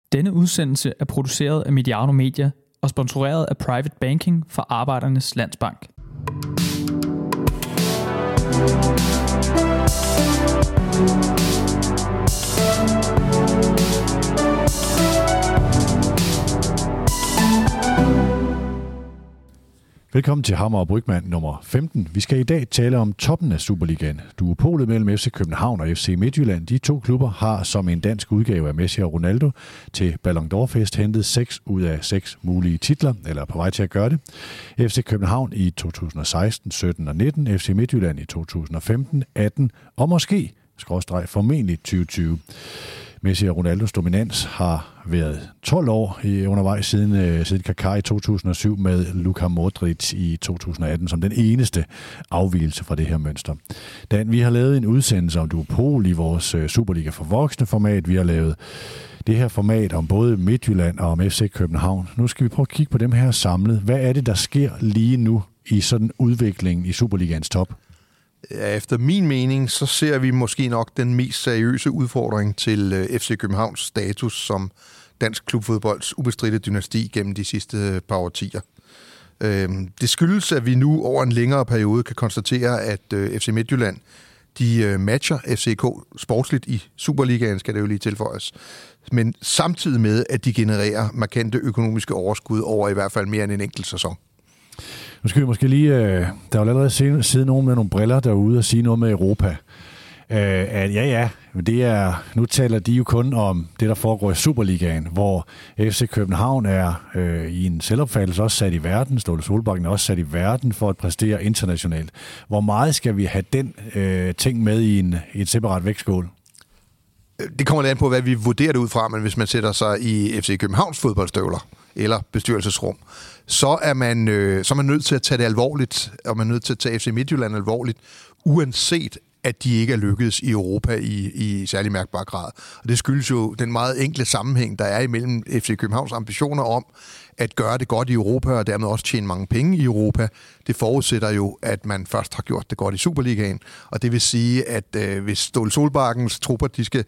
Denne udsendelse er produceret af Mediano Media og sponsoreret af Private Banking for Arbejdernes Landsbank. Velkommen til Hammer og Brygman nummer 15. Vi skal i dag tale om toppen af Superligaen. Duopolet mellem FC København og FC Midtjylland. De to klubber har som en dansk udgave af Messi og Ronaldo til Ballon d'Or-fest hentet 6 ud af 6 mulige titler, eller på vej til at gøre det. FC København i 2016, 17 og 19, FC Midtjylland i 2015, 18 og måske, formentlig 2020. Messi og Ronaldos dominans har været 12 år undervejs siden Kaká i 2007 med Luka Modric i 2018 som den eneste afvigelse fra det her mønster. Dan, vi har lavet en udsendelse om Duopol i vores Superliga for voksne format. Vi har lavet det her format om både Midtjylland og om FC København. Nu skal vi prøve at kigge på dem her samlet. Hvad er det, der sker lige nu i sådan udviklingen i Superligaens top? Ja, efter min mening, så ser vi måske nok den mest seriøse udfordring til FC Københavns status som dansk klubfodbolds ubestridte dynasti gennem de sidste par årtier. Det skyldes, at vi nu over en længere periode kan konstatere, at FC Midtjylland de matcher FCK sportsligt i Superligaen, skal det jo lige tilføjes, men samtidig med, at de genererer markante økonomiske overskud over i hvert fald mere end en enkelt sæson. Nu skal vi måske lige, der er jo allerede siddet nogen med nogle briller derude og sige noget med Europa. Nu taler de jo kun om det, der foregår i Superligaen, hvor FC København er i en selvopfattelse også sat i verden, Ståle Solbakken er også sat i verden for at præstere internationalt. Hvor meget skal vi have den ting med i et separat vægtskål? Det kommer lidt an på, hvad vi vurderer det ud fra, men hvis man sætter sig i FC Københavns fodboldstøvler eller bestyrelsesrum, så er man nødt til at tage det alvorligt, og man er nødt til at tage FC Midtjylland alvorligt, uanset at de ikke er lykkedes i Europa i særlig mærkbar grad. Og det skyldes jo den meget enkle sammenhæng, der er imellem FC Københavns ambitioner om at gøre det godt i Europa, og dermed også tjene mange penge i Europa. Det forudsætter jo, at man først har gjort det godt i Superligaen. Og det vil sige, at hvis Ståle Solbakkens trupper,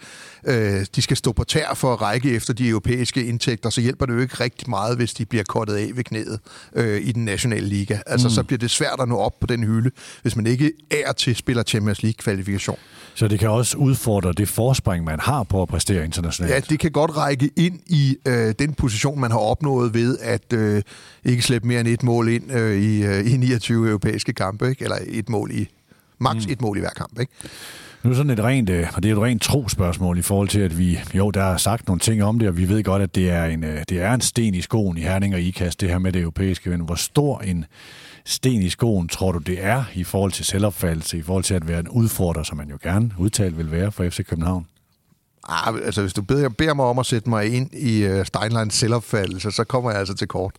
de skal stå på tær for at række efter de europæiske indtægter, så hjælper det jo ikke rigtig meget, hvis de bliver kortet af ved knæet i den nationale liga. Altså, så bliver det svært at nå op på den hylde, hvis man ikke er til spiller Champions League-kvalifikation. Så det kan også udfordre det forspring, man har på at præstere internationalt? Ja, det kan godt række ind i den position, man har opnået ved at ikke slæbe mere end et mål ind i 29 europæiske kampe, ikke? Eller et mål et mål i hver kamp, ikke? Nu er sådan et rent trospørgsmål i forhold til, at der er sagt nogle ting om det, og vi ved godt, at det er en sten i skoen i Herning og Ikast, det her med det europæiske. Men hvor stor en sten i skoen tror du, det er i forhold til selvopfattelse, i forhold til at være en udfordrer, som man jo gerne udtalt vil være for FC København? Altså, hvis du beder mig om at sætte mig ind i Steinleins selvopfattelse, så kommer jeg altså til kort.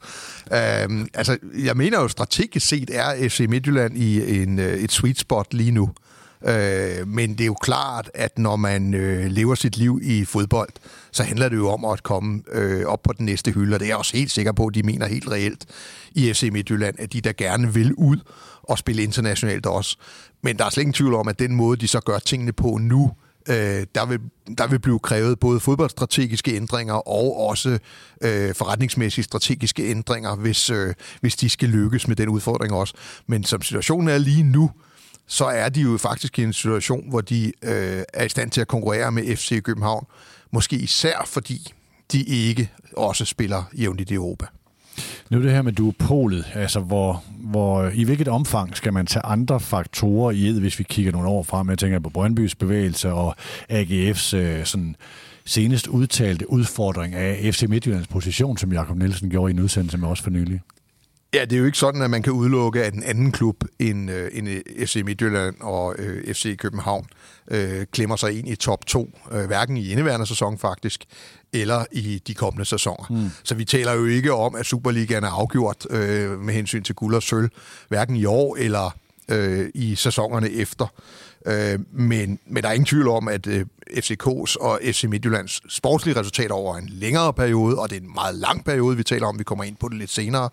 Jeg mener jo, strategisk set er FC Midtjylland i et sweet spot lige nu. Men det er jo klart, at når man lever sit liv i fodbold, så handler det jo om at komme op på den næste hylde, og det er jeg også helt sikker på, at de mener helt reelt i FC Midtjylland, at de der gerne vil ud og spille internationalt også. Men der er slet ingen tvivl om, at den måde, de så gør tingene på nu, der vil blive krævet både fodboldstrategiske ændringer og også forretningsmæssige strategiske ændringer, hvis de skal lykkes med den udfordring også. Men som situationen er lige nu, så er de jo faktisk i en situation, hvor de er i stand til at konkurrere med FC København. Måske især fordi de ikke også spiller jævnligt i Europa. Nu er det her med duopolet, altså hvor i hvilket omfang skal man tage andre faktorer i ed, hvis vi kigger nogle år frem. Jeg tænker på Brøndbys bevægelse og AGF's sådan senest udtalte udfordring af FC Midtjyllands position, som Jakob Nielsen gjorde i en udsendelse med os for nylig. Ja, det er jo ikke sådan, at man kan udelukke, at en anden klub end FC Midtjylland og FC København klemmer sig ind i top 2, hverken i indeværende sæson faktisk, eller i de kommende sæsoner. Så vi taler jo ikke om, at Superligaen er afgjort med hensyn til guld og sølv, hverken i år eller i sæsonerne efter. Men der er ingen tvivl om, at FCK's og FC Midtjyllands sportslige resultater over en længere periode, og det er en meget lang periode, vi taler om, vi kommer ind på det lidt senere,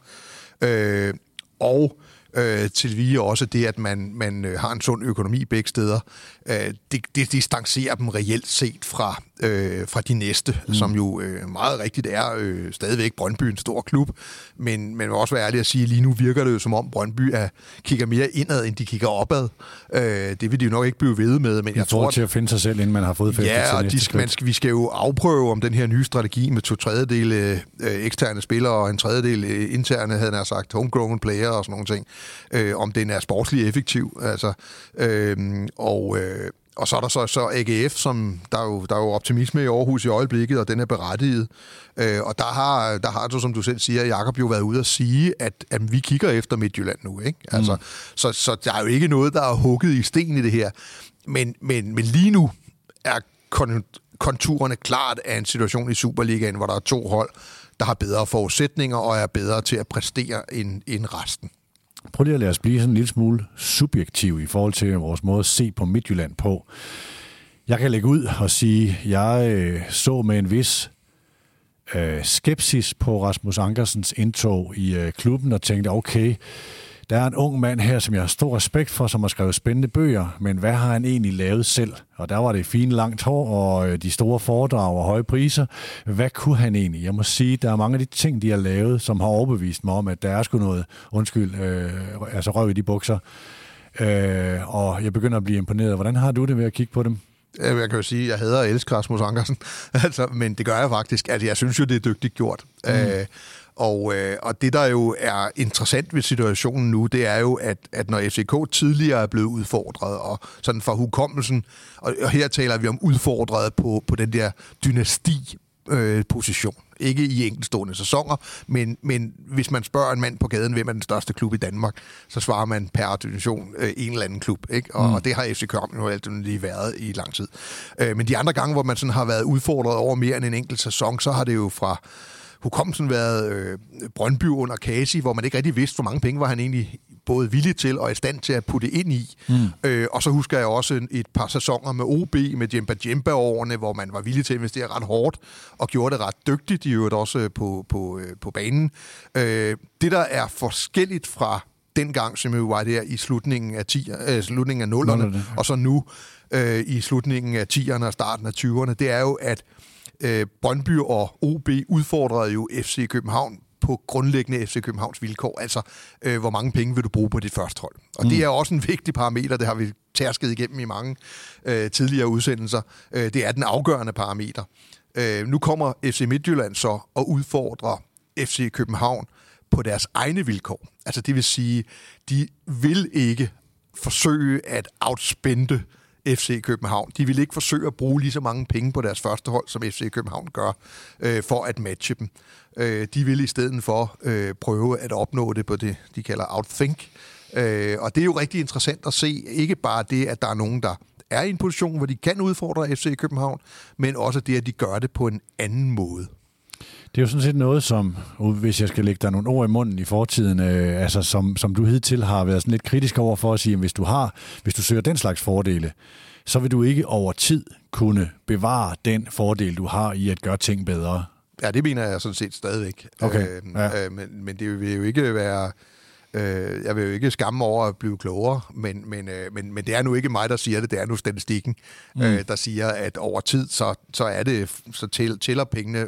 og tilvige også det, at man har en sund økonomi begge steder, det distancerer dem reelt set fra fra de næste, som jo meget rigtigt er stadigvæk Brøndby, en stor klub, men man vil også være ærlig at sige, lige nu virker det jo som om Brøndby kigger mere indad, end de kigger opad. Det vil de jo nok ikke blive ved med, men jeg tror til at finde sig selv, inden man har fået fæstet til næste vi skal jo afprøve om den her nye strategi med 2/3 eksterne spillere og 1/3 interne, havde jeg sagt, homegrown player og sådan nogle ting, om den er sportslig effektiv. Altså, og så er der så AGF, som der er jo optimisme i Aarhus i øjeblikket, og den er berettiget. Og der har du, som du selv siger, Jakob jo været ude at sige, at vi kigger efter Midtjylland nu, ikke? Altså, så der er jo ikke noget, der er hugget i sten i det her. Men lige nu er konturerne klart af en situation i Superligaen, hvor der er 2 hold, der har bedre forudsætninger og er bedre til at præstere end resten. Prøv lige at lade os blive sådan en lille smule subjektiv i forhold til vores måde at se på Midtjylland på. Jeg kan lægge ud og sige, at jeg så med en vis skepsis på Rasmus Ankersens indtog i klubben og tænkte, okay, der er en ung mand her, som jeg har stor respekt for, som har skrevet spændende bøger, men hvad har han egentlig lavet selv? Og der var det fine langt hår og de store foredrag og høje priser. Hvad kunne han egentlig? Jeg må sige, der er mange af de ting, de har lavet, som har overbevist mig om, at der er sgu noget, altså røv i de bukser. Og jeg begynder at blive imponeret. Hvordan har du det ved at kigge på dem? Jeg kan jo sige, at jeg hader og elsker Rasmus Ankersen, altså, men det gør jeg faktisk. Altså, jeg synes jo, det er dygtigt gjort. Og det, der jo er interessant ved situationen nu, det er jo, at når FCK tidligere er blevet udfordret, og sådan fra hukommelsen, og her taler vi om udfordret på den der dynasti-position. Ikke i enkeltstående sæsoner, men hvis man spørger en mand på gaden, hvem er den største klub i Danmark, så svarer man per definition en eller anden klub. Ikke? Og det har FC København jo altid lige været i lang tid. Men de andre gange, hvor man sådan har været udfordret over mere end en enkelt sæson, så har det jo fra hukommelsen været Brøndby under Kasi, hvor man ikke rigtig vidste, hvor mange penge var han egentlig både villig til og i stand til at putte ind i. Og så husker jeg også et par sæsoner med OB, med Djemba-årene, hvor man var villig til at investere ret hårdt og gjorde det ret dygtigt, i øvrigt også på banen. Det, der er forskelligt fra dengang, som jo var der i slutningen af 0'erne, og så nu i slutningen af 10'erne og starten af 20'erne, det er jo, at Brøndby og OB udfordrede jo FC København på grundlæggende FC Københavns vilkår, altså hvor mange penge vil du bruge på dit første hold. Og det er også en vigtig parameter, det har vi tærsket igennem i mange tidligere udsendelser. Det er den afgørende parameter. Nu kommer FC Midtjylland så og udfordrer FC København på deres egne vilkår. Altså det vil sige, de vil ikke forsøge at outspende FC København. De vil ikke forsøge at bruge lige så mange penge på deres første hold, som FC København gør, for at matche dem. De vil i stedet for prøve at opnå det på det, de kalder outthink. Og det er jo rigtig interessant at se, ikke bare det, at der er nogen, der er i en position, hvor de kan udfordre FC København, men også det, at de gør det på en anden måde. Det er jo sådan set noget, som, hvis jeg skal lægge dig nogle ord i munden i fortiden, altså som du hidtil har været sådan lidt kritisk over for at sige, at hvis du søger den slags fordele, så vil du ikke over tid kunne bevare den fordel, du har i at gøre ting bedre. Ja, det mener jeg sådan set stadigvæk. Okay. Men det vil jo ikke være... Jeg vil jo ikke skamme over at blive klogere, men det er nu ikke mig, der siger det. Det er nu statistikken, der siger, at over tid, så er det, så tæller pengene...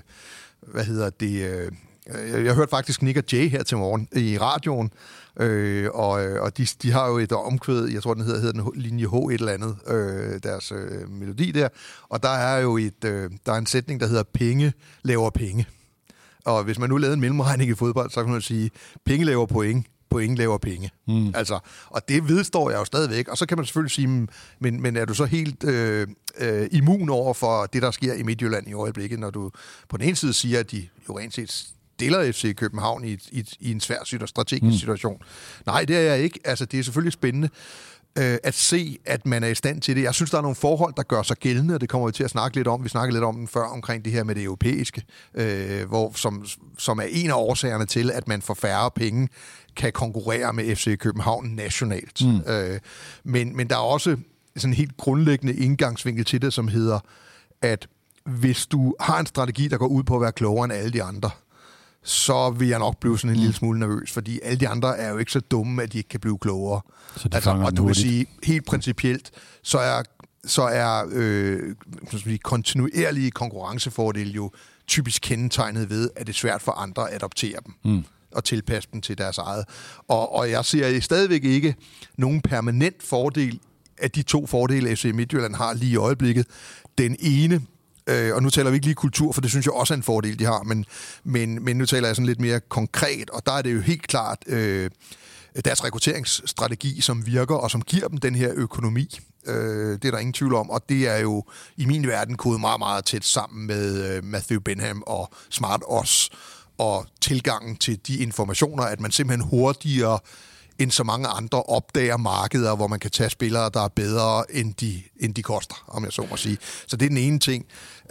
Jeg hørte faktisk Nick og Jay her til morgen i radioen, og de har jo et omkvæd, jeg tror, den hedder den linje H et eller andet, deres melodi der, og der er jo der er en sætning, der hedder penge laver penge. Og hvis man nu lavede en mellemregning i fodbold, så kan man sige, penge laver point, point laver penge. Altså, og det vedstår jeg jo stadigvæk. Og så kan man selvfølgelig sige, men er du så helt immun over for det, der sker i Midtjylland i øjeblikket, når du på den ene side siger, at de jo rent set stiller FC København i en svær strategisk situation. Nej, det er jeg ikke. Altså, det er selvfølgelig spændende at se, at man er i stand til det. Jeg synes, der er nogle forhold, der gør sig gældende, og det kommer vi til at snakke lidt om. Vi snakkede lidt om den før, omkring det her med det europæiske, som er en af årsagerne til, at man for færre penge kan konkurrere med FC København nationalt. Men der er også sådan en helt grundlæggende indgangsvinkel til det, som hedder, at hvis du har en strategi, der går ud på at være klogere end alle de andre, så vil jeg nok blive sådan en lille smule nervøs, fordi alle de andre er jo ikke så dumme, at de ikke kan blive klogere. Og du kan sige, helt principielt, så er så er kontinuerlige konkurrencefordele jo typisk kendetegnet ved, at det er svært for andre at adoptere dem og tilpasse dem til deres eget. Og jeg ser stadigvæk ikke nogen permanent fordel af de to fordele, FC Midtjylland har lige i øjeblikket. Den ene, og nu taler vi ikke lige kultur, for det synes jeg også er en fordel, de har, men nu taler jeg sådan lidt mere konkret, og der er det jo helt klart deres rekrutteringsstrategi, som virker, og som giver dem den her økonomi. Det er der ingen tvivl om, og det er jo i min verden kodet meget, meget tæt sammen med Matthew Benham og Smart Odds, og tilgangen til de informationer, at man simpelthen hurtigere end så mange andre opdager markeder, hvor man kan tage spillere, der er bedre, end de koster, om jeg så må sige. Så det er den ene ting.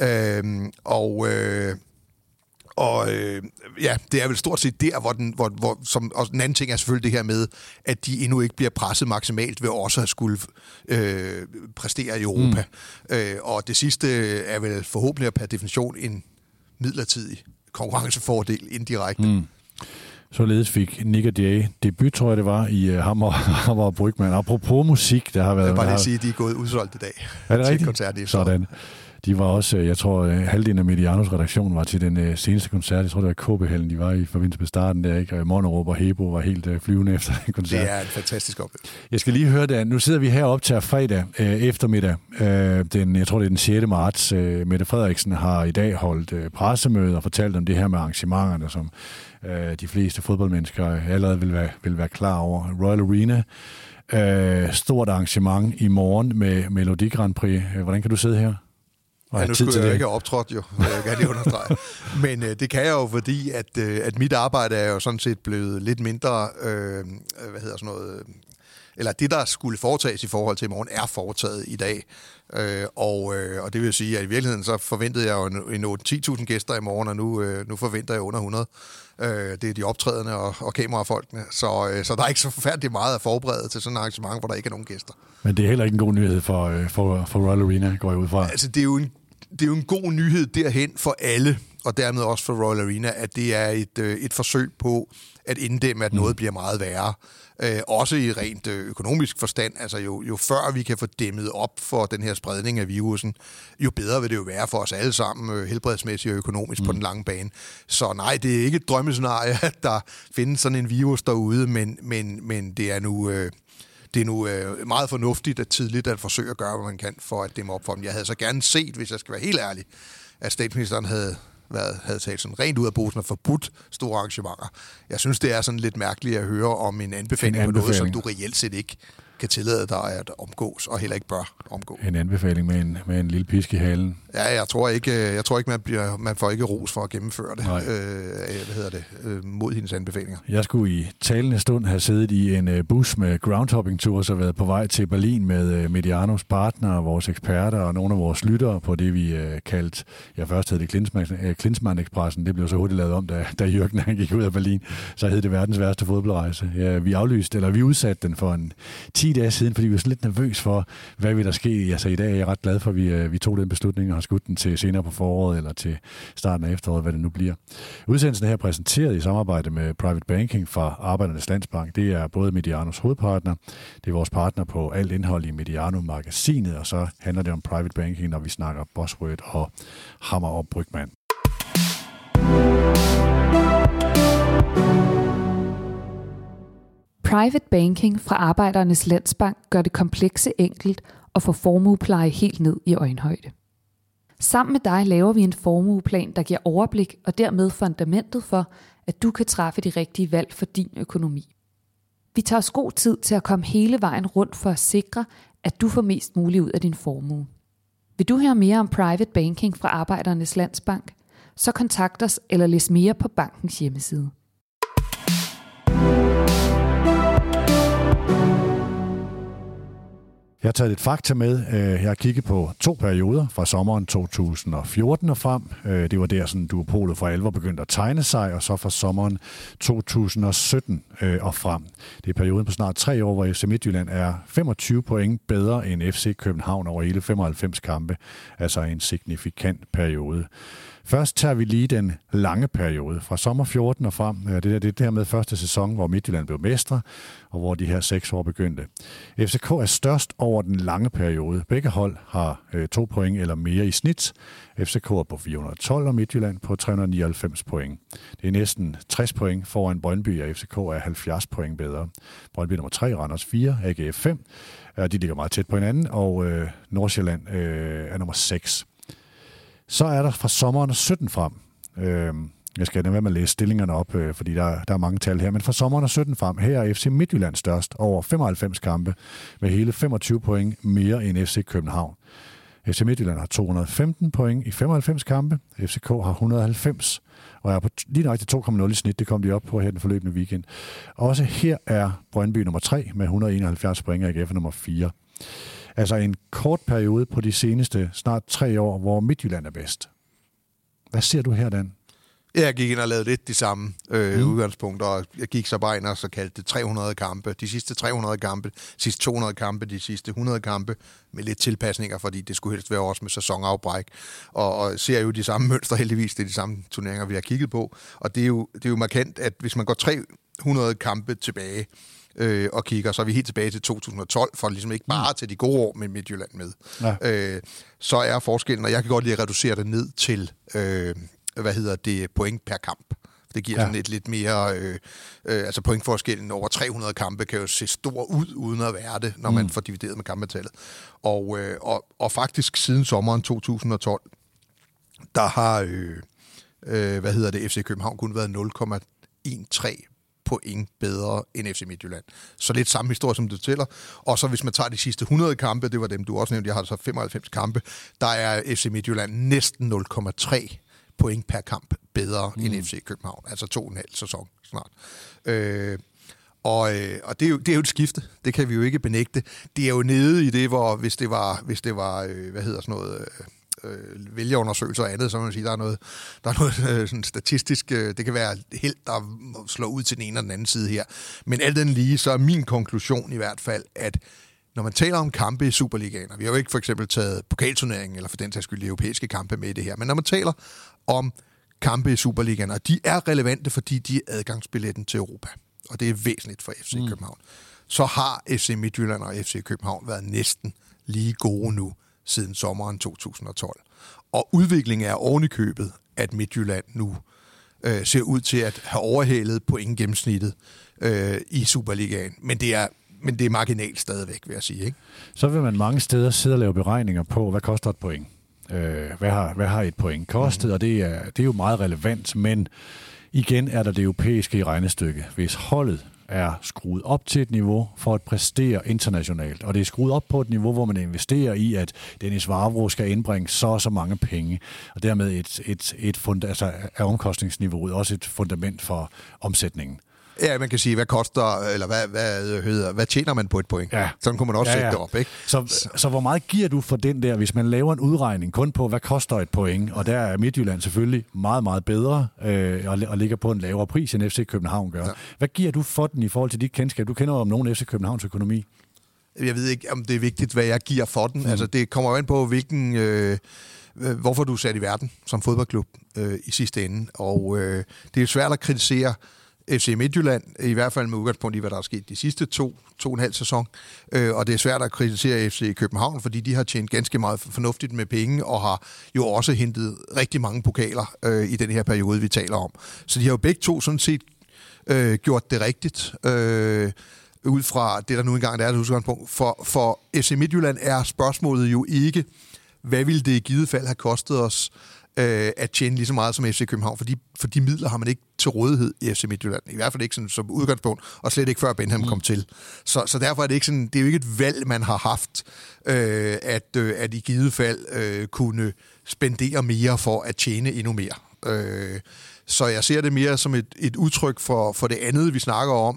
Ja, det er vel stort set der, og den anden ting er selvfølgelig det her med, at de endnu ikke bliver presset maksimalt ved også at skulle præstere i Europa. Og det sidste er vel forhåbentlig per definition en midlertidig konkurrencefordel indirekte. Således fik Nick og Jay debut, tror jeg det var, i Hammer og Brygman. Apropos musik, der har været... Jeg vil bare lige sige, at de er gået udsolgt i dag. Er det rigtigt? Sådan. De var også, jeg tror, halvdelen af Medianos redaktion var til den seneste koncert. Jeg tror, det var KB-hallen, de var i forbindelse med starten der, ikke? Og Monnerup og Hebo var helt flyvende efter den koncert. Det er en fantastisk oplevelse. Jeg skal lige høre det. Nu sidder vi heroppe til fredag eftermiddag. Jeg tror, det er den 6. marts. Mette Frederiksen har i dag holdt pressemøde og fortalt om det her med arrangementerne, som de fleste fodboldmennesker allerede vil være klar over. Royal Arena. Stort arrangement i morgen med Melodi Grand Prix. Hvordan kan du sidde her? Ja, nu skulle jeg jo ikke have optrådt, jo. Jeg kan lige understrege. Men det kan jeg jo, fordi at mit arbejde er jo sådan set blevet lidt mindre, eller det, der skulle foretages i forhold til i morgen, er foretaget i dag. Og det vil sige, at i virkeligheden så forventede jeg jo en 8-10.000 gæster i morgen, og nu forventer jeg under 100. Det er de optrædende og kamerafolkene. Så der er ikke så forfærdeligt meget at forberede til sådan et arrangement, hvor der ikke er nogen gæster. Men det er heller ikke en god nyhed for Royal Arena, går jeg ud fra. Altså, det er jo en god nyhed derhen for alle, og dermed også for Royal Arena, at det er et forsøg på at inddæmme, at noget bliver meget værre. Også i rent økonomisk forstand. Altså jo før vi kan få dæmmet op for den her spredning af virusen, jo bedre vil det jo være for os alle sammen, helbredsmæssigt og økonomisk på den lange bane. Så nej, det er ikke et drømmescenarie, at der findes sådan en virus derude, men det er nu... Det er nu meget fornuftigt og tidligt at forsøge at gøre, hvad man kan for at dæmme op for dem. Jeg havde så gerne set, hvis jeg skal være helt ærlig, at statsministeren havde taget sådan rent ud af posen og forbudt store arrangementer. Jeg synes, det er sådan lidt mærkeligt at høre om en anbefaling på noget, som du reelt set ikke kan tillade dig at omgås, og heller ikke bør omgå. En anbefaling med en lille pisk i halen. Ja, jeg tror ikke man får ikke ros for at gennemføre det. Mod hendes anbefalinger. Jeg skulle i talende stund have siddet i en bus med groundhopping tours og været på vej til Berlin med Medianos partnere, vores eksperter og nogle af vores lyttere på det, vi kaldte, først hed det Klinsmann-ekspressen. Det blev så hurtigt lavet om, da Jürgen han gik ud af Berlin. Så hed det verdens værste fodboldrejse. Ja, vi udsatte den for en 10 dage siden, fordi vi var lidt nervøs for, hvad vil der ske. Altså i dag er jeg ret glad for, at vi tog den beslutning og har skudt den til senere på foråret eller til starten af efteråret, hvad det nu bliver. Udsendelsen er her præsenteret i samarbejde med Private Banking fra Arbejdernes Landsbank. Det er både Medianos hovedpartner, det er vores partner på alt indhold i Mediano-magasinet, og så handler det om Private Banking, når vi snakker Bosworth og Hammer og Brygman. Private Banking fra Arbejdernes Landsbank gør det komplekse enkelt og får formuepleje helt ned i øjenhøjde. Sammen med dig laver vi en formueplan, der giver overblik og dermed fundamentet for, at du kan træffe de rigtige valg for din økonomi. Vi tager os god tid til at komme hele vejen rundt for at sikre, at du får mest muligt ud af din formue. Vil du høre mere om Private Banking fra Arbejdernes Landsbank? Så kontakt os eller læs mere på bankens hjemmeside. Jeg har taget et fakta med. Jeg har kigget på 2 perioder fra sommeren 2014 og frem. Det var der, sådan duopolet for alvor begyndte at tegne sig, og så fra sommeren 2017 og frem. Det er perioden på snart 3 år, hvor FC Midtjylland er 25 point bedre end FC København over hele 95 kampe. Altså en signifikant periode. Først tager vi lige den lange periode fra sommer 14 og frem. Det er dermed første sæson, hvor Midtjylland blev mestre, og hvor de her 6 år begyndte. FCK er størst over den lange periode. Begge hold har 2 point eller mere i snit. FCK er på 412 og Midtjylland på 399 point. Det er næsten 60 point foran Brøndby, og FCK er 70 point bedre. Brøndby nummer 3, Randers 4, AGF 5. De ligger meget tæt på hinanden, og Nordsjælland er nummer 6. Så er der fra sommeren 17 frem. Jeg skal være med at læse stillingerne op, fordi der er mange tal her. Men fra sommeren 17 frem, her er FC Midtjylland størst over 95 kampe med hele 25 point mere end FC København. FC Midtjylland har 215 point i 95 kampe. FCK har 190 og er på lige nøjagtigt 2,0 i snit. Det kom de op på her den forløbende weekend. Også her er Brøndby nummer 3 med 171 point og AGF nummer 4. Altså en kort periode på de seneste snart 3 år, hvor Midtjylland er bedst. Hvad ser du her, Dan? Jeg gik ind og lavede lidt de samme udgangspunkter, og jeg gik så bare ind og så kaldte det 300 kampe. De sidste 300 kampe, de sidste 200 kampe, de sidste 100 kampe, med lidt tilpasninger, fordi det skulle helst være også med sæsonafbræk. Og ser jo de samme mønstre heldigvis, det er de samme turneringer, vi har kigget på. Og det er jo markant, at hvis man går 300 kampe tilbage, og kigger, så er vi helt tilbage til 2012, for ligesom ikke bare til de gode år med Midtjylland med. Ja. Så er forskellen, og jeg kan godt lide at reducere det ned til, point per kamp. Det giver sådan et lidt mere, altså pointforskellen over 300 kampe kan jo se stor ud, uden at være det, når man får divideret med kampetallet. Og faktisk siden sommeren 2012, der har, FC København kun været 0,13 point bedre end FC Midtjylland. Så lidt samme historie, som du tæller. Og så hvis man tager de sidste 100 kampe, det var dem, du også nævnte, jeg har så 95 kampe, der er FC Midtjylland næsten 0,3 point per kamp bedre end FC København. Altså 2,5 sæson snart. Og det er jo et skifte. Det kan vi jo ikke benægte. Det er jo nede i det, hvor hvis det var vælgerundersøgelser og andet, så må man sige, der er noget sådan statistisk, det kan være held, der slår ud til den ene og den anden side her. Men alt den lige, så er min konklusion i hvert fald, at når man taler om kampe i Superligaen, og vi har jo ikke for eksempel taget pokalturneringen, eller for den sags skyld de europæiske kampe med i det her, men når man taler om kampe i Superligaen, og de er relevante, fordi de er adgangsbilletten til Europa, og det er væsentligt for FC København, så har FC Midtjylland og FC København været næsten lige gode nu, siden sommeren 2012. Og udviklingen er ovenikøbet, at Midtjylland nu ser ud til at have overhældet pointgennemsnittet i Superligaen. Men det er marginalt stadigvæk, vil jeg sige. Ikke? Så vil man mange steder sidde og lave beregninger på, hvad koster et point? Hvad har et point kostet? Og det er jo meget relevant, men igen er der det europæiske i regnestykke. Hvis holdet er skruet op til et niveau for at præstere internationalt, og det er skruet op på et niveau, hvor man investerer i, at Dennis Vavro skal indbringe så mange penge, og dermed er omkostningsniveauet også et fundament for omsætningen. Ja, man kan sige, hvad koster, eller hvad tjener man på et point? Ja. Sådan kunne man også sætte det op, ikke? Så hvor meget giver du for den der, hvis man laver en udregning kun på, hvad koster et point? Og der er Midtjylland selvfølgelig meget, meget bedre og ligger på en lavere pris, end FC København gør. Ja. Hvad giver du for den i forhold til dit kendskab? Du kender jo om nogen FC Københavns økonomi. Jeg ved ikke, om det er vigtigt, hvad jeg giver for den. Altså, det kommer jo an på, hvorfor du er sat i verden som fodboldklub i sidste ende. Og det er jo svært at kritisere FC Midtjylland, i hvert fald med udgangspunkt i, hvad der er sket de sidste 2,5 sæson. Og det er svært at kritisere FC København, fordi de har tjent ganske meget fornuftigt med penge, og har jo også hentet rigtig mange pokaler i den her periode, vi taler om. Så de har jo begge to sådan set gjort det rigtigt, ud fra det, der nu engang er et udgangspunkt. For FC Midtjylland er spørgsmålet jo ikke, hvad ville det i givet fald have kostet os at tjene lige så meget som FC København, for de midler har man ikke til rådighed i FC Midtjylland. I hvert fald ikke sådan som udgangspunkt, og slet ikke før Benham kom til. Så derfor er det ikke sådan, det er jo ikke et valg, man har haft, at i givet fald kunne spendere mere for at tjene endnu mere. Så jeg ser det mere som et udtryk for det andet, vi snakker om,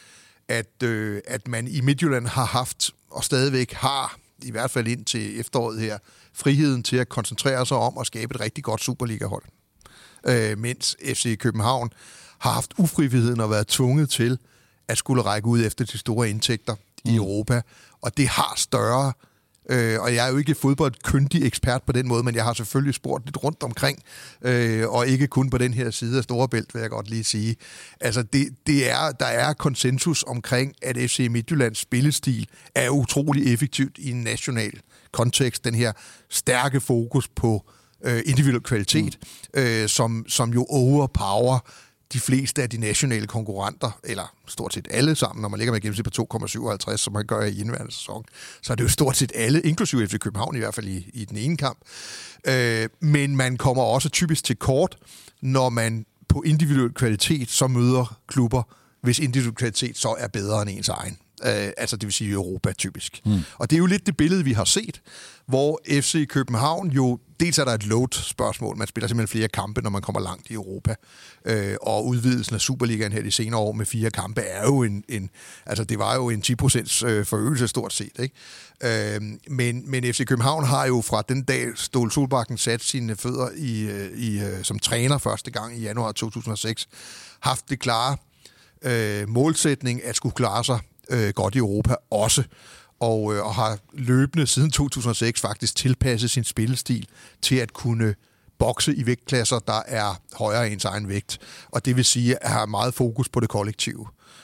at man i Midtjylland har haft, og stadigvæk har, i hvert fald ind til efteråret her, friheden til at koncentrere sig om at skabe et rigtig godt Superliga-hold. Mens FC København har haft ufrivilligheden og været tvunget til at skulle række ud efter de store indtægter i Europa. Og det har større Og jeg er jo ikke fodboldkyndig ekspert på den måde, men jeg har selvfølgelig spurgt lidt rundt omkring, og ikke kun på den her side af Storebælt, vil jeg godt lige sige. Altså, der er konsensus omkring, at FC Midtjyllands spillestil er utrolig effektivt i en national kontekst. Den her stærke fokus på individuel kvalitet, som jo overpower de fleste af de nationale konkurrenter, eller stort set alle sammen, når man ligger med gennemsnit på 2,57, som man gør i indværende sæson, så er det jo stort set alle, inklusive FC København i hvert fald i den ene kamp. Men man kommer også typisk til kort, når man på individuel kvalitet så møder klubber, hvis individuel kvalitet så er bedre end ens egen. Altså det vil sige Europa typisk. Og det er jo lidt det billede, vi har set, hvor FC København jo, dels er der et load-spørgsmål, man spiller simpelthen flere kampe, når man kommer langt i Europa, og udvidelsen af Superligaen her de senere år med 4 kampe er jo altså det var jo en 10% forøgelse stort set, ikke? Men FC København har jo fra den dag Ståle Solbakken satte sine fødder som træner første gang i januar 2006, haft det klare målsætning at skulle klare sig godt i Europa også, og har løbende siden 2006 faktisk tilpasset sin spillestil til at kunne bokse i vægtklasser, der er højere end ens egen vægt. Og det vil sige, at have meget fokus på det kollektive.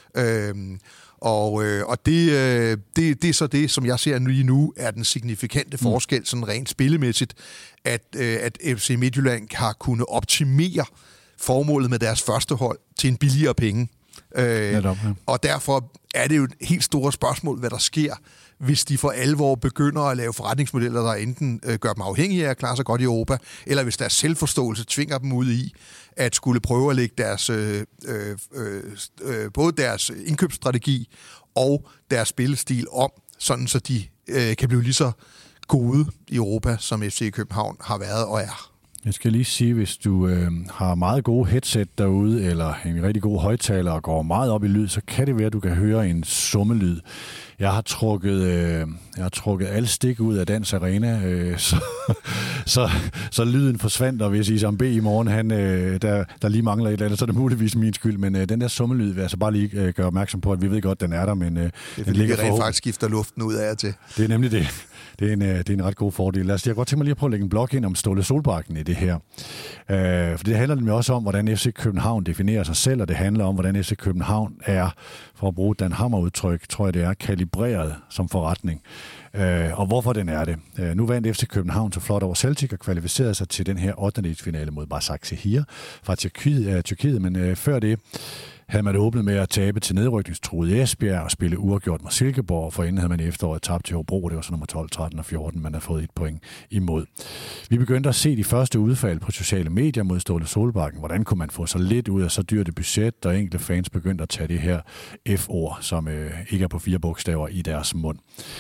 Og det er så det, som jeg ser lige nu, er den signifikante forskel, sådan rent spillemæssigt, at FC Midtjylland har kunnet optimere formålet med deres første hold til en billigere penge. Og derfor er det jo et helt stort spørgsmål, hvad der sker, hvis de for alvor begynder at lave forretningsmodeller, der enten gør dem afhængige af at klare sig godt i Europa, eller hvis deres selvforståelse tvinger dem ud i at skulle prøve at lægge deres, både deres indkøbsstrategi og deres spillestil om, sådan så de kan blive lige så gode i Europa, som FC København har været og er. Jeg skal lige sige, hvis du har meget gode headset derude, eller en rigtig god højttaler og går meget op i lyd, så kan det være, at du kan høre en summelyd. Jeg har trukket alle stik ud af Dans Arena, så lyden forsvandt, og hvis Isam B i morgen, der lige mangler et eller andet, så er det muligvis min skyld, men den der summelyd vil jeg så bare lige gøre opmærksom på, at vi ved godt, den er der, men det er fordi, vi rent faktisk skifter luften ud af og til. Det er nemlig det. Det er en ret god fordel. Jeg kan godt tænke mig lige at prøve at lægge en blog ind om Ståle Solbakken i det her. For det handler nemlig også om, hvordan FC København definerer sig selv, og det handler om, hvordan FC København er, for at bruge Dan Hammer-udtryk, tror jeg det er, kalibreret som forretning. Og hvorfor den er det. Nu vandt FC København så flot over Celtic og kvalificerede sig til den her 8. finale mod Başakşehir fra Tyrkiet, men før det havde man åbnet med at tabe til nedrykningstruede Esbjerg og spille uafgjort mod Silkeborg, for inden havde man i efteråret tabt til Hobro. Det var så nummer 12, 13 og 14, man har fået 1 point imod. Vi begyndte at se de første udfald på sociale medier mod Ståle Solbakken. Hvordan kunne man få så lidt ud af så dyrt et budget, og enkelte fans begyndte at tage det her F-ord, som ikke er på 4 bogstaver i deres mund.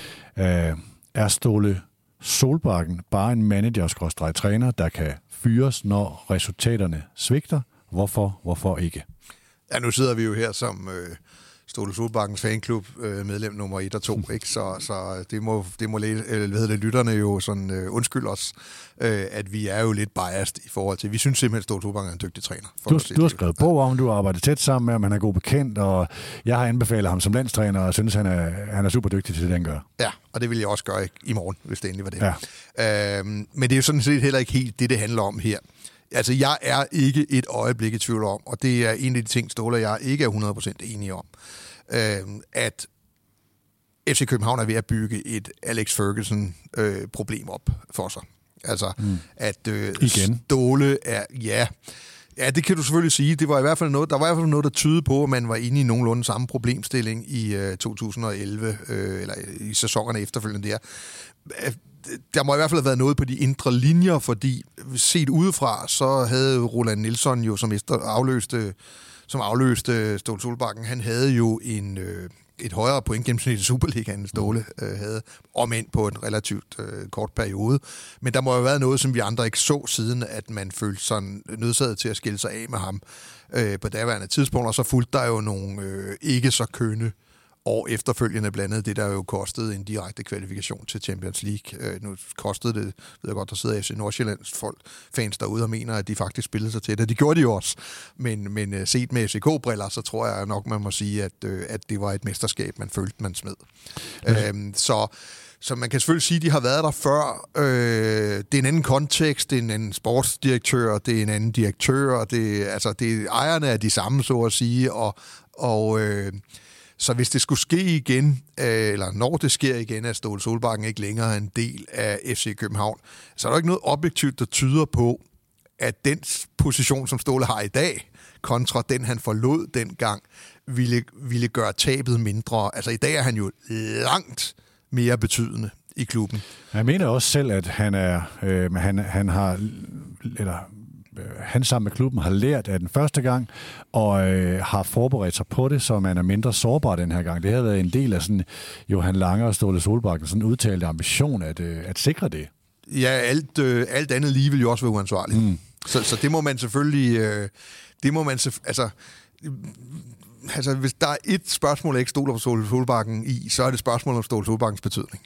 Er Ståle Solbakken bare en manager-træner, der kan fyres, når resultaterne svigter? Hvorfor ikke? Ja, nu sidder vi jo her som Ståle Solbakkens fanklub, medlem nummer 1 og 2, ikke? Så det må lytterne jo sådan undskylde os, at vi er jo lidt biased i forhold til. Vi synes simpelthen, at Ståle Solbakken er en dygtig træner. Du har skrevet bog om, du har arbejdet tæt sammen med ham, han er god bekendt, og jeg har anbefalet ham som landstræner, og synes, han er super dygtig til det, han gør. Ja, og det vil jeg også gøre i morgen, hvis det endelig var det. Ja. Men det er jo sådan set heller ikke helt det handler om her. Altså, jeg er ikke et øjeblik i tvivl om, og det er en af de ting, Ståle og jeg ikke er 100% enige om, at FC København er ved at bygge et Alex Ferguson-problem op for sig. Altså, at Ståle er... Ja, det kan du selvfølgelig sige. Der var i hvert fald noget, der tydede på, at man var inde i nogenlunde samme problemstilling i 2011, eller i sæsonerne efterfølgende der. Der må i hvert fald have været noget på de indre linjer, fordi set udefra, så havde Roland Nilsson jo, som afløste Ståle Solbakken, han havde jo et højere pointgennemsnit i Superligaen, end Ståle havde, om end på en relativt kort periode. Men der må jo have været noget, som vi andre ikke så siden, at man følte sig nødsaget til at skille sig af med ham på daværende tidspunkt, og så fulgte der jo nogle ikke så kønne år efterfølgende blandt andet det, der jo kostede en direkte kvalifikation til Champions League. Nu kostede det, ved jeg godt, der sidder FC Nordsjællands fans derude og mener, at de faktisk spillede sig til det. Det gjorde de også. Men set med FCK-briller, så tror jeg nok, man må sige, at det var et mesterskab, man følte, man smed. Så man kan selvfølgelig sige, at de har været der før. Det er en anden kontekst, det er en anden sportsdirektør, det er en anden direktør, det er ejerne af de samme, så at sige, så hvis det skulle ske igen, eller når det sker igen, at Ståle Solbakken ikke længere er en del af FC København, så er der ikke noget objektivt, der tyder på, at den position, som Ståle har i dag, kontra den, han forlod dengang, ville gøre tabet mindre. Altså i dag er han jo langt mere betydende i klubben. Jeg mener også selv, at han sammen med klubben har lært af den første gang, og har forberedt sig på det, så man er mindre sårbar den her gang. Det havde været en del af sådan Johan Lange og Ståle Solbakken, sådan en udtalt ambition at sikre det. Ja, alt andet lige vil jo også være uansvarligt. Så det må man selvfølgelig... Altså, hvis der er et spørgsmål, jeg ikke stoler på Ståle Solbakken i, så er det spørgsmål om Ståle Solbakkens betydning.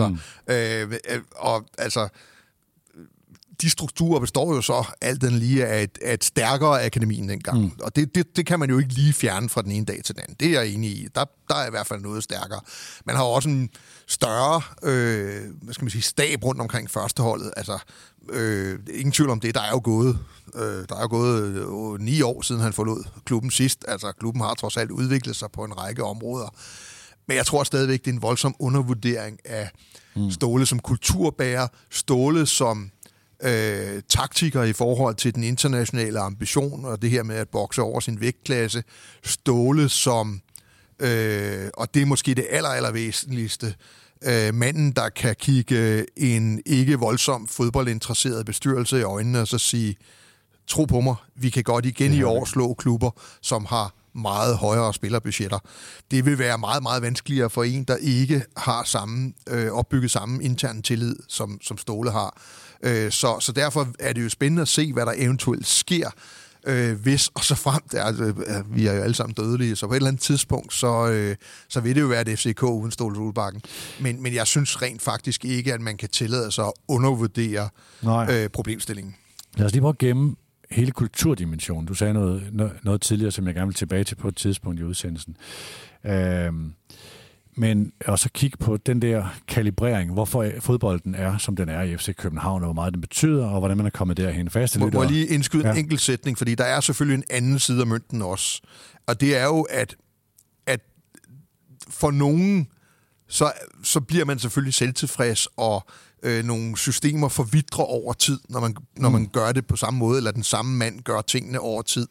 De strukturer består jo så alt den lige af et stærkere akademi dengang. Og det kan man jo ikke lige fjerne fra den ene dag til den anden. Det er jeg enig i. Der er i hvert fald noget stærkere. Man har også en større stab rundt omkring førsteholdet. Altså, ingen tvivl om det. Der er jo gået 9 år siden han forlod klubben sidst. Altså, klubben har trods alt udviklet sig på en række områder. Men jeg tror stadigvæk, det er en voldsom undervurdering af Ståle som kulturbærer, Ståle som taktiker i forhold til den internationale ambition, og det her med at bokse over sin vægtklasse. Ståle som, og det er måske det allervæsentligste, manden, der kan kigge en ikke voldsom fodboldinteresseret bestyrelse i øjnene og så sige, tro på mig, vi kan godt igen i år slå klubber, som har meget højere spillerbudgetter. Det vil være meget, meget vanskeligere for en, der ikke har opbygget samme intern tillid, som Ståle har. Så derfor er det jo spændende at se, hvad der eventuelt sker, hvis og så fremt, vi er jo alle sammen dødelige, så på et eller andet tidspunkt, så vil det jo være et FCK uden Ståle Solbakken. Men jeg synes rent faktisk ikke, at man kan tillade sig at undervurdere problemstillingen. Lad os lige prøve at gemme hele kulturdimensionen. Du sagde noget tidligere, som jeg gerne vil tilbage til på et tidspunkt i udsendelsen. Men også kigge på den der kalibrering, hvorfor fodbolden er, som den er i FC København, og hvor meget den betyder, og hvordan man er kommet derhen. Må jeg lige indskyde en enkelt sætning, fordi der er selvfølgelig en anden side af mønten også. Og det er jo, at for nogen, så bliver man selvfølgelig selvtilfreds, og nogle systemer forvitrer over tid, når man gør det på samme måde, eller den samme mand gør tingene over tid.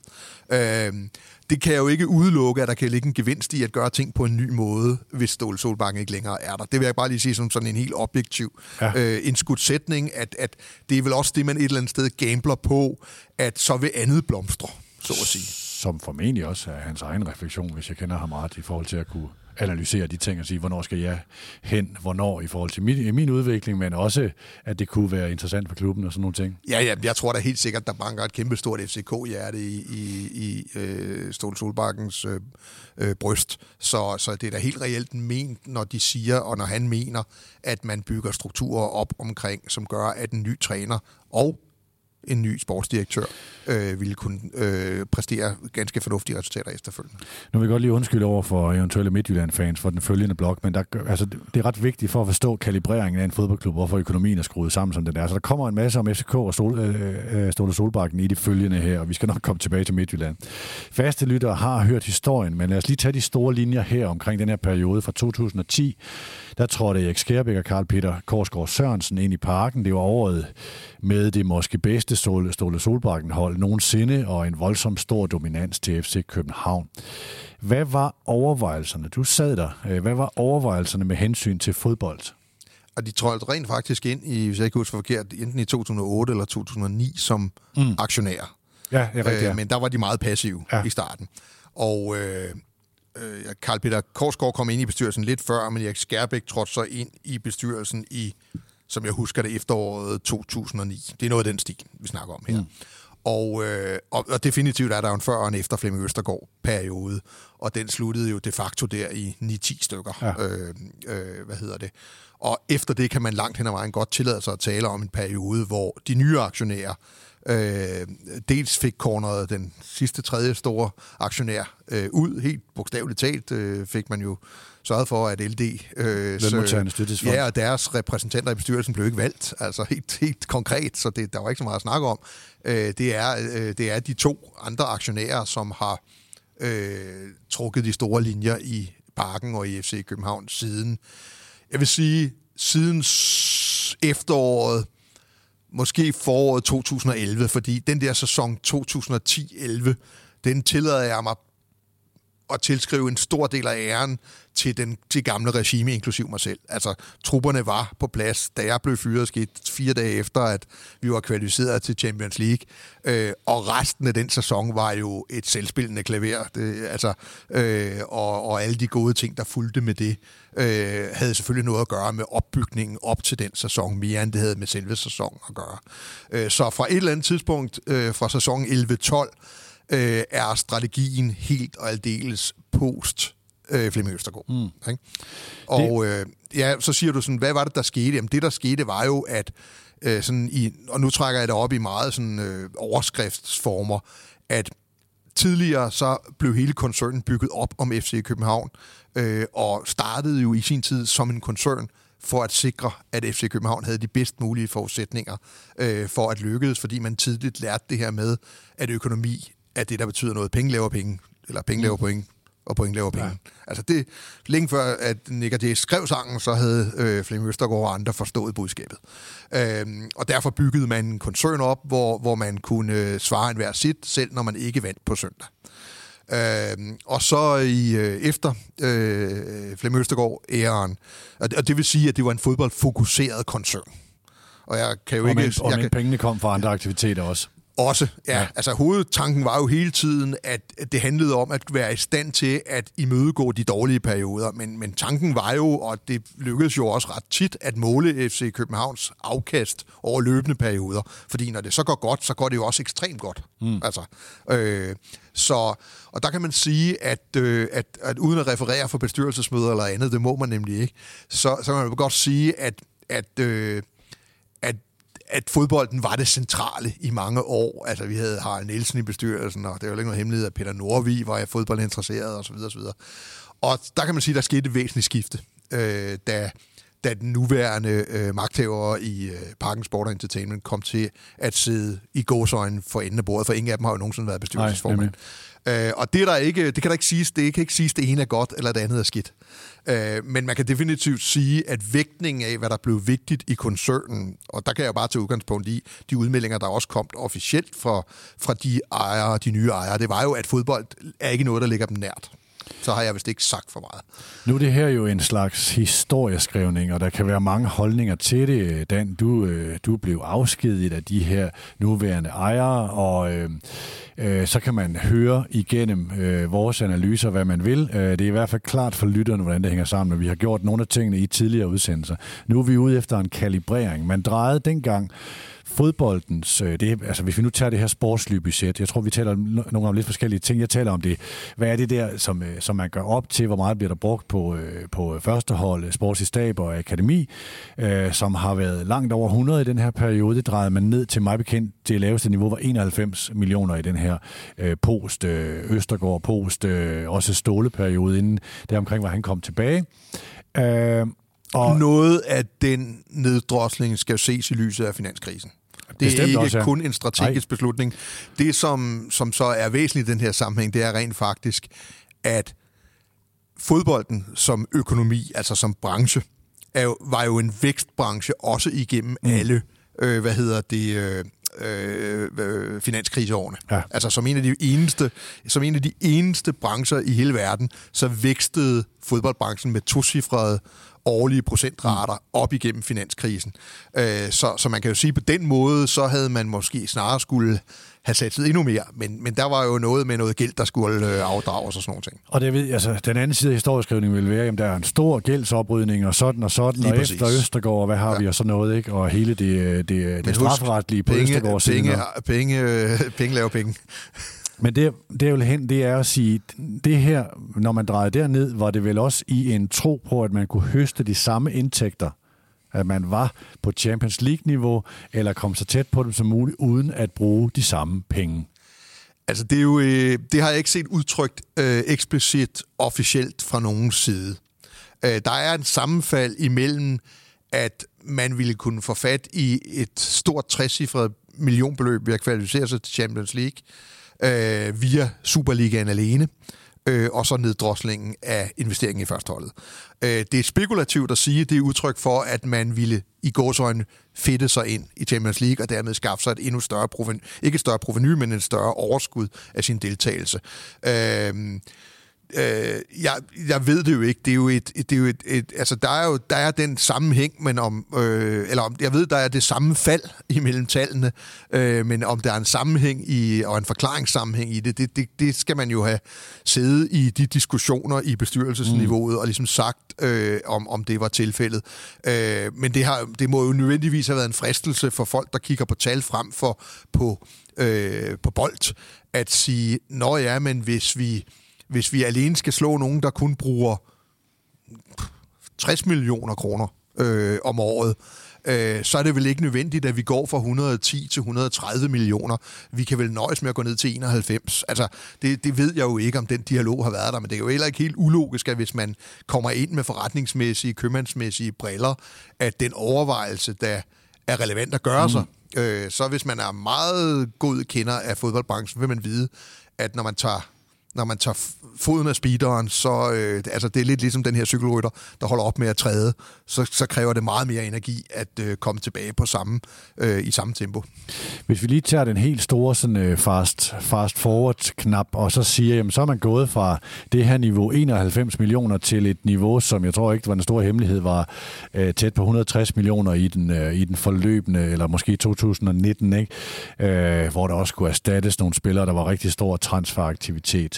Det kan jo ikke udelukke, at der kan ligge en gevinst i at gøre ting på en ny måde, hvis Ståle Solbakken ikke længere er der. Det vil jeg bare lige sige som sådan en helt objektiv indskudsætning, at det er vel også det, man et eller andet sted gambler på, at så vil andet blomstre, så at sige. Som formentlig også er hans egen refleksion, hvis jeg kender ham ret, i forhold til at kunne analysere de ting og sige, hvornår skal jeg hen, hvornår i forhold til min udvikling, men også, at det kunne være interessant for klubben og sådan nogle ting. Ja, jeg tror da helt sikkert, der banker et kæmpestort FCK-hjerte i Ståle Solbakkens bryst. Så det er da helt reelt ment, når de siger, og når han mener, at man bygger strukturer op omkring, som gør, at en ny træner og en ny sportsdirektør ville kunne præstere ganske fornuftige resultater efterfølgende. Nu vil jeg godt lige undskylde over for eventuelle Midtjylland-fans for den følgende blok, men det er ret vigtigt for at forstå kalibreringen af en fodboldklub, hvorfor økonomien er skruet sammen, som den er. Så der kommer en masse om FCK og Ståle Solbakken i det følgende her, og vi skal nok komme tilbage til Midtjylland. Faste lyttere har hørt historien, men lad os lige tage de store linjer her omkring den her periode fra 2010. Der trådte Erik Skærbæk og Karl Peter Korsgaard Sørensen ind i Parken. Det var året med det måske bedste Ståle Solbakken-hold nogensinde, og en voldsom stor dominans til FC København. Hvad var overvejelserne? Du sad der. Hvad var overvejelserne med hensyn til fodbold? Og de trådte rent faktisk ind i, hvis jeg ikke husker forkert, enten i 2008 eller 2009 som aktionærer. Ja, det er rigtigt. Men der var de meget passive i starten. Og Karl Peter Korsgaard kom ind i bestyrelsen lidt før, men Erik Skærbæk trådte så ind i bestyrelsen i, som jeg husker det, efteråret 2009. Det er noget af den stil, vi snakker om her. Og definitivt er der jo en før og en efter Flemming Østergaard-periode, og den sluttede jo de facto der i 9-10 stykker. Ja. Og efter det kan man langt hen ad vejen godt tillade sig at tale om en periode, hvor de nye aktionærer Dels fik corneret den sidste tredje store aktionær ud, helt bogstaveligt talt, fik man jo sørget for, at LD ja, og deres repræsentanter i bestyrelsen blev ikke valgt, altså helt konkret, så der var ikke så meget at snakke om. Det er de to andre aktionærer, som har trukket de store linjer i Parken og i FC København siden, jeg vil sige, siden efteråret, måske foråret 2011, fordi den der sæson 2010-11, den tillader jeg mig at tilskrive en stor del af æren til gamle regime, inklusiv mig selv. Altså, trupperne var på plads, da jeg blev fyret, skete 4 dage efter, at vi var kvalificeret til Champions League. Og resten af den sæson var jo et selvspillende klaver. Og alle de gode ting, der fulgte med det, havde selvfølgelig noget at gøre med opbygningen op til den sæson, mere end det havde med selve sæsonen at gøre. Så fra et eller andet tidspunkt, fra sæsonen 11-12, er strategien helt og aldeles post Flemming Østergaard. Ikke? Og så siger du sådan, hvad var det, der skete? Jamen det, der skete, var jo, at og nu trækker jeg det op i meget sådan, overskriftsformer, at tidligere så blev hele koncernen bygget op om FC København, og startede jo i sin tid som en koncern for at sikre, at FC København havde de bedst mulige forudsætninger for at lykkes, fordi man tidligt lærte det her med, at økonomi er det, der betyder noget. Penge laver penge, eller penge laver point, og point laver penge. Ja. Altså det, længe før, at Nick og Jay skrev sangen, så havde Flemming Østergaard og andre forstået budskabet. Og derfor byggede man en koncern op, hvor man kunne svare enhver sit, selv når man ikke vandt på søndag. Og så efter Flemming Østergaard-æren, og det vil sige, at det var en fodboldfokuseret koncern. Og jeg kan jo men pengene kom fra andre aktiviteter også. Også, ja. Altså hovedtanken var jo hele tiden, at det handlede om at være i stand til at imødegå de dårlige perioder. Men tanken var jo, og det lykkedes jo også ret tit, at måle FC Københavns afkast over løbende perioder. Fordi når det så går godt, så går det jo også ekstremt godt. Altså, og der kan man sige, at uden at referere for bestyrelsesmøder eller andet, det må man nemlig ikke, så kan man godt sige, at fodbolden var det centrale i mange år. Altså, vi havde Harald Nielsen i bestyrelsen, og det var jo ikke noget hemmelighed, at Peter Nordvig var fodboldinteresseret, osv. Og der kan man sige, at der skete et væsentligt skifte, da den nuværende magthaver i Parken Sport og Entertainment kom til at sidde i gåseøjne for enden af bordet, for ingen af dem har jo nogensinde været bestyrelsesformand. Og det kan der ikke siges, det kan ikke siges, det ene er godt, eller det andet er skidt. Men man kan definitivt sige, at vægtningen af, hvad der blev vigtigt i koncernen, og der kan jeg bare tage udgangspunkt i de udmeldinger, der også kom officielt fra de ejere, de nye ejere, det var jo, at fodbold er ikke noget, der ligger dem nært. Så har jeg vist ikke sagt for meget. Nu er det her jo en slags historieskrivning, og der kan være mange holdninger til det. Dan, du blev afskediget af de her nuværende ejere, og så kan man høre igennem vores analyser, hvad man vil. Det er i hvert fald klart for lytterne, hvordan det hænger sammen, og vi har gjort nogle af tingene i tidligere udsendelser. Nu er vi ude efter en kalibrering. Man drejede dengang fodboldens, altså hvis vi nu tager det her sportslige budget, jeg tror, vi taler nogle om lidt forskellige ting. Jeg taler om det. Hvad er det der, som man gør op til? Hvor meget bliver der brugt på førstehold, sportslig stab og akademi, som har været langt over 100 i den her periode. Det drejede man ned til mig bekendt. Det laveste niveau var 91 millioner i den her post, Østergaard post, også Ståle-periode, inden deromkring, hvor han kom tilbage. Og noget af den neddrosling skal jo ses i lyset af finanskrisen. Det er ikke også, ja. Kun en strategisk beslutning. Det, som så er væsentligt i den her sammenhæng, det er rent faktisk, at fodbolden som økonomi, altså som branche, var jo en vækstbranche også igennem alle, finanskriseårene. Ja. Altså som en af de eneste brancher i hele verden, så vækstede fodboldbranchen med tocifrede årlige procentrater op igennem finanskrisen. Så man kan jo sige, på den måde, så havde man måske snarere skulle have satset endnu mere, men der var jo noget med noget gæld, der skulle afdrages og sådan nogle ting. Og det ved, altså, den anden side af historieskrivningen vil være, at der er en stor gældsoprydning og sådan, og efter Østergaard, hvad har vi og sådan noget, ikke? Og hele det strafferetlige på Østergaard. Penge laver penge. Men det jeg vil hen, det er at sige, det her, når man drejede derned, var det vel også i en tro på, at man kunne høste de samme indtægter At man var på Champions League-niveau, eller kom så tæt på dem som muligt, uden at bruge de samme penge? Altså, det er jo, det har jeg ikke set udtrykt eksplicit officielt fra nogen side. Der er en sammenfald imellem, at man ville kunne få fat i et stort 60-cifret millionbeløb ved at kvalificere sig til Champions League via Superligaen alene, og så neddroslingen af investeringen i førsteholdet. Det er spekulativt at sige, at det er udtryk for, at man ville i gåseøjne fedte sig ind i Champions League, og dermed skaffe sig et endnu større provenu, ikke et større provenu, men et større overskud af sin deltagelse. Jeg ved det jo ikke. Det er jo altså der er den sammenhæng, men jeg ved der er det samme fald imellem tallene, men om der er en sammenhæng og en forklaringssammenhæng i det skal man jo have siddet i de diskussioner i bestyrelsesniveauet og ligesom sagt om det var tilfældet. Men det må jo nødvendigvis have været en fristelse for folk, der kigger på tal frem for på bold, at sige, nå ja, men hvis vi alene skal slå nogen, der kun bruger 60 millioner kroner om året, så er det vel ikke nødvendigt, at vi går fra 110 til 130 millioner. Vi kan vel nøjes med at gå ned til 91. Altså, det ved jeg jo ikke, om den dialog har været der, men det er jo heller ikke helt ulogisk, at hvis man kommer ind med forretningsmæssige, købmandsmæssige briller, at den overvejelse, der er relevant at gøre sig. Så hvis man er meget god kender af fodboldbranchen, vil man vide, at når man tager foden af speederen, så altså det er lidt ligesom den her cykelrytter, der holder op med at træde, så kræver det meget mere energi at komme tilbage på i samme tempo. Hvis vi lige tager den helt store sådan, fast forward-knap, og så siger, jamen, så er man gået fra det her niveau 91 millioner til et niveau, som jeg tror ikke, det var en stor hemmelighed, var tæt på 160 millioner i den forløbende, eller måske 2019, ikke? Hvor der også kunne erstattes nogle spillere, der var rigtig stor transferaktivitet.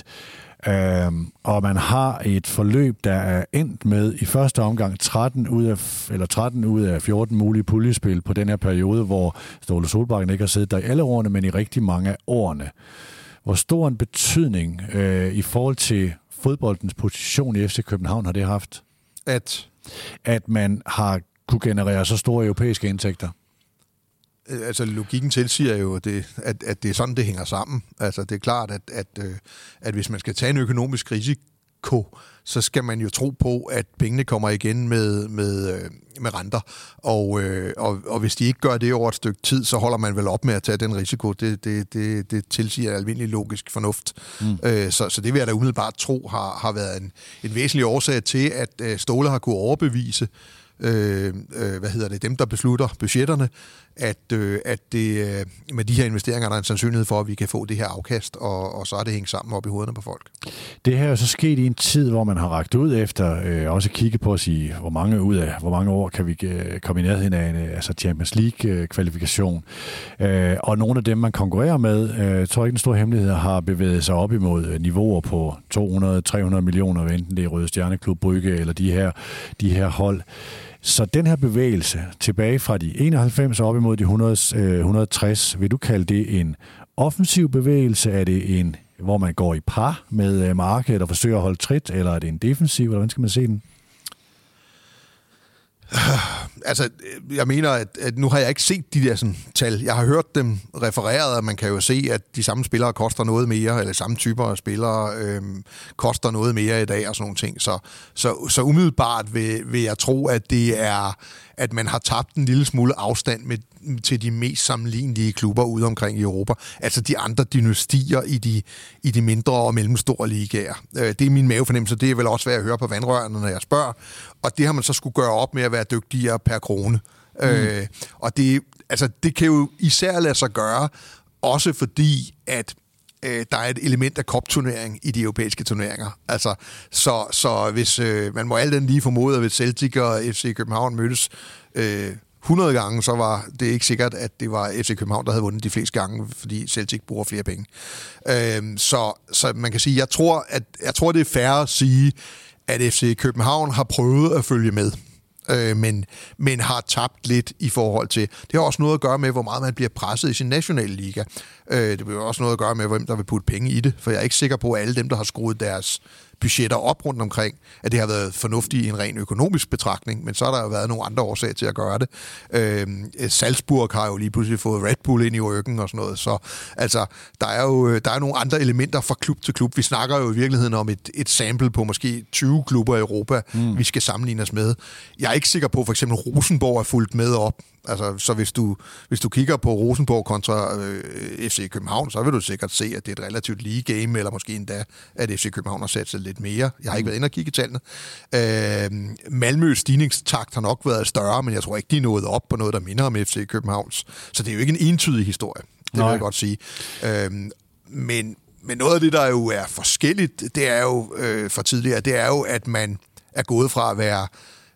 Og man har et forløb, der er endt med i første omgang 13 ud af 14 mulige puljespil på den her periode, hvor Ståle Solbakken ikke har siddet der i alle årene, men i rigtig mange af årene. Hvor stor en betydning i forhold til fodboldens position i FC København har det haft? At man har kunne generere så store europæiske indtægter? Altså, logikken tilsiger jo, at det er sådan, det hænger sammen. Altså, det er klart, at hvis man skal tage en økonomisk risiko, så skal man jo tro på, at pengene kommer igen med renter. Og hvis de ikke gør det over et stykke tid, så holder man vel op med at tage den risiko. Det tilsiger almindelig logisk fornuft. Så det vil jeg da umiddelbart tro har været en væsentlig årsag til, at Ståle har kunne overbevise dem, der beslutter budgetterne, at det med de her investeringer, der er en sandsynlighed for, at vi kan få det her afkast, og så er det hængt sammen op i hovederne på folk. Det her er jo så sket i en tid, hvor man har rakt ud efter også kigge på at sige, hvor mange år kan vi komme i nærheden af en Champions League-kvalifikation. Og nogle af dem, man konkurrerer med, tror jeg ikke en stor hemmelighed, har bevæget sig op imod niveauer på 200-300 millioner, enten det er Røde Stjerneklub, Brygge eller de her hold. Så den her bevægelse tilbage fra de 91 og op imod de 160, vil du kalde det en offensiv bevægelse? Er det en, hvor man går i par med markedet og forsøger at holde trit, eller er det en defensiv, eller hvordan skal man se den? Altså, jeg mener, at nu har jeg ikke set de der sådan, tal. Jeg har hørt dem refereret, og man kan jo se, at de samme spillere koster noget mere, eller samme typer af spillere koster noget mere i dag og sådan nogle ting. Så umiddelbart vil jeg tro, at det er, at man har tabt en lille smule afstand til de mest sammenlignelige klubber ude omkring i Europa. Altså de andre dynastier i de mindre og mellemstore ligaer. Det er min mavefornemmelse, det er vel også, hvad jeg hører på vandrørene, når jeg spørger. Og det har man så skulle gøre op med at være dygtigere per krone. Og det kan jo især lade sig gøre, også fordi, at der er et element af cup-turnering i de europæiske turneringer. Altså, så hvis man må alt andet lige formode, at hvis Celtic og FC København mødtes 100 gange, så var det ikke sikkert, at det var FC København, der havde vundet de fleste gange, fordi Celtic bruger flere penge. Så man kan sige, jeg tror, det er fair at sige, at FC København har prøvet at følge med, men har tabt lidt i forhold til. Det har også noget at gøre med, hvor meget man bliver presset i sin nationale liga. Det bliver også noget at gøre med, hvem der vil putte penge i det, for jeg er ikke sikker på, at alle dem, der har skruet deres budgetter op rundt omkring, at det har været fornuftigt i en ren økonomisk betragtning, men så har der jo været nogle andre årsager til at gøre det. Salzburg har jo lige pludselig fået Red Bull ind i ryggen og sådan noget, så altså, der er nogle andre elementer fra klub til klub. Vi snakker jo i virkeligheden om et sample på måske 20 klubber i Europa, vi skal sammenligne os med. Jeg er ikke sikker på, for eksempel Rosenborg er fulgt med op. Altså, så hvis du kigger på Rosenborg kontra FC København, så vil du sikkert se, at det er et relativt lige game, eller måske endda, at FC København har sat sig lidt mere. Jeg har ikke været inde og kigge i tallene. Malmøs stigningstakt har nok været større, men jeg tror ikke, de er nået op på noget, der minder om FC Københavns. Så det er jo ikke en entydig historie. Det vil jeg godt sige. Men noget af det, der jo er forskelligt, det er jo fra tidligere, det er jo, at man er gået fra at være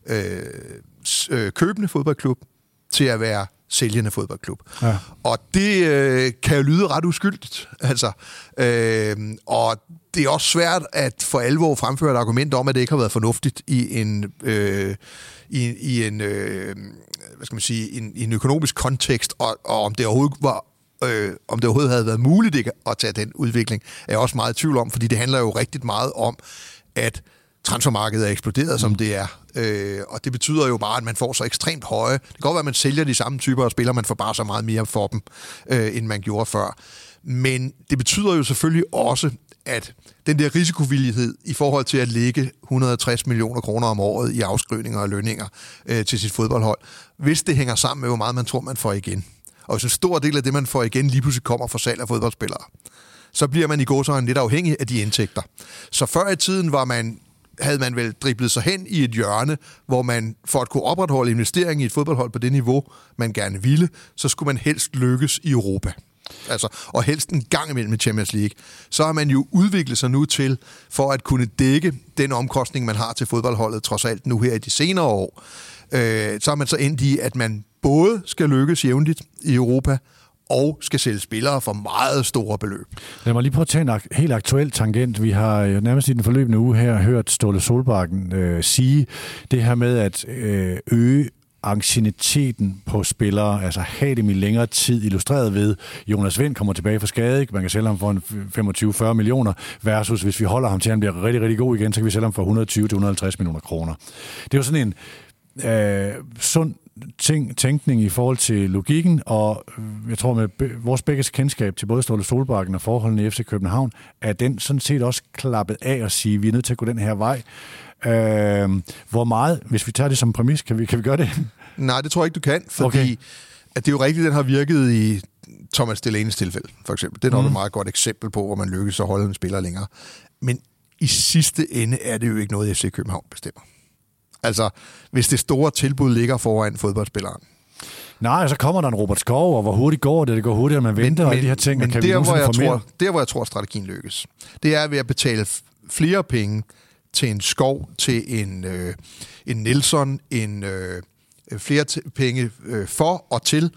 købende fodboldklub til at være sælgende fodboldklub. Ja. Og det kan jo lyde ret uskyldigt. Altså, og det er også svært at for alvor fremføre et argument om, at det ikke har været fornuftigt i en økonomisk kontekst, og om det overhovedet var om det overhovedet havde været muligt at tage den udvikling, er jeg også meget i tvivl om, fordi det handler jo rigtig meget om, at transfermarkedet er eksploderet, som det er. Og det betyder jo bare, at man får så ekstremt høje. Det kan godt være, at man sælger de samme typer af spillere, man får bare så meget mere for dem, end man gjorde før. Men det betyder jo selvfølgelig også, at den der risikovillighed i forhold til at lægge 160 millioner kroner om året i afskrivninger og lønninger til sit fodboldhold, hvis det hænger sammen med, hvor meget man tror, man får igen. Og hvis en stor del af det, man får igen, lige pludselig kommer fra salg af fodboldspillere, så bliver man i gåseøjne lidt afhængig af de indtægter. Så før i tiden havde man vel driblet sig hen i et hjørne, hvor man for at kunne opretholde investering i et fodboldhold på det niveau, man gerne ville, så skulle man helst lykkes i Europa. Altså, og helst en gang imellem i Champions League. Så har man jo udviklet sig nu til, for at kunne dække den omkostning, man har til fodboldholdet, trods alt nu her i de senere år. Så har man så endt i, at man både skal lykkes jævnligt i Europa, og skal sælge spillere for meget store beløb. Lad mig lige prøve at tage en helt aktuel tangent. Vi har nærmest i den forløbende uge her hørt Ståle Solbakken sige det her med at øge ancienniteten på spillere, altså have dem i længere tid, illustreret ved Jonas Vind kommer tilbage fra skade, man kan sælge ham for 25-40 millioner, versus hvis vi holder ham til, han bliver rigtig, rigtig god igen, så kan vi sælge ham for 120-150 millioner kroner. Det er jo sådan en sund tænkning i forhold til logikken, og jeg tror med vores begges kendskab til både Ståle Solbakken og forholdene i FC København, er den sådan set også klappet af og sige, at vi er nødt til at gå den her vej. Hvor meget, hvis vi tager det som præmis, kan vi gøre det? Nej, det tror jeg ikke, du kan, fordi at det er jo rigtigt, den har virket i Thomas Delaney's tilfælde, for eksempel. Det er nok et meget godt eksempel på, hvor man lykkes at holde en spiller længere. Men i sidste ende er det jo ikke noget, FC København bestemmer. Altså, hvis det store tilbud ligger foran fodboldspilleren. Nej, så kommer der en Robert Skov, og hvor hurtigt går det går hurtigt, man venter, og de her ting. Men der, hvor jeg tror, strategien lykkes, det er ved at betale flere penge til en Skov, til en Nelson, flere penge for og til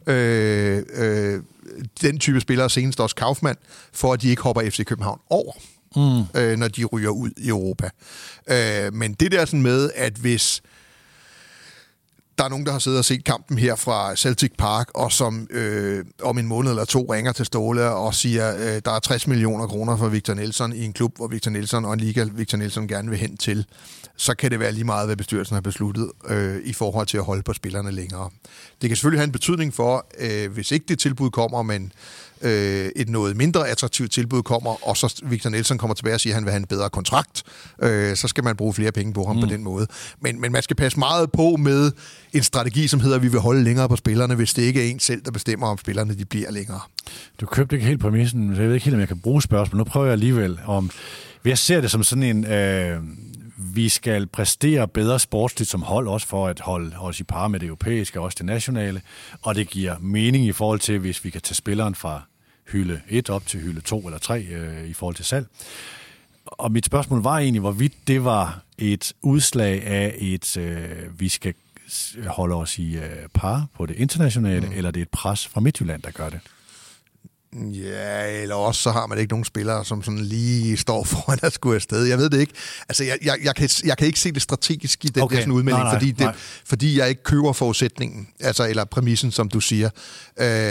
den type spillere, senest også Kaufmann, for at de ikke hopper FC København over. Når de ryger ud i Europa. Men det der sådan med, at hvis der er nogen, der har siddet og set kampen her fra Celtic Park, og som om en måned eller to ringer til Ståle og siger, der er 60 millioner kroner for Victor Nelson i en klub, hvor Victor Nelson og en liga, Victor Nelson gerne vil hen til, så kan det være lige meget, hvad bestyrelsen har besluttet i forhold til at holde på spillerne længere. Det kan selvfølgelig have en betydning for, hvis ikke det tilbud kommer, men et noget mindre attraktivt tilbud kommer, og så Victor Nelson kommer tilbage og siger, at han vil have en bedre kontrakt, så skal man bruge flere penge på ham på den måde. Men man skal passe meget på med en strategi, som hedder, at vi vil holde længere på spillerne, hvis det ikke er en selv, der bestemmer, om spillerne de bliver længere. Du købte ikke helt præmissen, så jeg ved ikke helt, om jeg kan bruge spørgsmål. Nu prøver jeg alligevel om... Jeg ser det som sådan en... vi skal præstere bedre sportsligt som hold, også for at holde os i par med det europæiske og også det nationale, og det giver mening i forhold til, hvis vi kan tage spilleren fra hylde 1 op til hylde 2 eller 3 i forhold til salg. Og mit spørgsmål var egentlig, hvorvidt det var et udslag af vi skal holde os i par på det internationale, eller det er et pres fra Midtjylland, der gør det? Ja, eller også så har man ikke nogen spillere, som sådan lige står foran at skulle afsted. Jeg ved det ikke. Altså, jeg kan ikke se det strategisk i den der sådan udmelding, fordi jeg ikke køber forudsætningen, altså, eller præmissen, som du siger.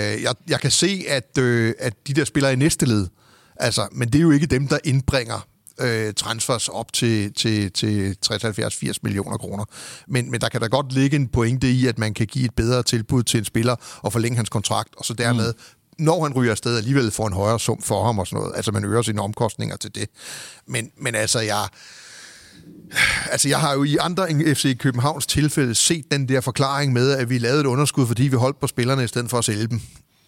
Jeg kan se, at de der spillere i næste led, altså, men det er jo ikke dem, der indbringer transfers op til 60-70-80 millioner kroner. Men der kan da godt ligge en pointe i, at man kan give et bedre tilbud til en spiller og forlænge hans kontrakt, og så dermed, når han ryger afsted, alligevel får en højere sum for ham og sådan noget. Altså man øger sine omkostninger til det. Men altså, jeg har jo i andre end FC Københavns tilfælde set den der forklaring med, at vi lavede et underskud, fordi vi holdt på spillerne i stedet for at sælge dem.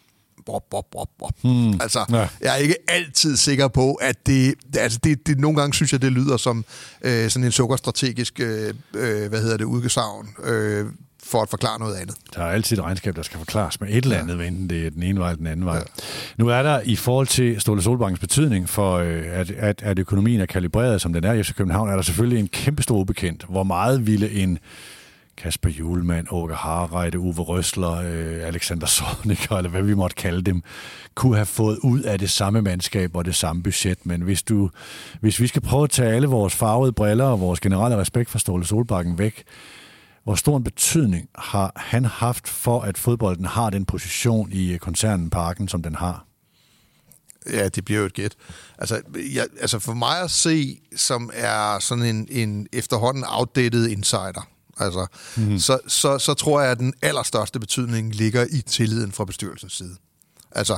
Altså, jeg er ikke altid sikker på, at det nogle gange synes jeg, det lyder som sådan en sukkerstrategisk udgesagn for at forklare noget andet. Der er altid et regnskab, der skal forklares med et eller andet, enten det er den ene vej eller den anden vej. Ja. Nu er der i forhold til Ståle Solbakkens betydning for, at økonomien er kalibreret, som den er i FC København, er der selvfølgelig en kæmpestor ubekendt. Hvor meget ville en Kasper Hjulmand, Åke Harreide, Uwe Røsler, Alexander Zorniger, eller hvad vi måtte kalde dem, kunne have fået ud af det samme mandskab og det samme budget. Men hvis vi skal prøve at tage alle vores farvede briller og vores generelle respekt for Ståle Solbakken væk, hvor stor en betydning har han haft for, at fodbolden har den position i koncernen Parken, som den har? Ja, det bliver jo et gæt. Altså for mig at se, som er sådan en efterhånden outdated insider, altså, så tror jeg, at den allerstørste betydning ligger i tilliden fra bestyrelsens side. Altså,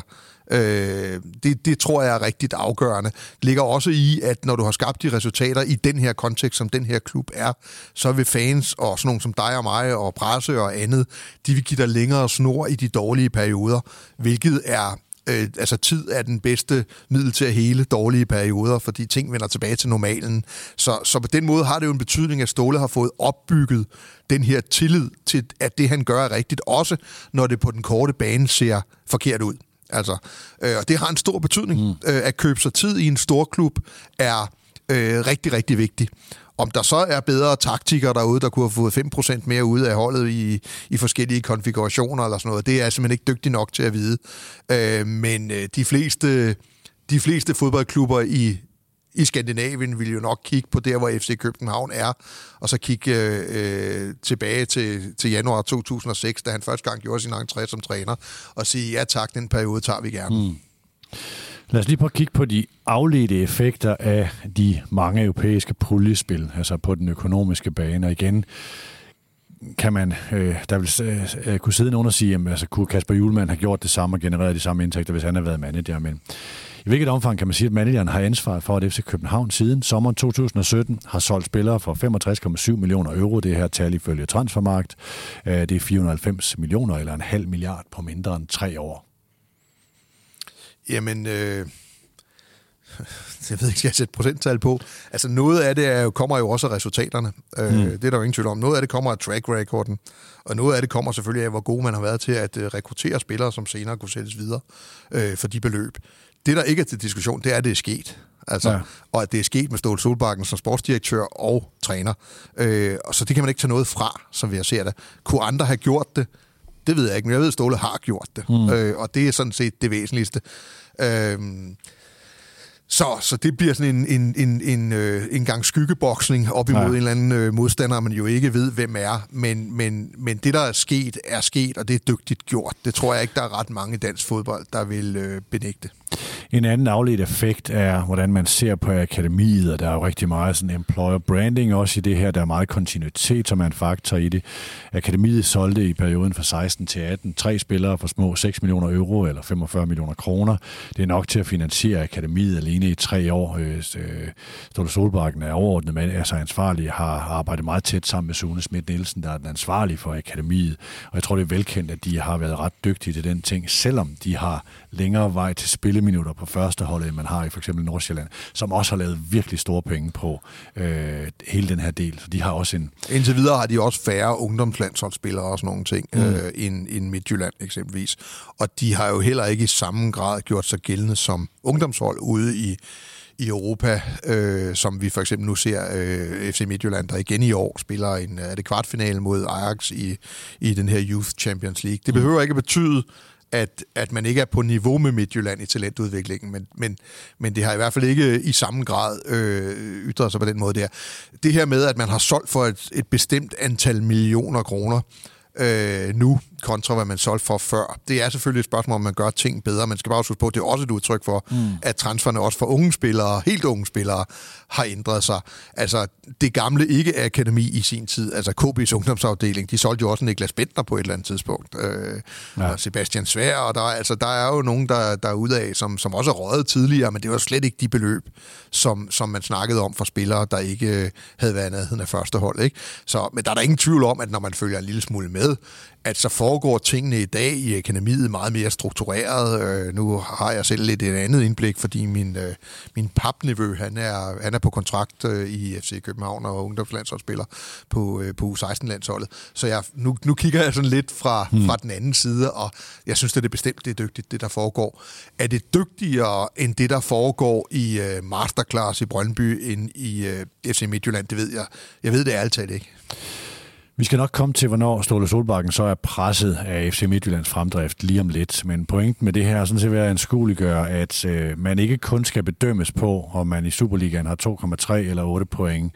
det tror jeg er rigtig afgørende. Det ligger også i, at når du har skabt de resultater i den her kontekst, som den her klub er, så vil fans og sådan nogen som dig og mig og presse og andet, de vil give dig længere snor i de dårlige perioder, hvilket er tid er den bedste middel til at hele dårlige perioder, fordi ting vender tilbage til normalen. Så på den måde har det jo en betydning, at Ståle har fået opbygget den her tillid til, at det han gør er rigtigt, også når det på den korte bane ser forkert ud. Altså, og det har en stor betydning. At købe sig tid i en stor klub er rigtig, rigtig vigtigt. Om der så er bedre taktikere derude, der kunne have fået 5% mere ud af holdet i forskellige konfigurationer eller sådan noget, det er jeg simpelthen ikke dygtig nok til at vide. Men de fleste fodboldklubber i Skandinavien vil jo nok kigge på der, hvor FC København er, og så kigge tilbage til januar 2006, da han første gang gjorde sin entré som træner, og sige, ja tak, den periode tager vi gerne. Lad os lige prøve at kigge på de afledte effekter af de mange europæiske puljespil, altså på den økonomiske bane. Og igen kan man, der vil kunne sidde nogen og sige, at altså, kunne Kasper Hjulmand have gjort det samme og genereret de samme indtægter, hvis han havde været manager. Men i hvilket omfang kan man sige, at manageren har ansvar for, at FC København siden sommeren 2017 har solgt spillere for 65,7 millioner euro. Det her tal ifølge Transfermarkt. Det er 490 millioner eller 0,5 milliard på mindre end 3 år. Jamen, jeg ved ikke, skal jeg sætte procenttal på. Altså noget af det kommer jo også af resultaterne. Det er der jo ingen tvivl om. Noget af det kommer af track recorden, og noget af det kommer selvfølgelig af, hvor god man har været til at rekruttere spillere, som senere kunne sættes videre for de beløb. Det, der ikke er til diskussion, det er, at det er sket. Altså, og at det er sket med Ståle Solbakken som sportsdirektør og træner. Og så det kan man ikke tage noget fra, som vi ser det. Kunne andre have gjort det? Det ved jeg ikke, men jeg ved, at Ståle har gjort det. Og det er sådan set det væsentligste. Så det bliver sådan en gang skyggeboksning op imod en eller anden modstander, man jo ikke ved, hvem er. Men det, der er sket, og det er dygtigt gjort. Det tror jeg ikke, der er ret mange i dansk fodbold, der vil benægte. En anden afledt effekt er, hvordan man ser på akademiet, og der er jo rigtig meget sådan employer branding også i det her. Der er meget kontinuitet, som er en faktor i det. Akademiet solgte i perioden fra 16 til 18 3 spillere for små 6 millioner euro eller 45 millioner kroner. Det er nok til at finansiere akademiet alene i 3 år. Ståle Solbakken er overordnet med, altså ansvarlig, har arbejdet meget tæt sammen med Sune Schmidt Nielsen, der er den ansvarlige for akademiet. Og jeg tror, det er velkendt, at de har været ret dygtige til den ting, selvom de har længere vej til spilleminutter på første hold, end man har i for eksempel Nordsjælland, som også har lavet virkelig store penge på hele den her del. Så de har også en... Indtil videre har de også færre ungdomslandsholdsspillere og sådan nogle ting, end Midtjylland eksempelvis. Og de har jo heller ikke i samme grad gjort sig gældende som ungdomshold ude i Europa, som vi for eksempel nu ser FC Midtjylland, der igen i år spiller en kvartfinale mod Ajax i den her Youth Champions League. Det behøver ikke at betyde, at man ikke er på niveau med Midtjylland i talentudviklingen, men det har i hvert fald ikke i samme grad ytret sig på den måde der. Det her med, at man har solgt for et bestemt antal millioner kroner, nu, kontra hvad man solgte for før. Det er selvfølgelig et spørgsmål, om man gør ting bedre. Man skal bare huske på, at det er også et udtryk for, at transferne også for unge spillere, helt unge spillere, har ændret sig. Altså, det gamle ikke-akademi i sin tid, altså KB's ungdomsafdeling, de solgte jo også Niklas Bentner på et eller andet tidspunkt. Og Sebastian Svær, og der er jo nogen, der er ude af, som også er røget tidligere, men det var slet ikke de beløb, som man snakkede om for spillere, der ikke havde været nærheden af første hold. Ikke? Men der er der ingen tvivl om, at når man følger en lille smule med, at så foregår tingene i dag i akademiet meget mere struktureret. Nu har jeg selv lidt et andet indblik, fordi min papnevø, han er på kontrakt i FC København og ungdomslandsholdsspiller på U16-landsholdet. Så nu kigger jeg sådan lidt fra den anden side, og jeg synes, det er bestemt, det er dygtigt, det der foregår. Er det dygtigere end det, der foregår i masterclass i Brøndby end i FC Midtjylland? Det ved jeg. Jeg ved det ærligt talt ikke. Vi skal nok komme til, hvornår Ståle Solbakken så er presset af FC Midtjyllands fremdrift lige om lidt. Men pointen med det her er sådan set ved at anskueliggøre, at man ikke kun skal bedømmes på, om man i Superligaen har 2,3 eller 8 point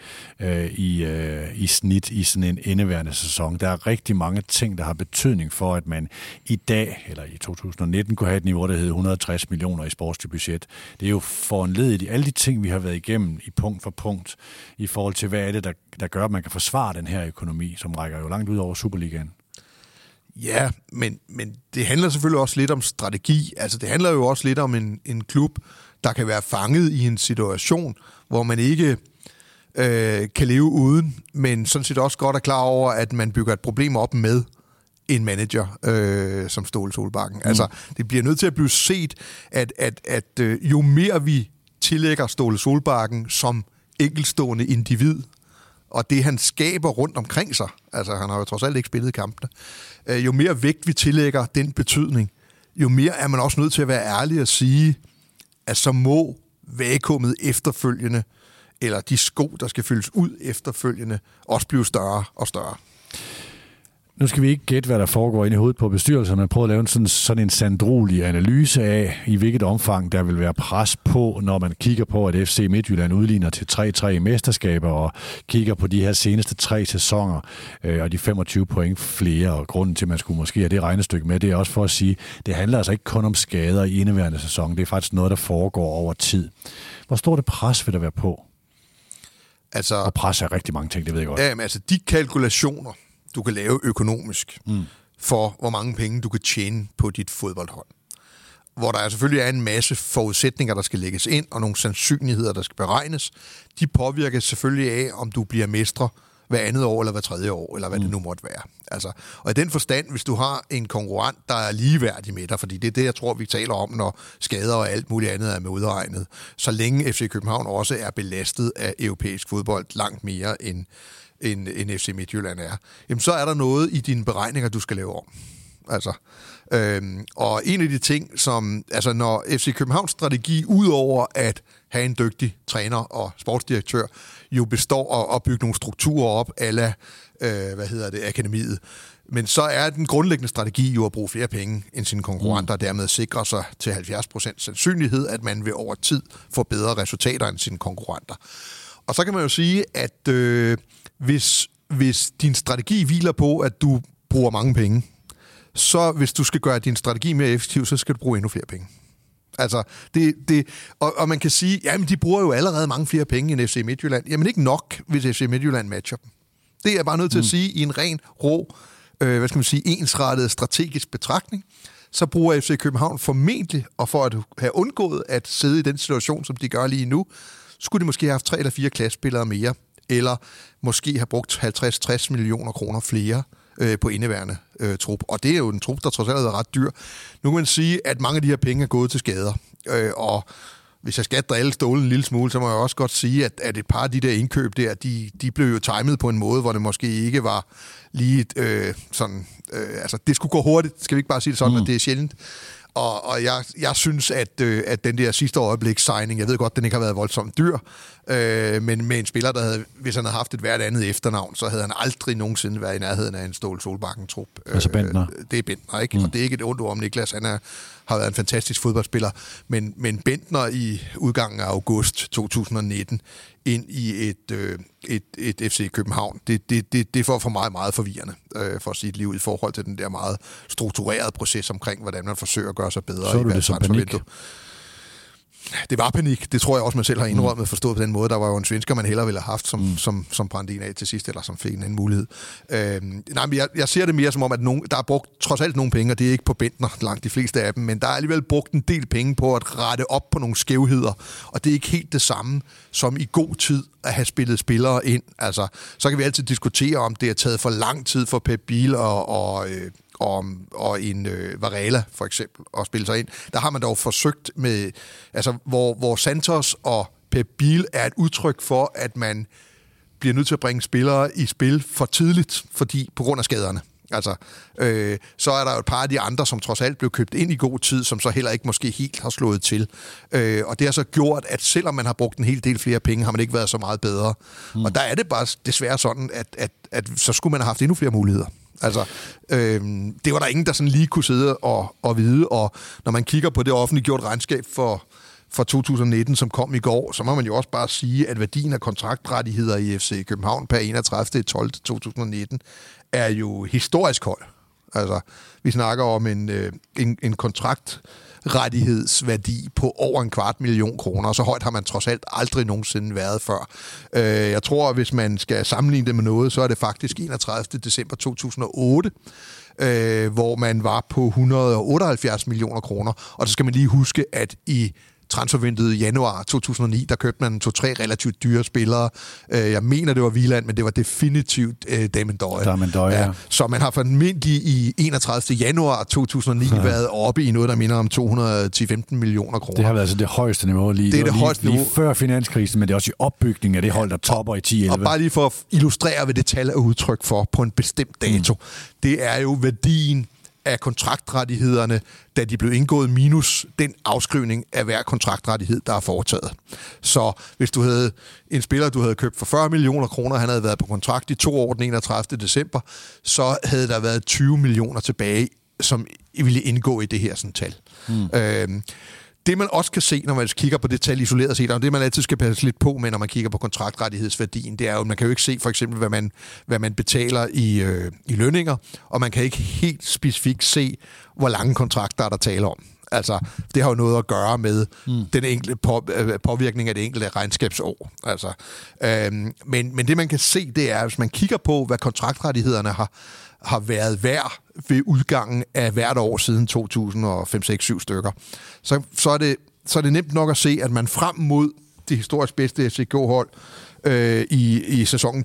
i snit i sådan en indeværende sæson. Der er rigtig mange ting, der har betydning for, at man i dag, eller i 2019, kunne have et niveau, der hedder 160 millioner i sportsbudget. Det er jo foranledet i alle de ting, vi har været igennem i punkt for punkt, i forhold til, hvad er det, der gør, at man kan forsvare den her økonomi, som rækker jo langt ud over Superligaen. Ja, men det handler selvfølgelig også lidt om strategi. Altså det handler jo også lidt om en klub, der kan være fanget i en situation, hvor man ikke kan leve uden, men sådan set også godt er klar over, at man bygger et problem op med en manager som Ståle Solbakken. Altså det bliver nødt til at blive set, at jo mere vi tillægger Ståle Solbakken som enkeltstående individ, og det han skaber rundt omkring sig, altså han har jo trods alt ikke spillet kampene, jo mere vægt vi tillægger den betydning, jo mere er man også nødt til at være ærlig og sige, at så må vakuumet efterfølgende, eller de sko, der skal fyldes ud efterfølgende, også blive større og større. Nu skal vi ikke gætte, hvad der foregår inde i hovedet på bestyrelserne, men prøve at lave sådan en sandrolig analyse af, i hvilket omfang der vil være pres på, når man kigger på, at FC Midtjylland udligner til 3-3 i mesterskaber, og kigger på de her seneste 3 sæsoner, og de 25 point flere, og grunden til, at man skulle måske have det regnestykke med, det er også for at sige, det handler altså ikke kun om skader i indeværende sæson, det er faktisk noget, der foregår over tid. Hvor stort det pres vil der være på? Altså, og pres er rigtig mange ting, det ved jeg godt. Ja, men altså de kalkulationer, du kan lave økonomisk for, hvor mange penge du kan tjene på dit fodboldhold. Hvor der selvfølgelig er en masse forudsætninger, der skal lægges ind, og nogle sandsynligheder, der skal beregnes. De påvirker selvfølgelig af, om du bliver mestre hver andet år, eller hver tredje år, eller hvad det nu måtte være. Altså, og i den forstand, hvis du har en konkurrent, der er ligeværdig med dig, fordi det er det, jeg tror, vi taler om, når skader og alt muligt andet er med udregnet, så længe FC København også er belastet af europæisk fodbold langt mere end FC Midtjylland er, jamen så er der noget i dine beregninger, du skal lave om. Altså, og en af de ting, som, altså når FC Københavns strategi, udover at have en dygtig træner og sportsdirektør, jo består at bygge nogle strukturer op, a la, akademiet, men så er den grundlæggende strategi jo at bruge flere penge end sine konkurrenter, og dermed sikre sig til 70% sandsynlighed, at man vil over tid få bedre resultater end sine konkurrenter. Og så kan man jo sige, at hvis din strategi hviler på, at du bruger mange penge, så hvis du skal gøre din strategi mere effektiv, så skal du bruge endnu flere penge. Altså, og man kan sige, jamen de bruger jo allerede mange flere penge end FC Midtjylland. Jamen ikke nok, hvis FC Midtjylland matcher dem. Det er jeg bare nødt til at sige i en ren, rå, ensrettet strategisk betragtning. Så bruger FC København formentlig, og for at have undgået at sidde i den situation, som de gør lige nu, skulle de måske have haft 3 eller 4 klassespillere mere, eller måske have brugt 50-60 millioner kroner flere på indeværende trup. Og det er jo en trup, der trods alt er ret dyr. Nu kan man sige, at mange af de her penge er gået til skader. Og hvis jeg skal drille Ståle en lille smule, så må jeg også godt sige, at et par af de der indkøb der, de blev jo timet på en måde, hvor det måske ikke var lige altså det skulle gå hurtigt, skal vi ikke bare sige det sådan, at det er sjældent. Og jeg synes, at den der sidste øjeblik signing, jeg ved godt, den ikke har været voldsomt dyr, men med en spiller, der havde, hvis han havde haft et hvert andet efternavn, så havde han aldrig nogensinde været i nærheden af en Ståle Solbakken-trup. Altså Bentner. Det er Bentner, ikke? Og det er ikke et ondt ord om Niklas. Han har været en fantastisk fodboldspiller, men Bendtner i udgangen af august 2019 ind i et FC København, det får for mig meget forvirrende, for at sige et liv i forhold til den der meget strukturerede proces omkring, hvordan man forsøger at gøre sig bedre. Så du det som panik? Det var panik. Det tror jeg også, man selv har indrømmet forstået på den måde. Der var jo en svensker, man hellere ville have haft, som brændte en af til sidst, eller som fik en mulighed. Nej, men jeg ser det mere som om, at der er brugt trods alt nogle penge, og det er ikke på Bendtner, langt de fleste af dem, men der er alligevel brugt en del penge på at rette op på nogle skævheder, og det er ikke helt det samme som i god tid at have spillet spillere ind. Altså, så kan vi altid diskutere, om det har taget for lang tid for Pep Biel og en Varela for eksempel at spille sig ind. Der har man dog forsøgt med, altså hvor Santos og Pep Biel er et udtryk for, at man bliver nødt til at bringe spillere i spil for tidligt, fordi på grund af skaderne. Altså, så er der jo et par af de andre, som trods alt blev købt ind i god tid, som så heller ikke måske helt har slået til. Og det har så gjort, at selvom man har brugt en hel del flere penge, har man ikke været så meget bedre. Og der er det bare desværre sådan, at så skulle man have haft endnu flere muligheder. Altså, det var der ingen, der sådan lige kunne sidde og vide, og når man kigger på det offentliggjort regnskab for 2019, som kom i går, så må man jo også bare sige, at værdien af kontraktrettigheder i FC København per 31.12.2019 er jo historisk høj. Altså, vi snakker om en kontraktrettighedsværdi på over 250.000 kroner, og så højt har man trods alt aldrig nogensinde været før. Jeg tror, hvis man skal sammenligne det med noget, så er det faktisk 31. december 2008, hvor man var på 178 millioner kroner, og så skal man lige huske, at i transfervinduet i januar 2009, der købte man 2-3 relativt dyre spillere. Jeg mener, det var Wieland, men det var definitivt Damon Døje. Ja. Så man har formentlig i 31. januar 2009 været oppe i noget, der minder om 210-15 millioner kroner. Det har været altså det højeste niveau lige. Det er det højeste niveau. Lige før finanskrisen, men det er også i opbygningen af det hold, der topper i 10-11. Og bare lige for at illustrere, hvad det tal er udtryk for på en bestemt dato. Det er jo værdien af kontraktrettighederne, da de blev indgået minus den afskrivning af hver kontraktrettighed, der er foretaget. Så hvis du havde en spiller, du havde købt for 40 millioner kroner, han havde været på kontrakt i 2 år den 31. december, så havde der været 20 millioner tilbage, som ville indgå i det her sådan tal. Det man også kan se, når man kigger på det tal isoleret set, og det man altid skal passe lidt på med, når man kigger på kontraktrettighedsværdien, det er jo, man kan jo ikke se for eksempel, hvad man betaler i lønninger, og man kan ikke helt specifikt se, hvor lange kontrakter der taler om. Altså, det har jo noget at gøre med den enkelte påvirkning af det enkelte regnskabsår. Altså, men det man kan se, det er, hvis man kigger på, hvad kontraktrettighederne har været værd ved udgangen af hvert år siden 2005-6-7 stykker, så er det nemt nok at se, at man frem mod det historisk bedste FCK-hold i sæsonen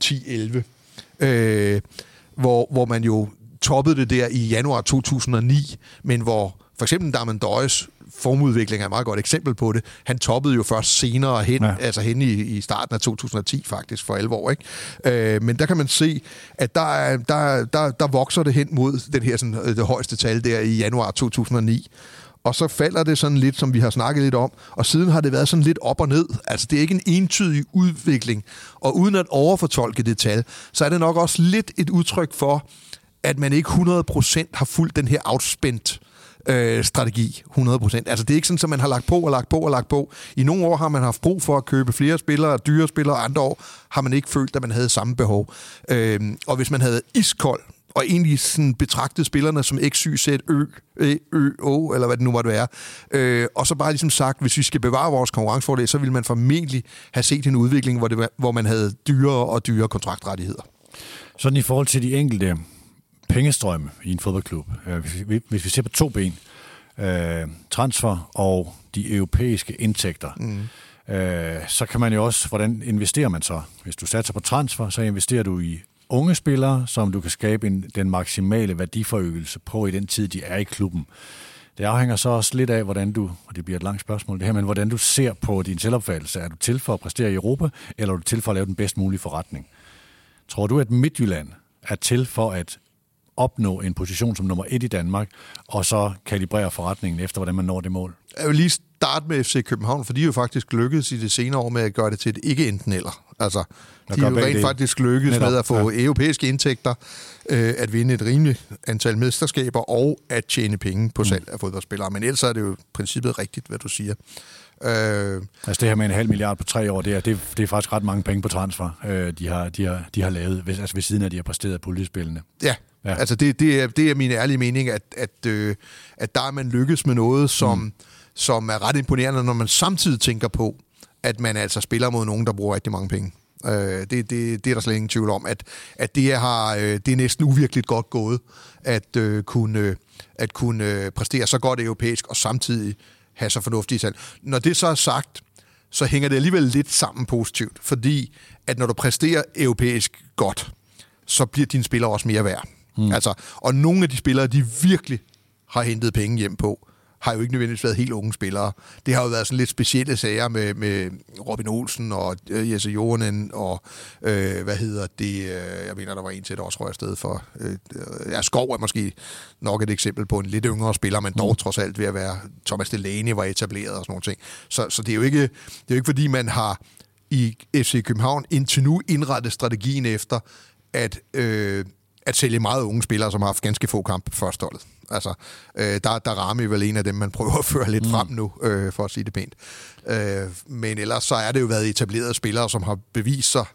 10-11, hvor man jo toppede det der i januar 2009, men hvor for eksempel Damon Døjes formudvikling er et meget godt eksempel på det. Han toppede jo først senere hen, altså hen i starten af 2010 faktisk, for alvor, ikke? Men der kan man se, at der vokser det hen mod den her, sådan, det højeste tal der i januar 2009. Og så falder det sådan lidt, som vi har snakket lidt om, og siden har det været sådan lidt op og ned. Altså, det er ikke en entydig udvikling. Og uden at overfortolke det tal, så er det nok også lidt et udtryk for, at man ikke 100% har fulgt den her outspent strategi 100%. Altså, det er ikke sådan, at man har lagt på. I nogle år har man haft brug for at købe flere spillere, dyre spillere, andre år har man ikke følt, at man havde samme behov. Og hvis man havde iskold, og egentlig sådan betragtet spillerne som XYZ, Å, eller hvad det nu måtte være. Og så bare ligesom sagt, hvis vi skal bevare vores konkurrencefordel, så ville man formentlig have set en udvikling, hvor man havde dyrere og dyrere kontraktrettigheder. Sådan i forhold til de enkelte pengestrømme i en fodboldklub. Hvis vi ser på 2 ben, transfer og de europæiske indtægter, så kan man jo også, hvordan investerer man så? Hvis du satser på transfer, så investerer du i unge spillere, som du kan skabe den maksimale værdiforøgelse på i den tid, de er i klubben. Det afhænger så også lidt af, hvordan du, og det bliver et langt spørgsmål det her, men hvordan du ser på din selvopfattelse. Er du til for at præstere i Europa, eller er du til for at lave den bedst mulige forretning? Tror du, at Midtjylland er til for at opnå en position som nummer 1 i Danmark, og så kalibrere forretningen efter, hvordan man når det mål? Jeg vil lige starte med FC København, for de er jo faktisk lykkedes i det senere år med at gøre det til et ikke enten eller. Altså, de er jo rent faktisk lykkes med at få europæiske indtægter, at vinde et rimeligt antal mesterskaber og at tjene penge på salg af fodboldspillere. Men ellers er det jo i princippet rigtigt, hvad du siger. Altså det her med 500 million på 3 år, det er faktisk ret mange penge på transfer, de har lavet, altså ved siden af, de har præsteret puljespillene. Ja. Altså det er min ærlige mening, at der er man lykkes med noget, som er ret imponerende, når man samtidig tænker på, at man altså spiller mod nogen, der bruger rigtig mange penge. Det er der slet ingen tvivl om, at det er næsten uvirkeligt godt gået, at kunne præstere så godt europæisk og samtidig have så fornuftige salg. Når det så er sagt, så hænger det alligevel lidt sammen positivt, fordi at når du præsterer europæisk godt, så bliver dine spillere også mere værd. Altså, og nogle af de spillere, de virkelig har hentet penge hjem på, har jo ikke nødvendigvis været helt unge spillere. Det har jo været sådan lidt specielle sager med Robin Olsen og Jesse Johanen og jeg mener, der var en til, der også røg afsted for. Skov er måske nok et eksempel på en lidt yngre spiller, men dog trods alt ved at være Thomas Delaney var etableret og sådan nogle ting. Så det er jo ikke fordi man har i FC København indtil nu indrettet strategien efter at sælge meget unge spillere, som har haft ganske få kampe på førsteholdet. Altså, der rammer vel en af dem, man prøver at føre lidt frem nu, for at sige det pænt. Men ellers så er det jo været etablerede spillere, som har bevist sig,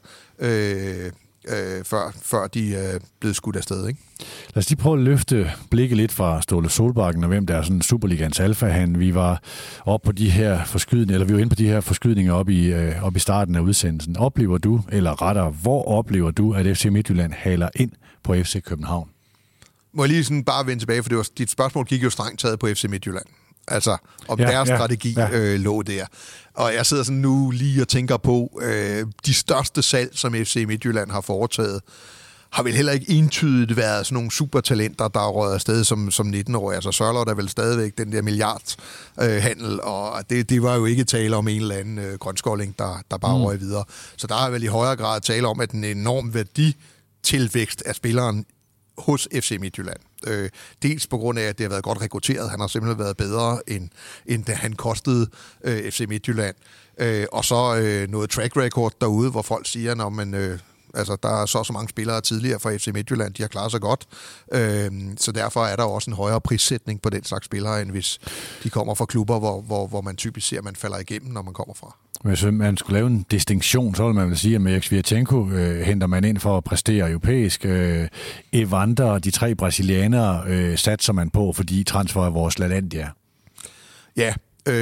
før de er blevet skudt afsted, ikke? Lad os lige prøve at løfte blikket lidt fra Ståle Solbakken, og hvem der er sådan Superligans alfa-han. Vi var oppe på de her forskydninger, vi var inde på de her forskydninger op i starten af udsendelsen. Oplever du, eller rettere, hvor oplever du, at FC Midtjylland haler ind på FC København? Må jeg lige sådan bare vende tilbage, for dit spørgsmål gik jo strengt taget på FC Midtjylland. Altså, om deres strategi lå der. Og jeg sidder sådan nu lige og tænker på, de største salg, som FC Midtjylland har foretaget, har vel heller ikke entydigt været sådan nogle supertalenter, der er røget afsted som 19-årige. Altså Sørloth er vel stadigvæk den der milliardhandel, og det var jo ikke tale om en eller anden grønskåling, der bare røg videre. Så der er vel i højere grad tale om, at en enorm værditilvækst af spilleren hos FC Midtjylland. Dels på grund af, at det har været godt rekrutteret. Han har simpelthen været bedre, end da han kostede FC Midtjylland. Og så noget track record derude, hvor folk siger, når man... Altså, der er så mange spillere tidligere fra FC Midtjylland, de har klaret sig godt. Så derfor er der også en højere prissætning på den slags spillere, end hvis de kommer fra klubber, hvor man typisk ser, at man falder igennem, når man kommer fra. Hvis man skulle lave en distinktion, så vil man vel sige, at med Erik Sviatchenko henter man ind for at præstere europæisk. Evander, de 3 brasilianere, satser man på, fordi transfer er vores LaLandia. Ja,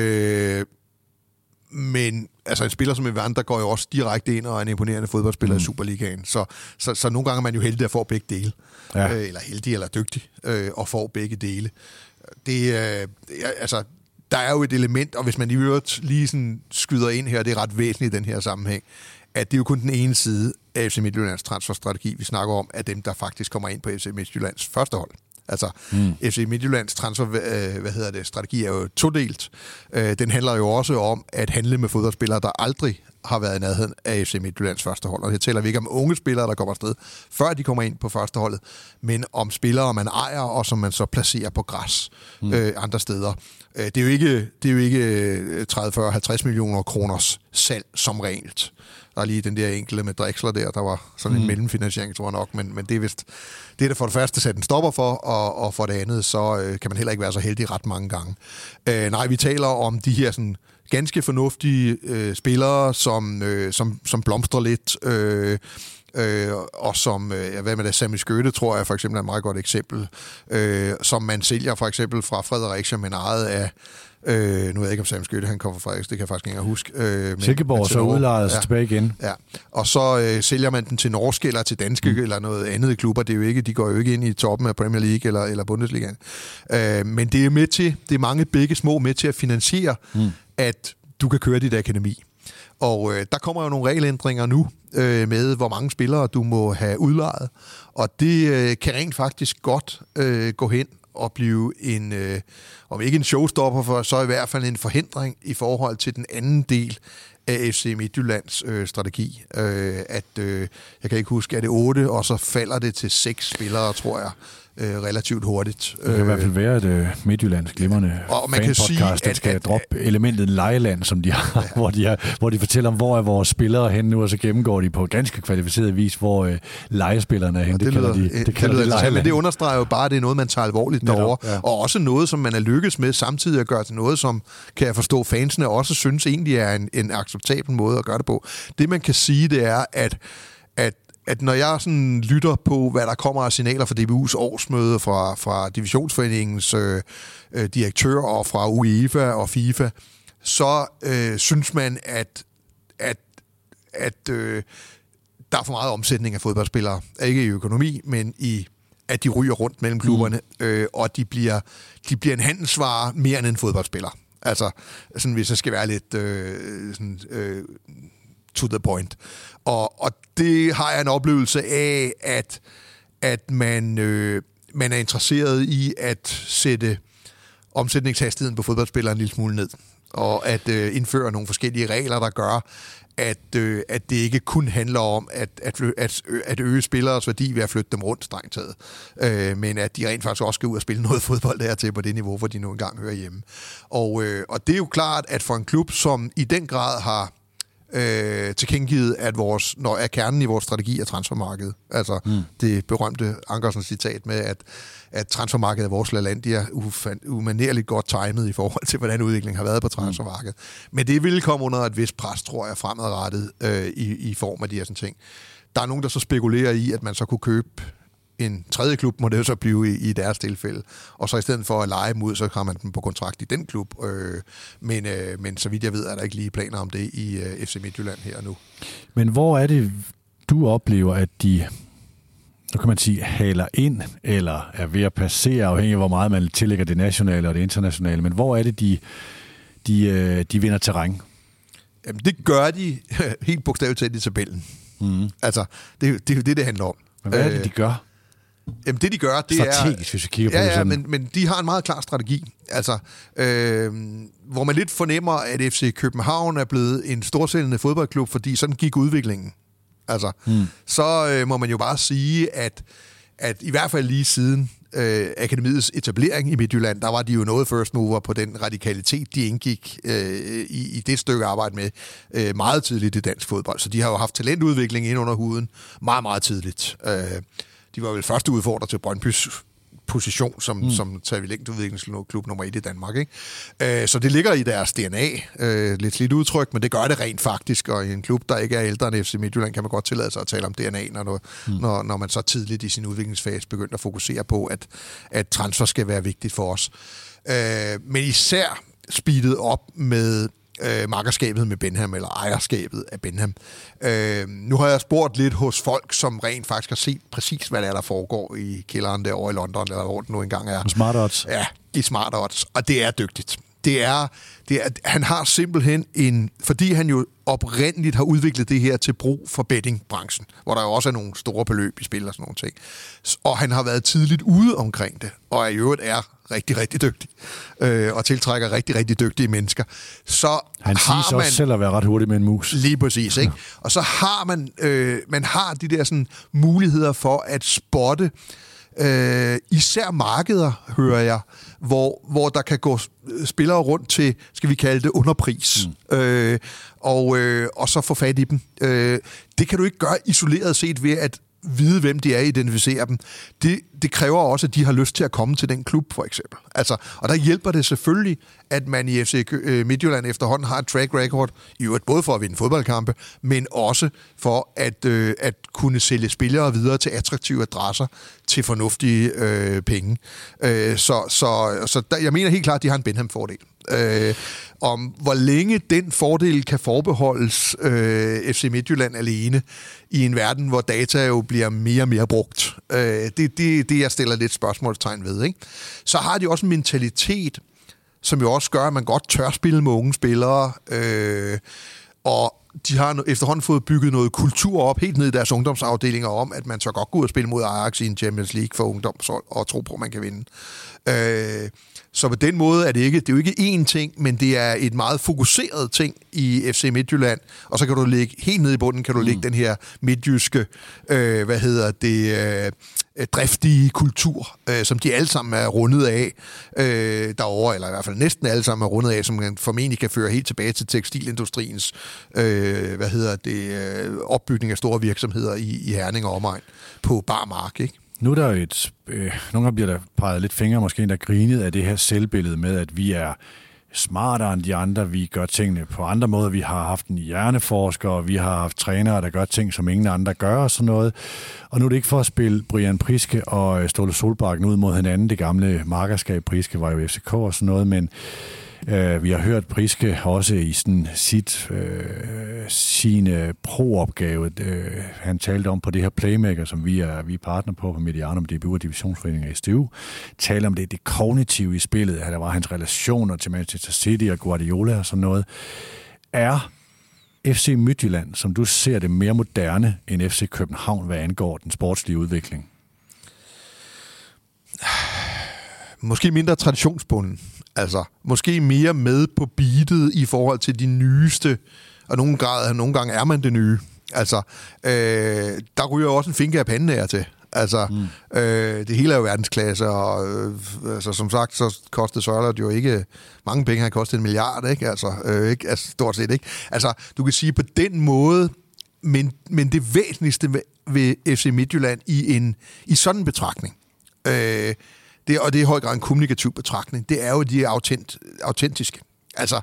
men altså en spiller som Evander går jo også direkte ind og er en imponerende fodboldspiller i Superligaen. Så nogle gange er man jo heldig at få begge dele. Ja. Eller heldig eller dygtig og får begge dele. Altså, der er jo et element, og hvis man i øvrigt lige sådan skyder ind her, det er ret væsentligt i den her sammenhæng, at det er jo kun den ene side af FC Midtjyllands transferstrategi, vi snakker om, af dem, der faktisk kommer ind på FC Midtjyllands første hold. Altså, FC Midtjyllands strategi er jo todelt. Den handler jo også om at handle med fodboldspillere, der aldrig har været i nærheden af FC Midtjyllands første hold. Og her taler vi ikke om unge spillere, der kommer afsted, før de kommer ind på første holdet, men om spillere, man ejer, og som man så placerer på græs andre steder. Det er jo ikke 30, 40, 50 millioner kroners salg som regelt. Der er lige den der enkelte med Drexler der var sådan en mellemfinansiering, tror jeg nok, men det er vist det er der for det første sat en stopper for, og for det andet, så kan man heller ikke være så heldig ret mange gange. Nej, vi taler om de her sådan ganske fornuftige spillere, som blomstrer lidt, og som, hvad med det, Sammy Skytte, tror jeg for eksempel er et meget godt eksempel, som man sælger for eksempel fra Fredericia, men ejet af, nu ved jeg ikke, om Sammy Skytte, han kommer fra Fredericia, det kan jeg faktisk ikke huske. Silkeborg, så udlejet tilbage igen. Ja, og så sælger man den til norske eller til danske eller noget andet klubber. Det er jo ikke, de går jo ikke ind i toppen af Premier League eller Bundesligaen. Men det er med til, det er mange begge små med til at finansiere, at du kan køre dit akademi. Og der kommer jo nogle regelændringer nu med, hvor mange spillere du må have udlejet. Og det kan rent faktisk godt gå hen og blive en, om ikke en showstopper, for så i hvert fald en forhindring i forhold til den anden del af FC Midtjyllands strategi. Jeg kan ikke huske, er det 8, og så falder det til 6 spillere, tror jeg, relativt hurtigt. Det kan i hvert fald være et Midtjyllands glimrende fanpodcast, der skal droppe elementet lejeland, som de har, hvor de fortæller om, hvor er vores spillere henne nu, og så gennemgår de på ganske kvalificeret vis, hvor lejespillerne er henne. Det kalder de lejeland. Men det understreger jo bare, at det er noget, man tager alvorligt derovre, ja. Og også noget, som man er lykkes med samtidig at gøre til noget, som kan jeg forstå, fansene også synes egentlig er en acceptabel måde at gøre det på. Det, man kan sige, det er, at når jeg sådan lytter på, hvad der kommer af signaler fra DBU's årsmøde, fra Divisionsforeningens direktør og fra UEFA og FIFA, så synes man, at der er for meget omsætning af fodboldspillere. Ikke i økonomi, men i at de ryger rundt mellem klubberne, og de bliver en handelsvare mere end en fodboldspiller. Altså, sådan, hvis jeg skal være lidt to the point. Og det har jeg en oplevelse af, at man er interesseret i at sætte omsætningshastigheden på fodboldspillere en lille smule ned, og at indføre nogle forskellige regler, der gør, at det ikke kun handler om at øge spilleres værdi ved at flytte dem rundt, strengt taget, men at de rent faktisk også skal ud og spille noget fodbold dertil på det niveau, hvor de nu engang hører hjemme. Og det er jo klart, at for en klub, som i den grad har tilkendegivet, at kernen i vores strategi er transfermarkedet. Altså det berømte Ankersens citat med, at transfermarkedet af vores land, de er umanerligt godt timet i forhold til, hvordan udviklingen har været på transfermarkedet. Men det vil komme under et vist pres, tror jeg, fremadrettet i form af de her sådan ting. Der er nogen, der så spekulerer i, at man så kunne købe en tredje klub, må det jo så blive i deres tilfælde. Og så i stedet for at lege dem ud, så har man dem på kontrakt i den klub. Men så vidt jeg ved, er der ikke lige planer om det i FC Midtjylland her og nu. Men hvor er det, du oplever, at de, nu kan man sige, haler ind, eller er ved at passere, afhængig af hvor meget man tillægger det nationale og det internationale, men hvor er det, de vinder terræn? Jamen, det gør de helt bogstaveligt talt i tabellen. Altså, det er jo det handler om. Men hvad er det, de gør? Jamen det de gør, det strategisk, hvis vi kigger på det sådan. Men de har en meget klar strategi. Altså, hvor man lidt fornemmer, at FC København er blevet en storsælgende fodboldklub, fordi sådan gik udviklingen. Altså, så må man jo bare sige, at i hvert fald lige siden akademiets etablering i Midtjylland, der var de jo noget first mover på den radikalitet, de indgik i det stykke arbejde med meget tidligt i dansk fodbold. Så de har jo haft talentudvikling ind under huden meget, meget tidligt. De var vel første udfordrer til Brøndbys position som talentudviklingsklub nummer 1 i Danmark. Ikke? Så det ligger i deres DNA. Lidt slidt udtryk, men det gør det rent faktisk. Og i en klub, der ikke er ældre end FC Midtjylland, kan man godt tillade sig at tale om DNA, når man så tidligt i sin udviklingsfase begynder at fokusere på, at transfer skal være vigtigt for os. Men især speedet op med makkerskabet med Benham, eller ejerskabet af Benham. Nu har jeg spurgt lidt hos folk, som rent faktisk har set præcis, hvad der foregår i kælderen derovre i London, eller hvor det nu engang er. Smart Odds. Ja, i Smart Odds. Og det er dygtigt. Han har simpelthen fordi han jo oprindeligt har udviklet det her til brug for bettingbranchen, hvor der jo også er nogle store beløb i spil og sådan nogle ting. Og han har været tidligt ude omkring det, og i øvrigt er rigtig, rigtig dygtig, og tiltrækker rigtig, rigtig dygtige mennesker. Så han siger også selv at være ret hurtig med en mus. Lige præcis, ikke? Og så har man har de der sådan muligheder for at spotte især markeder, hører jeg, hvor der kan gå spillere rundt til, skal vi kalde det, underpris, og så få fat i dem. Det kan du ikke gøre isoleret set ved at vide, hvem de er, identificere dem. Det kræver også, at de har lyst til at komme til den klub, for eksempel. Altså, og der hjælper det selvfølgelig, at man i FC Midtjylland efterhånden har et track record, i øvrigt både for at vinde fodboldkampe, men også for at kunne sælge spillere videre til attraktive adresser til fornuftige penge. Så jeg mener helt klart, at de har en Benham-fordel. Om hvor længe den fordel kan forbeholdes FC Midtjylland alene i en verden, hvor data jo bliver mere og mere brugt. Det jeg stiller lidt spørgsmålstegn ved. Ikke? Så har de også en mentalitet, som jo også gør, at man godt tør spille med unge spillere, og de har efterhånden fået bygget noget kultur op helt ned i deres ungdomsafdelinger om, at man så godt gå ud og spille mod Ajax i en Champions League for ungdomshold og tro på, at man kan vinde. Så på den måde er det er jo ikke én ting, men det er et meget fokuseret ting i FC Midtjylland, og så kan du lægge helt ned i bunden, kan du lægge den her midtjyske, driftige kultur, som de alle sammen er rundet af derovre, eller i hvert fald næsten alle sammen er rundet af, som man formentlig kan føre helt tilbage til tekstilindustriens opbygning af store virksomheder i Herning og omegn på bar mark, ikke? Nu er der jo nogle gange bliver der peget lidt fingre, måske endda grinet af det her selvbillede med, at vi er smartere end de andre, vi gør tingene på andre måder, vi har haft en hjerneforsker, og vi har haft trænere, der gør ting, som ingen andre gør, og sådan noget. Og nu er det ikke for at spille Brian Priske og Ståle Solbakken ud mod hinanden. Det gamle markerskab Priske var jo FCK og sådan noget, men vi har hørt Priske også i sådan sin pro-opgave. Han talte om på det her Playmaker, som vi er partner på Mediano, med DBU og Divisionsforeningen af SDU, talte om det kognitive i spillet, at der var hans relationer til Manchester City og Guardiola og sådan noget. Er FC Midtjylland, som du ser det, mere moderne end FC København, hvad angår den sportslige udvikling? Måske mindre traditionsbunden. Altså, måske mere med på beatet i forhold til de nyeste, og nogle gange er man det nye. Altså, der ryger også en finger af panden af til. Altså, det hele er jo verdensklasse, og altså, som sagt, så kostede Sørloth jo ikke mange penge, han kostede 1 milliard, ikke? Altså, stort set, ikke? Altså, du kan sige på den måde, men det væsentligste ved FC Midtjylland i sådan en betragtning, og det er i høj grad en kommunikativ betragtning, det er jo de autentiske. Altså,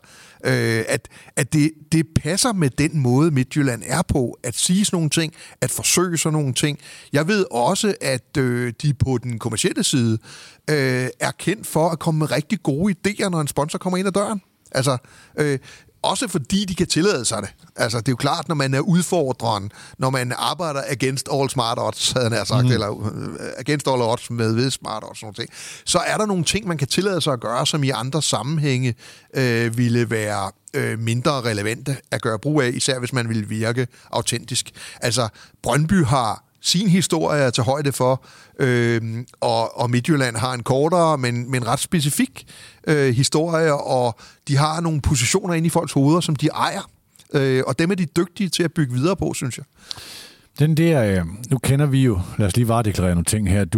at det passer med den måde, Midtjylland er på, at sige sådan nogle ting, at forsøge sådan nogle ting. Jeg ved også, at de på den kommercielle side er kendt for at komme med rigtig gode idéer, når en sponsor kommer ind ad døren. Altså, også fordi de kan tillade sig det. Altså, det er jo klart, når man er udfordreren, når man arbejder against all smart odds, havde han sagt, eller against all odds med smart odds, sådan ting, så er der nogle ting, man kan tillade sig at gøre, som i andre sammenhænge ville være mindre relevante at gøre brug af, især hvis man ville virke autentisk. Altså, Brøndby har sin historie at tage højde for, og Midtjylland har en kortere, men ret specifik historie, og de har nogle positioner inde i folks hoveder, som de ejer, og dem er de dygtige til at bygge videre på, synes jeg. Den der, nu kender vi jo, lad os lige varedeklarere nogle ting her,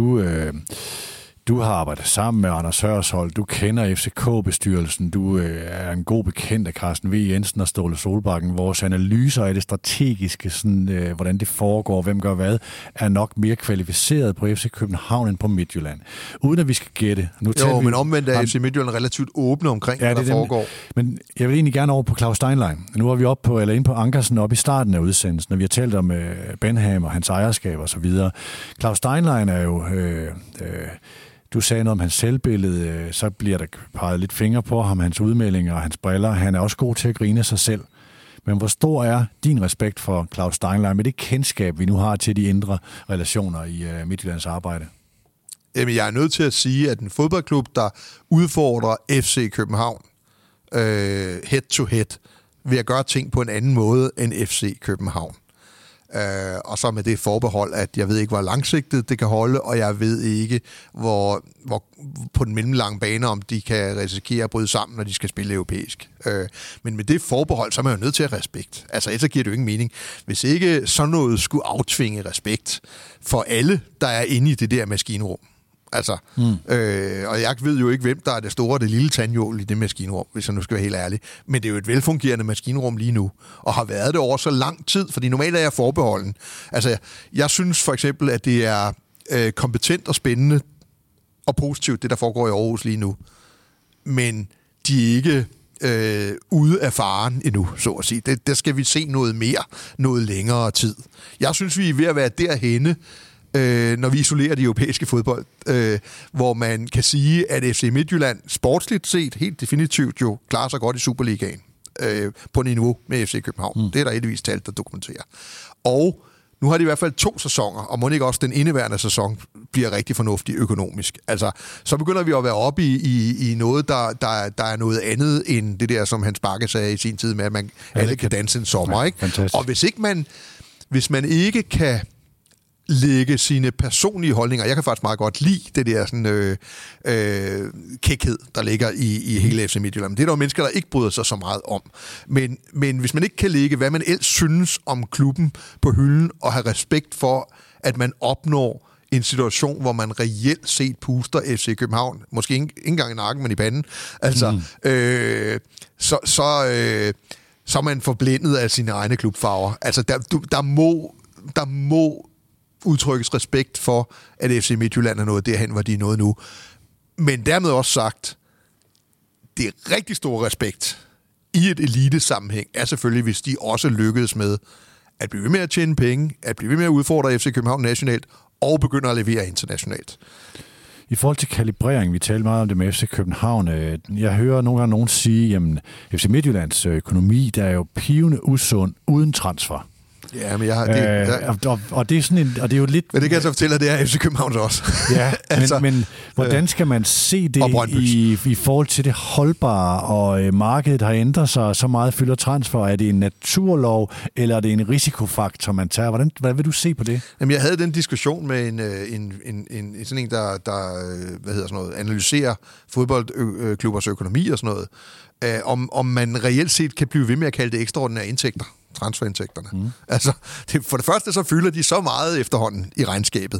du har arbejdet sammen med Anders Hørsholt, du kender FCK-bestyrelsen, du er en god bekendt af Carsten V. Jensen og Ståle Solbakken. Vores analyser af det strategiske, sådan, hvordan det foregår, hvem gør hvad, er nok mere kvalificeret på FC København end på Midtjylland. Uden at vi skal gætte. Men omvendt er FC Midtjylland relativt åbne omkring, hvad der foregår. Men jeg vil egentlig gerne over på Claus Steinlein. Nu er vi inde på Ankersen op i starten af udsendelsen, og vi har talt om Benham og hans ejerskab og så videre. Claus Steinlein er jo... Du sagde noget om hans selvbillede, så bliver der peget lidt fingre på ham, hans udmeldinger og hans briller. Han er også god til at grine sig selv. Men hvor stor er din respekt for Claus Steinlein med det kendskab, vi nu har til de indre relationer i Midtjyllands arbejde? Jamen, jeg er nødt til at sige, at en fodboldklub, der udfordrer FC København head-to-head, vil at gøre ting på en anden måde end FC København. Og så med det forbehold, at jeg ved ikke, hvor langsigtet det kan holde, og jeg ved ikke, hvor på den mellemlange bane, om de kan risikere at bryde sammen, når de skal spille europæisk. Men med det forbehold, så er man jo nødt til at have respekt. Altså, ellers giver det jo ingen mening. Hvis ikke sådan noget skulle aftvinge respekt for alle, der er inde i det der maskinrum. Altså, og jeg ved jo ikke, hvem der er det store og det lille tandhjul i det maskinrum, hvis jeg nu skal være helt ærlig. Men det er jo et velfungerende maskinrum lige nu, og har været det over så lang tid, fordi normalt er jeg forbeholden. Altså, jeg synes for eksempel, at det er kompetent og spændende og positivt, det der foregår i Aarhus lige nu. Men de er ikke ude af faren endnu, så at sige. Der skal vi se noget mere, noget længere tid. Jeg synes, vi er ved at være derhenne, når vi isolerer de europæiske fodbold, hvor man kan sige, at FC Midtjylland sportsligt set helt definitivt jo klarer sig godt i Superligaen på niveau med FC København. Det er der etvis talt, der dokumenterer. Og nu har de i hvert fald 2 sæsoner, og må ikke også den indeværende sæson bliver rigtig fornuftig økonomisk. Altså, så begynder vi at være oppe i noget, der er noget andet end det der, som Hans Bakke sagde i sin tid med, at alle kan danse en sommer. Ikke? Og hvis man ikke kan lægge sine personlige holdninger. Jeg kan faktisk meget godt lide det der sådan, kækhed, der ligger i hele FC Midtjylland. Det er der jo mennesker, der ikke bryder sig så meget om. Men hvis man ikke kan lægge, hvad man ellers synes om klubben på hylden, og have respekt for, at man opnår en situation, hvor man reelt set puster FC København, måske ikke engang i nakken, men i panden, altså, så er man forblændet af sine egne klubfarver. Altså, der må udtrykkes respekt for, at FC Midtjylland er nået derhen, hvor de er nået nu. Men dermed også sagt, det er rigtig stor respekt i et elitesammenhæng, er selvfølgelig, hvis de også lykkedes med at blive ved med at tjene penge, at blive ved med at udfordre FC København nationalt, og begynder at levere internationalt. I forhold til kalibrering, vi talte meget om det med FC København. Jeg hører nogle gange nogen sige, jamen FC Midtjyllands økonomi, der er jo pivende usund uden transfer. Ja, men jeg har og det er sådan en, og det er jo lidt. Men det kan jeg så fortælle, at det er FC København også. Ja, altså, men hvordan skal man se det i forhold til det holdbare, og markedet har ændret sig, så meget fylder transfer? Er det en naturlov, eller er det en risikofaktor, man tager? Hvad vil du se på det? Jamen, jeg havde den diskussion med en sådan en, der analyserer fodboldklubbers økonomi og sådan noget, om man reelt set kan blive ved med at kalde det ekstraordinære indtægter. Transferindtægterne. Altså, for det første så fylder de så meget efterhånden i regnskabet.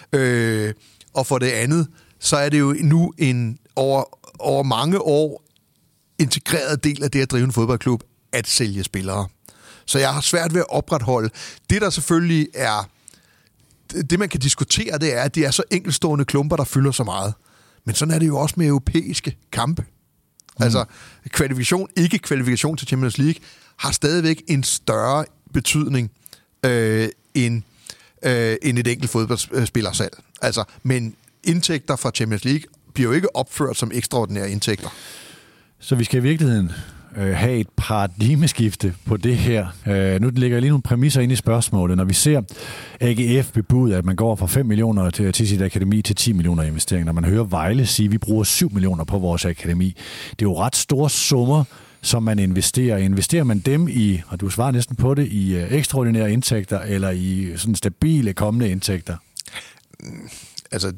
Og for det andet, så er det jo nu en over mange år integreret del af det at drive en fodboldklub, at sælge spillere. Så jeg har svært ved at opretholde. Det der selvfølgelig er, det man kan diskutere, det er, at de er så enkeltstående klumper, der fylder så meget. Men sådan er det jo også med europæiske kampe. Altså, kvalifikation til Champions League har stadigvæk en større betydning end et enkelt fodboldspillersalg. Altså, men indtægter fra Champions League bliver jo ikke opført som ekstraordinære indtægter. Så vi skal i virkeligheden have et paradigmeskifte på det her. Nu ligger lige nogle præmisser ind i spørgsmålet. Når vi ser AGF bebude, at man går fra 5 millioner til sit akademi til 10 millioner investeringer. Når man hører Vejle sige, at vi bruger 7 millioner på vores akademi. Det er jo ret store summer, som man investerer. Investerer man dem i, og du svarer næsten på det, i ekstraordinære indtægter, eller i sådan stabile kommende indtægter? Altså,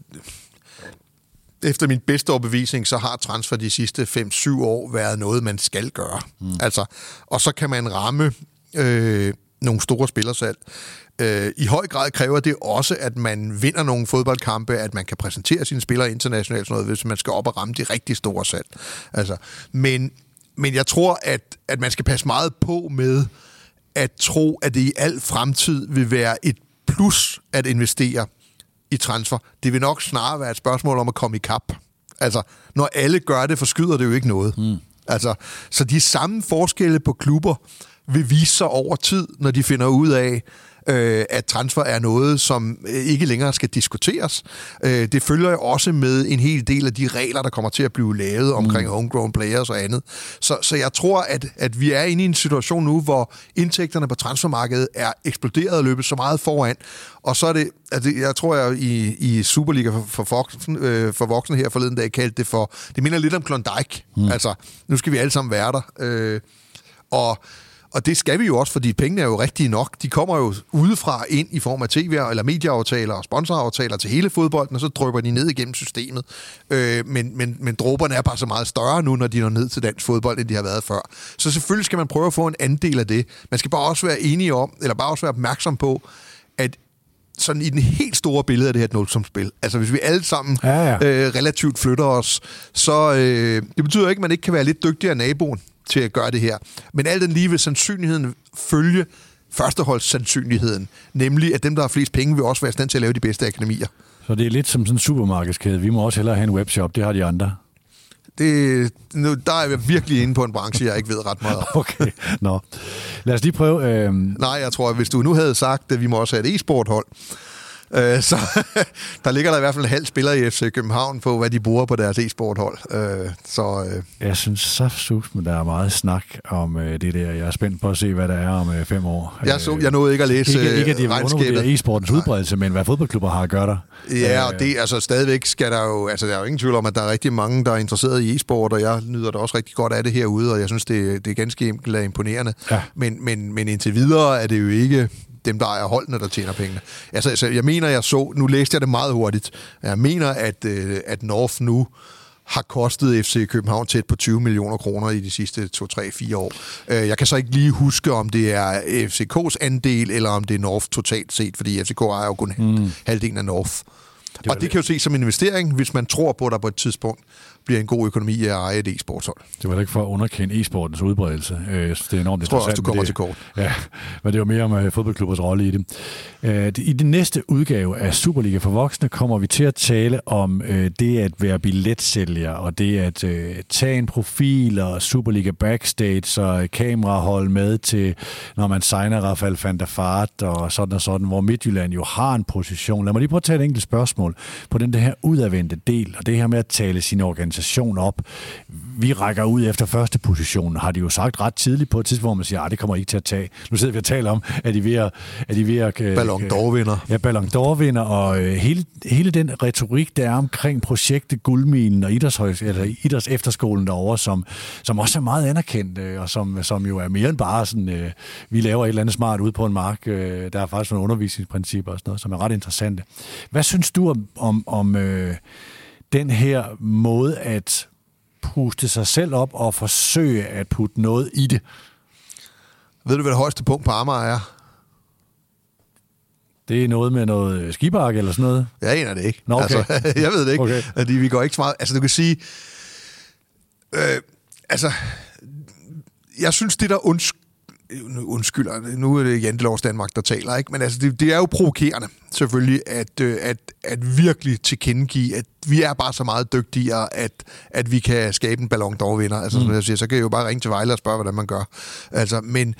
efter min bedste overbevisning, så har transfer de sidste 5-7 år været noget, man skal gøre. Altså, og så kan man ramme nogle store spillersalg. I høj grad kræver det også, at man vinder nogle fodboldkampe, at man kan præsentere sine spillere internationalt, sådan noget, hvis man skal op og ramme de rigtig store salg. Altså, men jeg tror, at man skal passe meget på med at tro, at det i al fremtid vil være et plus at investere i transfer. Det vil nok snarere være et spørgsmål om at komme i kap. Altså, når alle gør det, forskyder det jo ikke noget. Altså, så de samme forskelle på klubber vil vise sig over tid, når de finder ud af, at transfer er noget, som ikke længere skal diskuteres. Det følger jo også med en hel del af de regler, der kommer til at blive lavet omkring homegrown players og andet. Så jeg tror, at vi er inde i en situation nu, hvor indtægterne på transfermarkedet er eksploderet og løbet så meget foran. Og så er det, altså jeg tror, jeg i Superliga for voksne her forleden dag kaldte det for, det minder lidt om Klondike. Altså, nu skal vi alle sammen være der. Og det skal vi jo også, fordi pengene er jo rigtige nok. De kommer jo udefra ind i form af tv- eller medieaftaler og sponsoraftaler til hele fodbolden, og så drypper de ned igennem systemet. Men dråberne er bare så meget større nu, når de når ned til dansk fodbold, end de har været før. Så selvfølgelig skal man prøve at få en andel af det. Man skal bare også være enige om, eller bare også være opmærksom på, at sådan i den helt store billede af det her nulsumsspil. Altså hvis vi alle sammen relativt flytter os, så det betyder ikke, at man ikke kan være lidt dygtigere end naboen til at gøre det her. Men alt den lige vil sandsynligheden følge førsteholdssandsynligheden, nemlig at dem, der har flest penge, vil også være i stand til at lave de bedste akademier. Så det er lidt som sådan en supermarkedskæde. Vi må også hellere have en webshop, det har de andre. Der er jeg virkelig inde på en branche, jeg ikke ved ret meget om. Okay, nå. Lad os lige prøve. Nej, jeg tror, at hvis du nu havde sagt, at vi må også have et e-sporthold, så der ligger der i hvert fald en halv spiller i FC København på, hvad de bruger på deres e-sporthold. Jeg synes så men der er meget snak om det der. Jeg er spændt på at se, hvad der er om 5 år. Jeg nåede ikke at læse ikke at de regnskabet. Ikke e-sportens udbredelse, men hvad fodboldklubber har at gøre der. Ja, og det altså stadigvæk skal der jo, altså der er jo ingen tvivl om, at der er rigtig mange, der er interesseret i e-sport, og jeg nyder da også rigtig godt af det herude, og jeg synes, det er ganske enkelt og imponerende. Ja. Men indtil videre er det jo ikke dem, der ejer holdene, der tjener pengene. Altså, jeg mener, nu læste jeg det meget hurtigt, jeg mener, at North nu har kostet FC København tæt på 20 millioner kroner i de sidste 2-3-4 år. Jeg kan så ikke lige huske, om det er FCK's andel, eller om det er North totalt set, fordi FCK ejer jo kun halvdelen af North. Og det kan jo ses som en investering, hvis man tror på, at der på et tidspunkt bliver en god økonomi af at eje et e-sportshold. Det var ikke for at underkende e-sportens udbredelse. Jeg synes, det er enormt interessant. Jeg tror også, du kommer til kort. Ja, men det var mere om fodboldklubbers rolle i det. I den næste udgave af Superliga for Voksne kommer vi til at tale om det at være billetsælger, og det at tage en profil og Superliga backstage og kamerahold med til, når man signer Rafael van der Vaart og sådan, hvor Midtjylland jo har en position. Lad mig lige prøve at tage et enkelt spørgsmål på den her udadvendte del, og det her med at tale sin organisation op. Vi rækker ud efter første position, har de jo sagt ret tidligt på et tidspunkt, hvor man siger, det kommer ikke til at tage. Nu sidder vi og taler om, at de ved at Ballon d'Or-vinder. Ja, Ballon d'Or-vinder, og hele den retorik, der er omkring projektet Guldminen og Idræts Efterskolen derovre, som også er meget anerkendt, og som jo er mere end bare sådan, vi laver et eller andet smart ud på en mark. Der er faktisk nogle undervisningsprincipper og sådan noget, som er ret interessante. Hvad synes du om den her måde at puste sig selv op og forsøge at putte noget i det? Ved du, hvad det højeste punkt på Amager er? Det er noget med noget skibakke eller sådan noget? Jeg aner det ikke. Nå, okay. Altså, jeg ved det ikke. Okay. Vi går ikke så meget... Altså, du kan sige... jeg synes, det der undskylder, nu er det Jantelovs Danmark, der taler, ikke? Men altså, det er jo provokerende, selvfølgelig, at virkelig tilkendegive, at vi er bare så meget dygtigere, at vi kan skabe en Ballon d'Or-vinder. Altså, som jeg siger, så kan jeg jo bare ringe til Vejle og spørge, hvordan man gør. Altså, men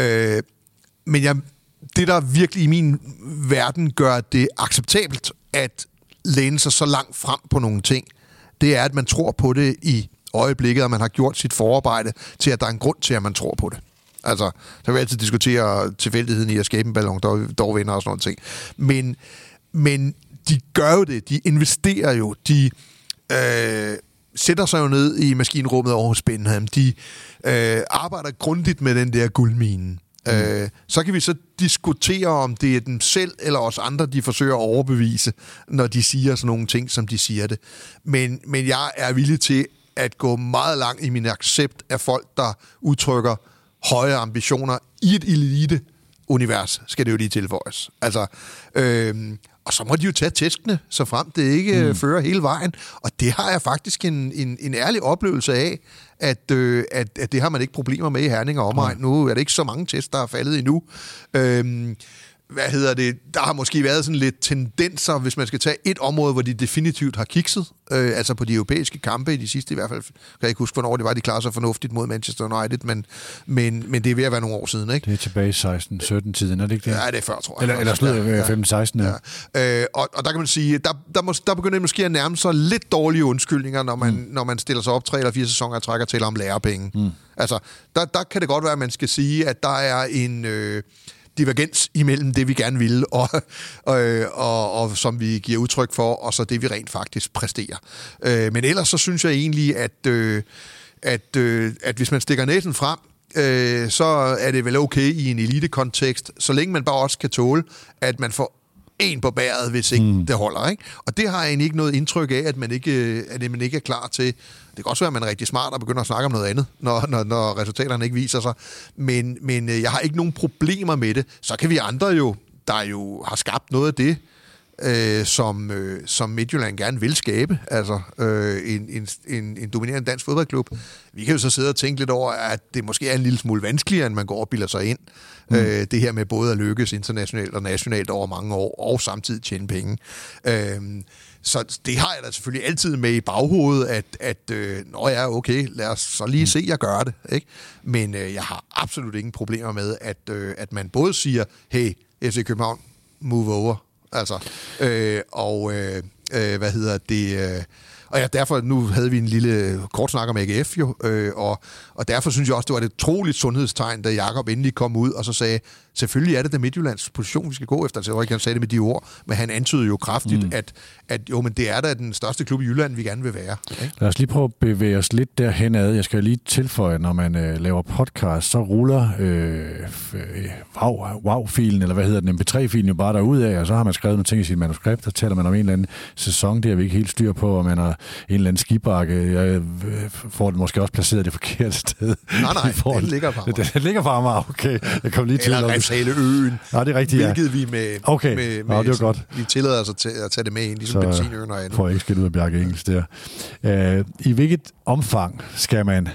det, der virkelig i min verden gør det acceptabelt at læne sig så langt frem på nogle ting, det er, at man tror på det i øjeblikket, og man har gjort sit forarbejde til, at der er en grund til, at man tror på det. Altså, så kan vi altid diskutere tilfældigheden i at skabe en Ballon d'Or-vinder og sådan noget ting. Men de gør jo det, de investerer jo, de sætter sig jo ned i maskinrummet over hos Benham, de arbejder grundigt med den der guldmine. Så kan vi så diskutere, om det er dem selv eller os andre, de forsøger at overbevise, når de siger sådan nogle ting, som de siger det. Men jeg er villig til at gå meget langt i min accept af folk, der udtrykker høje ambitioner i et elite-univers, skal det jo lige tilføjes. Altså, og så må de jo tage tæskene, så frem det ikke fører hele vejen. Og det har jeg faktisk en ærlig oplevelse af, at det har man ikke problemer med i Herning og omegn. Nu er det ikke så mange test, der er faldet endnu. Der har måske været sådan lidt tendenser, hvis man skal tage et område, hvor de definitivt har kikset, altså på de europæiske kampe i de sidste i hvert fald. Kan jeg ikke huske, hvornår det var, de klarede sig fornuftigt mod Manchester United, men det er ved at være nogle år siden, ikke? Det er tilbage i 16-17-tiden, er det ikke det? Ja, det er før, tror jeg. Eller slut 15-16, ja. Og der kan man sige, der begynder måske at nærme sig lidt dårlige undskyldninger, når man stiller sig op 3 eller 4 sæsoner og trækker til om lærepenge. Altså, der kan det godt være, at man skal sige, at der er en divergens imellem det, vi gerne vil, og som vi giver udtryk for, og så det, vi rent faktisk præsterer. Men ellers så synes jeg egentlig, at hvis man stikker næsen frem, så er det vel okay i en elite-kontekst, så længe man bare også kan tåle, at man får en på bæret, hvis ikke det holder, ikke? Og det har jeg egentlig ikke noget indtryk af, at man ikke er klar til. Det kan også være, at man er rigtig smart og begynder at snakke om noget andet, når resultaterne ikke viser sig. Men jeg har ikke nogen problemer med det. Så kan vi andre jo, der jo har skabt noget af det, som Midtjylland gerne vil skabe, altså en dominerende dansk fodboldklub. Vi kan jo så sidde og tænke lidt over, at det måske er en lille smule vanskeligere, end man går og bilder sig ind. Det her med både at lykkes internationalt og nationalt over mange år, og samtidig tjene penge. Så det har jeg da selvfølgelig altid med i baghovedet, okay, lad os så lige se, jeg gør det. Ikke? Men jeg har absolut ingen problemer med, at man både siger, hey, FC København, move over. Altså, og ja, derfor, nu havde vi en lille kort snak om AGF jo, og derfor synes jeg også, det var et troligt sundhedstegn, da Jakob endelig kom ud og så sagde, selvfølgelig er det Midtjyllands position, vi skal gå efter. Jeg tror ikke, han sagde det med de ord, men han antydede jo kraftigt, at jo, men det er da den største klub i Jylland, vi gerne vil være. Okay? Lad os lige prøve at bevæge os lidt derhen ad. Jeg skal lige tilføje, når man laver podcast, så ruller wow-filen, eller hvad hedder den, MP3-filen jo bare derudad, og så har man skrevet nogle ting i sit manuskript, og taler man om en eller anden sæson, det har vi ikke helt styr på, og man har en eller anden skibakke. Jeg får den måske også placeret det forkerte sted. Nej, den ligger på Amager. Den ligger på Amager, okay. Jeg kom lige til eller Refshaleøen. Nej, det er rigtigt, hvilket vi med... Okay, det var godt. Vi tillader os at tage det med ind, ligesom benzinøen og andet. Får jeg ikke skidt ud af Bjarke Ingels der. I hvilket omfang skal man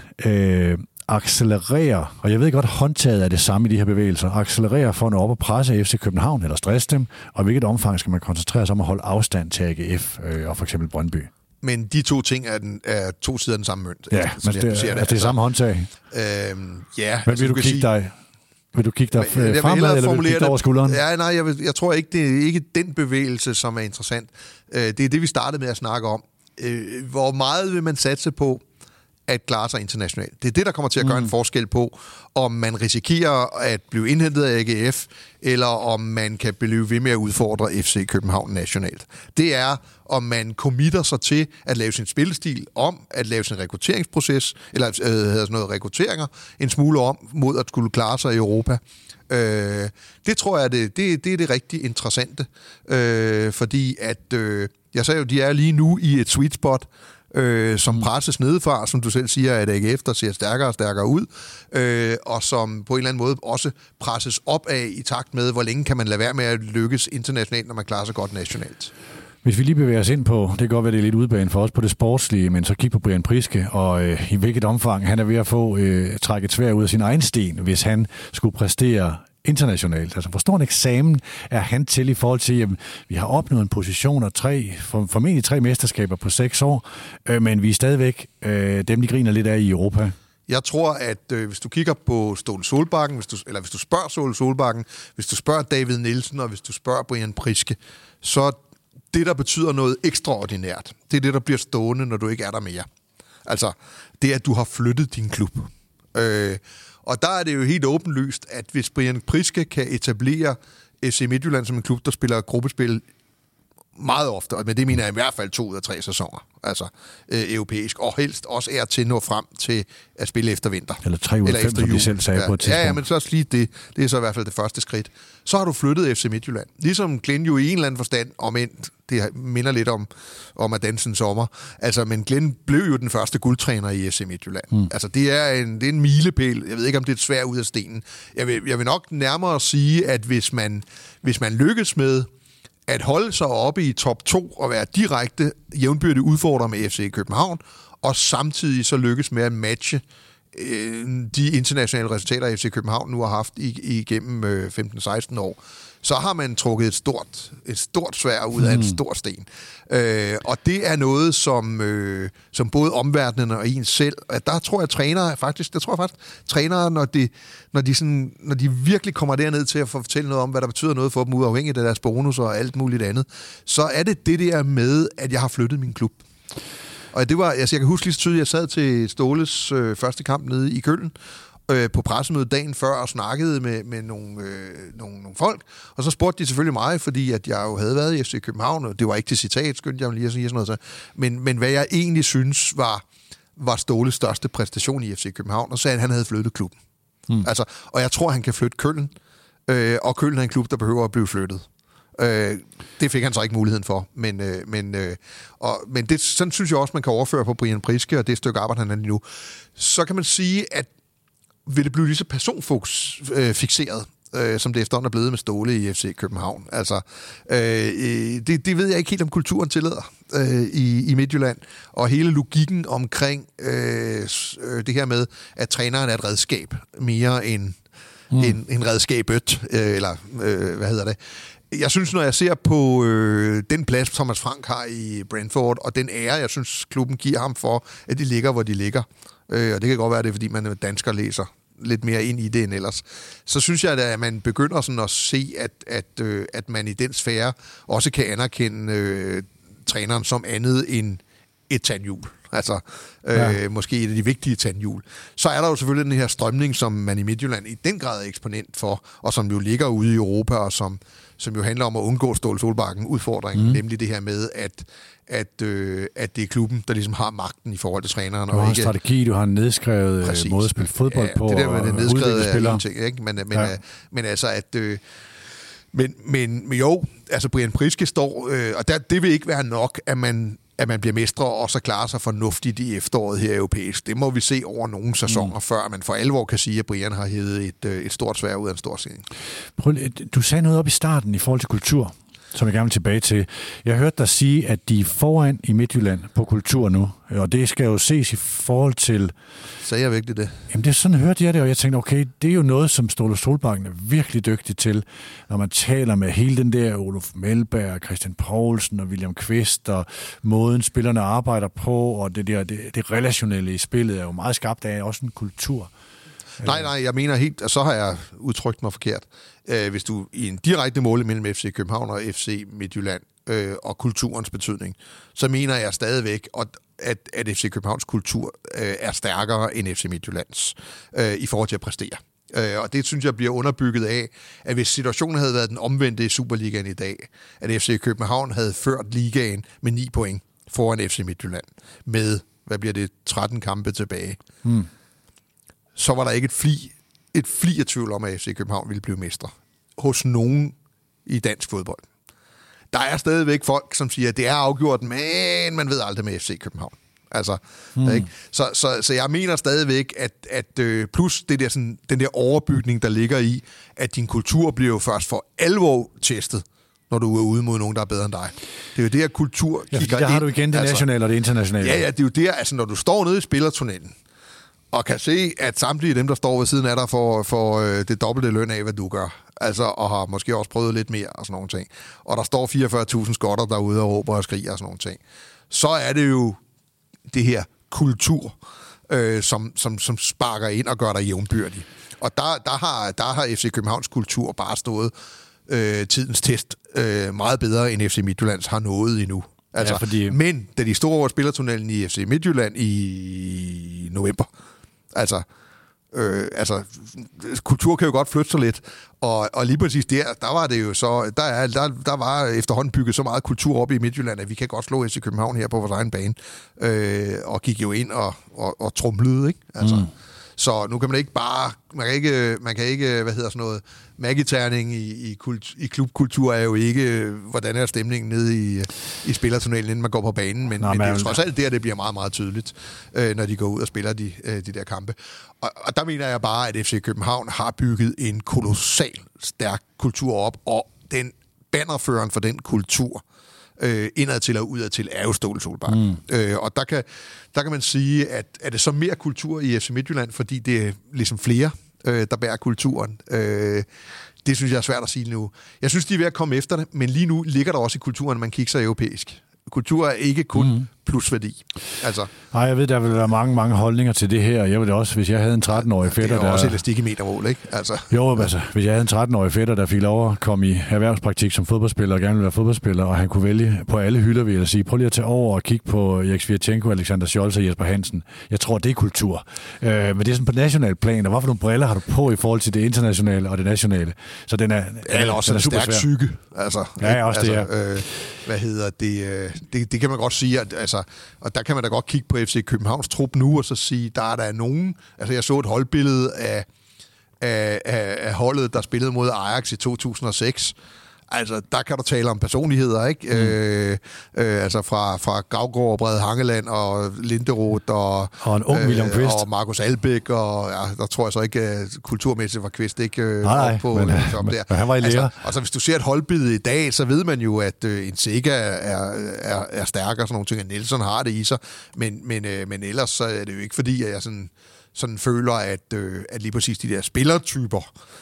accelerere, og jeg ved godt, håndtaget er det samme i de her bevægelser, accelerere for at nå op og presse FC København eller stresse dem, og i hvilket omfang skal man koncentrere sig om at holde afstand til AGF og for eksempel Brøndby? Men de to ting er to sider af den samme mønt. Ja, men det er samme håndtag. Ja. Men vil du kigge dig fremad, eller vil du kigge dig over skulderen? Ja, nej, jeg tror ikke, det er ikke den bevægelse, som er interessant. Det er det, vi startede med at snakke om. Hvor meget vil man satse på at klare sig internationalt? Det er det, der kommer til at gøre en forskel på, om man risikerer at blive indhentet af AGF, eller om man kan blive ved med at udfordre FC København nationalt. Det er, om man committer sig til at lave sin spillestil om, at lave sin rekrutteringsproces, eller rekrutteringer, en smule om, mod at skulle klare sig i Europa. Det tror jeg, det er det rigtig interessante, fordi at, jeg sagde jo, de er lige nu i et sweet spot, som presses nedefra, som du selv siger, at AGF, der ser stærkere og stærkere ud, og som på en eller anden måde også presses op af i takt med, hvor længe kan man lade være med at lykkes internationalt, når man klarer sig godt nationalt. Hvis vi lige bevæger os ind på, det kan godt være, det er lidt udbane for os på det sportslige, men så kig på Brian Priske, og i hvilket omfang han er ved at få trækket svær ud af sin egen sten, hvis han skulle præstere internationalt. Altså, hvor stor en eksamen er han til i forhold til, at vi har opnået en position og formentlig 3 mesterskaber på 6 år, men vi er stadigvæk dem, de griner lidt af i Europa. Jeg tror, at hvis du kigger på Ståle Solbakken, hvis du spørger Ståle Solbakken, hvis du spørger David Nielsen, og hvis du spørger Brian Priske, så det, der betyder noget ekstraordinært, det er det, der bliver stående, når du ikke er der mere. Altså, det er, at du har flyttet din klub. Og der er det jo helt åbenlyst, at hvis Brian Priske kan etablere FC Midtjylland som en klub, der spiller gruppespil meget ofte, men det mener jeg i hvert fald 2 ud af 3 sæsoner, altså europæisk, og helst også er til at nå frem til at spille efter vinter. Eller 3 ud af 5, som de selv sagde på et tidspunkt. Ja, men så også lige det er så i hvert fald det første skridt. Så har du flyttet FC Midtjylland. Ligesom Glenn jo i en eller anden forstand, det minder lidt om at danse en sommer. Altså, men Glenn blev jo den første guldtræner i FC Midtjylland. Altså, det er en milepæl. Jeg ved ikke, om det er svært ud af stenen. Jeg vil nok nærmere sige, at hvis man lykkes med at holde sig oppe i top 2 og være direkte jævnbyrdig udfordrer med FC København, og samtidig så lykkes med at matche de internationale resultater, FC København nu har haft igennem 15-16 år, så har man trukket et stort sværd ud af en stor sten. Og det er noget, som både omverdenen og en selv, at der tror jeg trænere, når de virkelig kommer derned til at fortælle noget om, hvad der betyder noget for dem, uafhængigt af deres bonus og alt muligt andet, så er det der med, at jeg har flyttet min klub. Og det var, altså jeg kan huske lige så tydeligt, jeg sad til Ståles første kamp nede i Køln, på pressemødet dagen før og snakkede med nogle folk, og så spurgte de selvfølgelig mig, fordi at jeg jo havde været i FC København, og det var ikke til citat, skyndte jeg lige at sige sådan noget, men hvad jeg egentlig synes var Ståles største præstation i FC København, og sagde, at han havde flyttet klubben. Altså, og jeg tror, han kan flytte Køln, og Køln er en klub, der behøver at blive flyttet. Det fik han så ikke muligheden for, men det, sådan synes jeg også, man kan overføre på Brian Priske, og det stykke arbejde, han er lige nu. Så kan man sige, at vil det blive lige så personfixeret, som det efterhånden er blevet med Ståle i FC København. Altså, det ved jeg ikke helt, om kulturen tillader i Midtjylland, og hele logikken omkring det her med, at træneren er et redskab mere end en redskabet, eller hvad hedder det. Jeg synes, når jeg ser på den plads, Thomas Frank har i Brentford, og den ære, jeg synes, klubben giver ham for, at de ligger, hvor de ligger, og det kan godt være, det er, fordi man er dansker læser lidt mere ind i det end ellers, så synes jeg, at man begynder sådan at se, at man i den sfære også kan anerkende træneren som andet end et tandhjul. Altså, måske et af de vigtige tandhjul. Så er der jo selvfølgelig den her strømning, som man i Midtjylland i den grad er eksponent for, og som jo ligger ude i Europa, og som jo handler om at undgå Ståle Solbakken udfordringen, nemlig det her med, at det er klubben, der ligesom har magten i forhold til træneren. Du har en strategi, du har en nedskrevet måde at spille fodbold på, det der med det nedskrevet er en ting, ikke? Men altså, at men jo, altså Brian Priske står, og det vil ikke være nok, at man at man bliver mestre og så klarer sig fornuftigt i efteråret her europæisk. Det må vi se over nogle sæsoner, før man for alvor kan sige, at Brian har hævet et stort sværd ud af en stor scene. Du sagde noget op i starten i forhold til kultur, som jeg gerne vil tilbage til. Jeg hørte dig sige, at de er foran i Midtjylland på kultur nu, og det skal jo ses i forhold til... Sagde jeg virkelig det? Jamen, det er sådan, hørte jeg det, og jeg tænkte, okay, det er jo noget, som Ståle Solbakken er virkelig dygtig til, når man taler med hele den der Olof Melberg, Christian Poulsen og William Kvist, og måden spillerne arbejder på, og det relationelle i spillet er jo meget skabt af også en kultur. Nej, jeg mener helt, og så har jeg udtrykt mig forkert. Hvis du i en direkte mål mellem FC København og FC Midtjylland og kulturens betydning, så mener jeg stadigvæk, at FC Københavns kultur er stærkere end FC Midtjyllands i forhold til at præstere. Og det synes jeg bliver underbygget af, at hvis situationen havde været den omvendte i Superligaen i dag, at FC København havde ført ligaen med 9 point foran FC Midtjylland med, 13 kampe tilbage, så var der ikke et fli af tvivl om, at FC København ville blive mestre hos nogen i dansk fodbold. Der er stadigvæk folk, som siger, at det er afgjort, men man ved aldrig med FC København. Altså, ikke? Så jeg mener stadigvæk, at plus det der, sådan, den der overbygning, der ligger i, at din kultur bliver jo først for alvor testet, når du er ude mod nogen, der er bedre end dig. Det er jo det, at kultur kigger ind. Der har du igen det nationale og det internationale. Ja, det er jo det, altså når du står nede i spillertunnelen, og kan se, at samtlige dem, der står ved siden af dig, får det dobbelte løn af, hvad du gør. Altså, og har måske også prøvet lidt mere og sådan nogle ting. Og der står 44.000 skotter derude og råber og skriger og sådan nogle ting. Så er det jo det her kultur, som sparker ind og gør dig jævnbyrdig. Og der har FC Københavns kultur bare stået tidens test meget bedre, end FC Midtjyllands har nået endnu. Altså, ja, fordi... Men da de stod over spillertunnelen i FC Midtjylland i november, altså kultur kan jo godt flytte sig lidt, og lige præcis der var det jo så, der var efterhånden bygget så meget kultur op i Midtjylland, at vi kan godt slå FC København her på vores egen bane, og gik jo ind og trumlede, ikke? Altså, så nu kan man ikke bare, man kan ikke hvad hedder sådan noget, magiterning i klubkultur er jo ikke, hvordan er stemningen nede i spillertunnelen, inden man går på banen, men det er jo trods alt det bliver meget, meget tydeligt, når de går ud og spiller de der kampe. Og der mener jeg bare, at FC København har bygget en kolossal stærk kultur op, og den bannerføreren for den kultur, indad til og udad til, er jo Ståle Solbakken. Og der kan man sige, at er det så mere kultur i FC Midtjylland, fordi det er ligesom flere, der bærer kulturen. Det synes jeg er svært at sige nu. Jeg synes, de er ved at komme efter det, men lige nu ligger der også i kulturen, at man kigger sig europæisk. Kultur er ikke kun plusværdi. Altså. Nej, jeg ved, der vil være mange, mange holdninger til det her. Jeg ved også, hvis jeg havde en 13-årig fætter, der... Det er også elastik i metermål, ikke? Altså. Jo, altså, hvis jeg havde en 13-årig fætter, der fik lov at komme i erhvervspraktik som fodboldspiller og gerne ville være fodboldspiller, og han kunne vælge på alle hylder, vil jeg sige, prøv lige at tage over og kigge på Erik Svirchenko, Alexander Scholz og Jesper Hansen. Jeg tror, det er kultur. Men det er sådan på national plan, og hvorfor nogle briller har du på i forhold til det internationale og det nationale? Så den er... Eller også en stærk psyke. Altså, ja, også det, ja. Hvad hedder det? Det kan man godt sige, at altså, og der kan man da godt kigge på FC Københavns trup nu, og så sige, der er nogen... Altså, jeg så et holdbillede af holdet, der spillede mod Ajax i 2006. Altså, der kan du tale om personligheder, ikke? Altså fra Gravgaard og Brede Hangeland og Linderoth og en ung William Kvist. Og Markus Albæk, og ja, der tror jeg så ikke, kulturmæssigt var Kvist ikke nej, på men der. Han var i lære. Altså, hvis du ser et holdbillede i dag, så ved man jo, at en Sega er stærkere, sådan nogle ting, at Nelson har det i sig, men ellers så er det jo ikke fordi, at jeg sådan føler, at lige præcis de der spillertyper,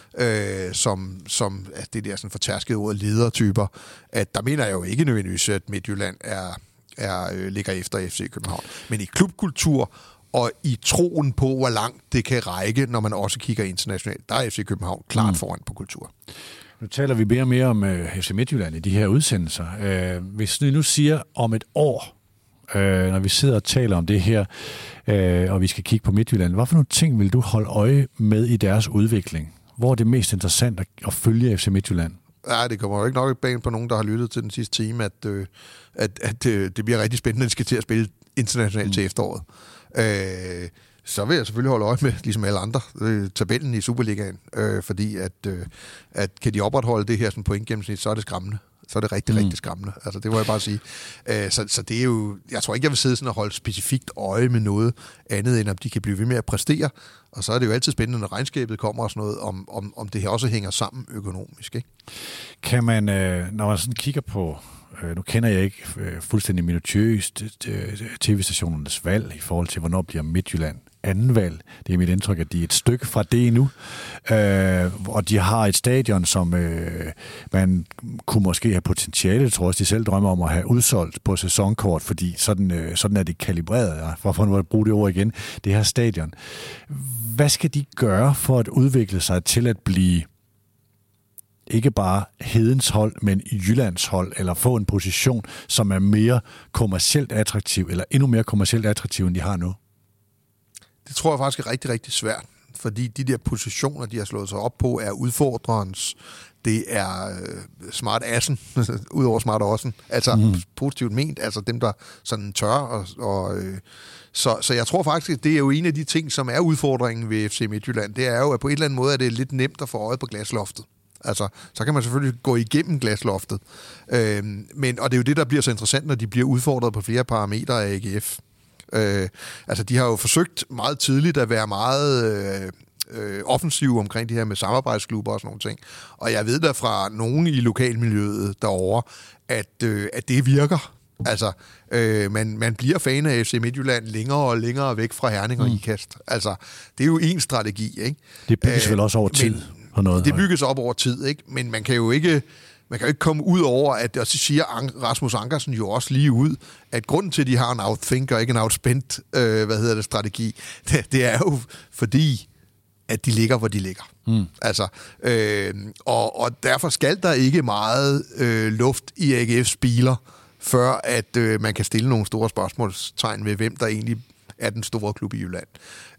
som at det der sådan fortærskede ord ledertyper, at der mener jeg jo ikke nødvendigvis, at Midtjylland ligger efter FC København. Men i klubkultur og i troen på, hvor langt det kan række, når man også kigger internationalt, der er FC København klart foran på kultur. Nu taler vi mere og mere om FC Midtjylland i de her udsendelser. Hvis vi nu siger om et år, når vi sidder og taler om det her, og vi skal kigge på Midtjylland, hvad for nogle ting vil du holde øje med i deres udvikling? Hvor er det mest interessant at følge FC Midtjylland? Ja, det kommer jo ikke nok bag på nogen, der har lyttet til den sidste time, at det bliver rigtig spændende, at de skal til at spille internationalt til efteråret. Så vil jeg selvfølgelig holde øje med, ligesom alle andre, tabellen i Superligaen, fordi at kan de opretholde det her sådan pointgennemsnit, så er det skræmmende. så er det rigtig, rigtig skræmmende. Altså, det må jeg bare sige. Så det er jo... Jeg tror ikke, jeg vil sidde sådan og holde specifikt øje med noget andet, end om de kan blive ved med at præstere. Og så er det jo altid spændende, når regnskabet kommer og sådan noget, om det her også hænger sammen økonomisk, ikke? Kan man, når man sådan kigger på... Nu kender jeg ikke fuldstændig minutiøst tv-stationernes valg i forhold til, hvornår bliver Midtjylland anden valg. Det er mit indtryk, at de er et stykke fra det endnu. Og de har et stadion, som man kunne måske have potentiale, jeg tror også, de selv drømmer om at have udsolgt på sæsonkort, fordi sådan er det kalibreret, for at bruge det ord igen, det her stadion. Hvad skal de gøre for at udvikle sig til at blive ikke bare Hedens hold, men Jyllands hold, eller få en position, som er mere kommercielt attraktiv, eller endnu mere kommercielt attraktiv, end de har nu? Det tror jeg faktisk er rigtig, rigtig svært, fordi de der positioner, de har slået sig op på, er udfordrerens. Det er smart assen, udover smart ossen. Altså positivt ment, altså dem, der sådan tør. Så jeg tror faktisk, at det er jo en af de ting, som er udfordringen ved FC Midtjylland. Det er jo, at på en eller anden måde er det lidt nemt at få øjet på glasloftet. Altså, så kan man selvfølgelig gå igennem glasloftet. Og det er jo det, der bliver så interessant, når de bliver udfordret på flere parametre af AGF. Altså, de har jo forsøgt meget tidligt at være meget offensive omkring det her med samarbejdsklubber og sådan nogle ting. Og jeg ved da fra nogen i lokalmiljøet derovre, at det virker. Altså, man bliver fan af FC Midtjylland længere og længere væk fra Herning og Ikast. Altså, det er jo en strategi, ikke? Det bygges vel også over tid. Det bygges op over tid, ikke? Men man kan jo ikke komme ud over, at og så siger Rasmus Ankersen jo også lige ud, at grunden til, at de har en outthink og ikke en outspent strategi, det er jo fordi, at de ligger, hvor de ligger. Altså, og derfor skal der ikke meget luft i AGF's biler, før at man kan stille nogle store spørgsmålstegn ved, hvem der egentlig er den store klub i Jylland.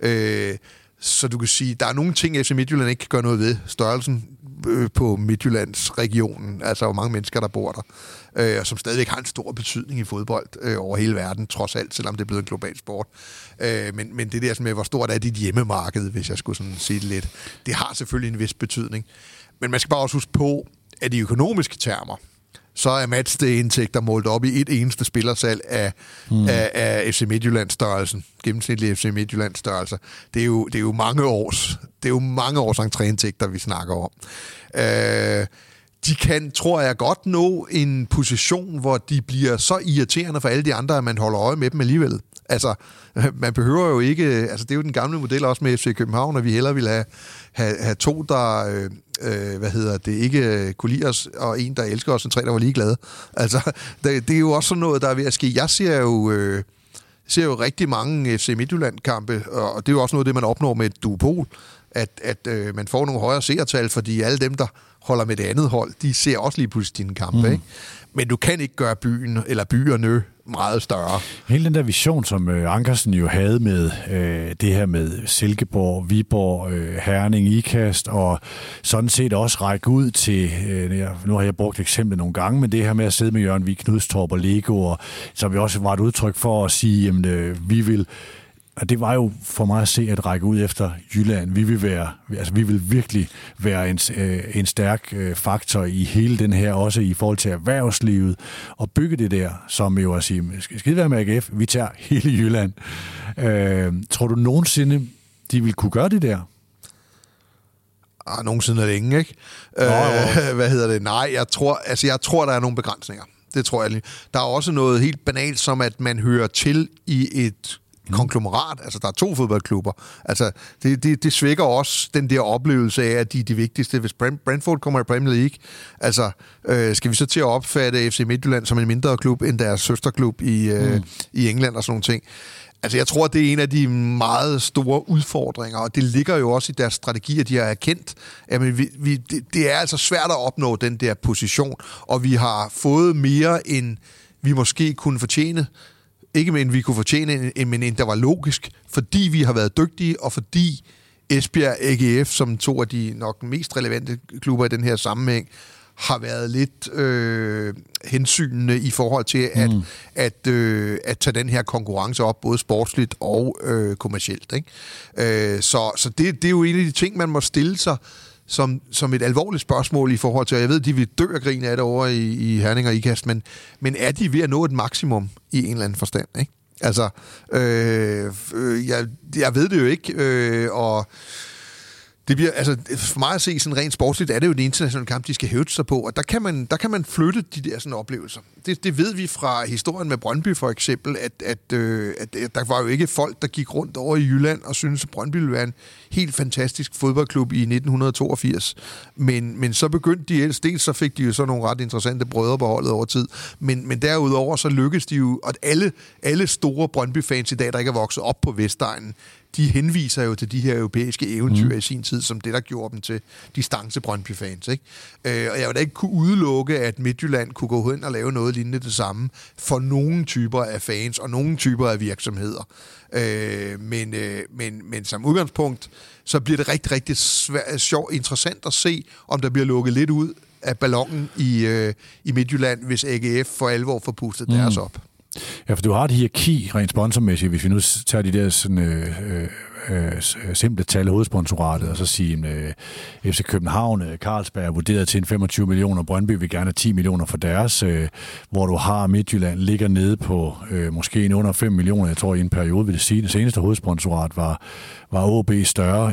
Så du kan sige, der er nogle ting, FC Midtjylland ikke kan gøre noget ved. Størrelsen på Midtjyllands regionen, altså hvor mange mennesker, der bor der, som stadigvæk har en stor betydning i fodbold over hele verden, trods alt, selvom det er blevet en global sport. Men det der med, hvor stort er dit hjemmemarked, hvis jeg skulle sådan sige det lidt, det har selvfølgelig en vis betydning. Men man skal bare også huske på, at i økonomiske termer, så er matchday-indtægter målt op i et eneste spillersalg af FC Midtjyllands-størrelsen. Gennemsnitlig FC Midtjyllands-størrelse. Det er jo mange års entréindtægter, vi snakker om. De kan, tror jeg, godt nå en position, hvor de bliver så irriterende for alle de andre, at man holder øje med dem alligevel. Altså, man behøver jo ikke... Altså, det er jo den gamle model også med FC København, at vi hellere vil have to, der... ikke kunne lide os, og en, der elsker os, og tre, der var ligeglade. Altså, det er jo også sådan noget, der er ved at ske. Jeg ser jo rigtig mange FC Midtjylland-kampe, og det er jo også noget, det man opnår med et duopol, at man får nogle højere seertal, fordi alle dem, der holder med det andet hold, de ser også lige pludselig dine kampe, ikke? Men du kan ikke gøre byen eller byerne meget større. Hele den der vision, som Ankersen jo havde med det her med Silkeborg, Viborg, Herning, Ikast, og sådan set også række ud til, nu har jeg brugt eksemplet nogle gange, men det her med at sidde med Jørgen Vig Knudstorp og Lego, og som vi også var et udtryk for at sige, jamen, vi vil... Og det var jo for mig at se at række ud efter Jylland. Vi vil virkelig være en stærk faktor i hele den her, også i forhold til erhvervslivet, og bygge det der, som jo at sige, skal det være med AGF? Vi tager hele Jylland. Tror du nogensinde, de vil kunne gøre det der? Nogensinde er det ingen, ikke? Nej, jeg tror, der er nogle begrænsninger. Det tror jeg lige. Der er også noget helt banalt, som at man hører til i et konglomerat, altså der er 2 fodboldklubber. Altså det svækker også den der oplevelse af, at de er de vigtigste. Hvis Brentford kommer i Premier League, altså skal vi så til at opfatte FC Midtjylland som en mindre klub end deres søsterklub i England og sådan nogle ting. Altså jeg tror, det er en af de meget store udfordringer, og det ligger jo også i deres strategier, de har erkendt. Jamen, det er altså svært at opnå den der position, og vi har fået mere, end vi måske kunne fortjene. Ikke men vi kunne fortjene, men end der var logisk, fordi vi har været dygtige, og fordi Esbjerg AGF, som 2 af de nok mest relevante klubber i den her sammenhæng, har været lidt hensynende i forhold til at tage den her konkurrence op, både sportsligt og kommercielt. Ikke? Så det er jo en af de ting, man må stille sig som et alvorligt spørgsmål i forhold til, og jeg ved, de vil dø af grin af det over i Herning og Ikast, men er de ved at nå et maksimum i en eller anden forstand, ikke? Altså, jeg ved det jo ikke, og det bliver, altså, for mig at se sådan rent sportsligt, er det jo en international kamp, de skal hævde sig på, og der kan man flytte de der sådan oplevelser. Det ved vi fra historien med Brøndby for eksempel, at der var jo ikke folk, der gik rundt over i Jylland og syntes, at Brøndby ville være en helt fantastisk fodboldklub i 1982. Men så begyndte de dels så fik de jo så nogle ret interessante brødre på holdet over tid, men derudover så lykkedes de jo, at alle store Brøndby-fans i dag, der ikke er vokset op på Vestegnen, de henviser jo til de her europæiske eventyr i sin tid, som det, der gjorde dem til distance Brøndby-fans, ikke? Og jeg vil da ikke kunne udelukke, at Midtjylland kunne gå hen og lave noget lignende det samme for nogle typer af fans og nogle typer af virksomheder. Men som udgangspunkt, så bliver det rigtig, rigtig sjovt interessant at se, om der bliver lukket lidt ud af ballonen i Midtjylland, hvis AGF for alvor får pustet deres op. Ja, for du har det hierarki rent sponsormæssigt, hvis vi nu tager de der sådan, simple tal af hovedsponsoratet, og så sige, FC København, Carlsberg er vurderet til en 25 millioner, Brøndby vil gerne have 10 millioner for deres, hvor du har Midtjylland ligger nede på måske en under 5 millioner, jeg tror i en periode vil det sige. Det seneste hovedsponsorat var OB større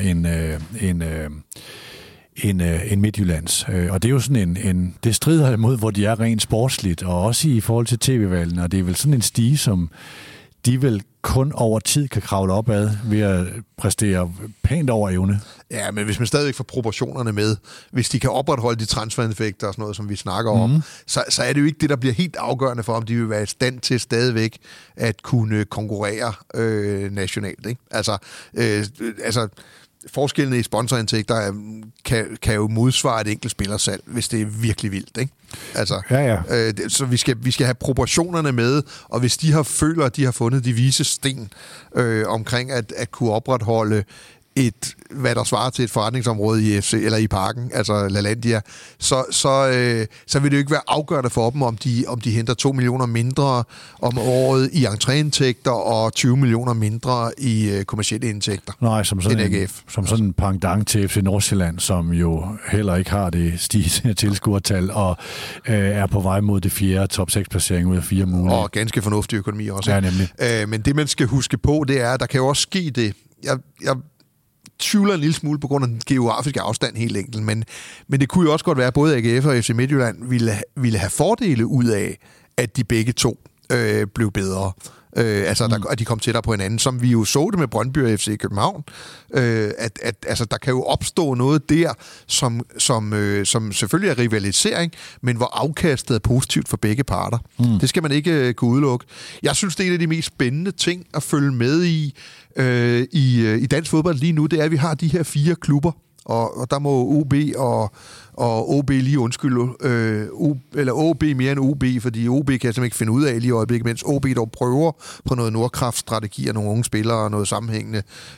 end Midtjyllands. Og det er jo sådan det strider imod, hvor de er rent sportsligt, og også i forhold til tv-valgene, og det er vel sådan en stige, som de vel kun over tid kan kravle op ad ved at præstere pænt over evne. Ja, men hvis man stadigvæk får proportionerne med, hvis de kan opretholde de transfereffekter og sådan noget, som vi snakker om, så er det jo ikke det, der bliver helt afgørende for, om de vil være i stand til stadigvæk at kunne konkurrere nationalt, ikke? Altså forskellene i sponsorindtægter kan jo modsvare et enkelt spillersalg, hvis det er virkelig vildt, ikke? Altså, ja. Så vi skal have proportionerne med, og hvis de føler, at de har fundet de vise sten omkring at kunne opretholde hvad der svarer til et forretningsområde i FC eller i Parken, altså LaLandia, så vil det jo ikke være afgørende for dem, om de henter 2 millioner mindre om året i entréindtægter og 20 millioner mindre i kommercielle indtægter. Nej, som sådan en pendant til FC Nordsjælland, som jo heller ikke har det stigende tilskuertal og er på vej mod det 4. top 6 placering ud af 4 mulige. Og ganske fornuftig økonomi også. Ja, nemlig. Men det, man skal huske på, det er, at der kan jo også ske det. Jeg tvivler en lille smule på grund af den geografiske afstand helt enkelt, men det kunne jo også godt være, at både AGF og FC Midtjylland ville have fordele ud af, at de begge to blev bedre. At de kom tættere på hinanden, som vi jo så det med Brøndby og FC København, at der kan jo opstå noget der, som selvfølgelig er rivalisering, men hvor afkastet er positivt for begge parter. Det skal man ikke kunne udelukke. Jeg synes, det er en af de mest spændende ting at følge med i dansk fodbold lige nu, det er, at vi har de her 4 klubber, og der må OB og OB lige undskylde, eller OB mere end OB, fordi OB kan simpelthen ikke finde ud af lige i øjeblikket, mens OB dog prøver på noget Nordkraft-strategi og nogle unge spillere og noget sammenhængende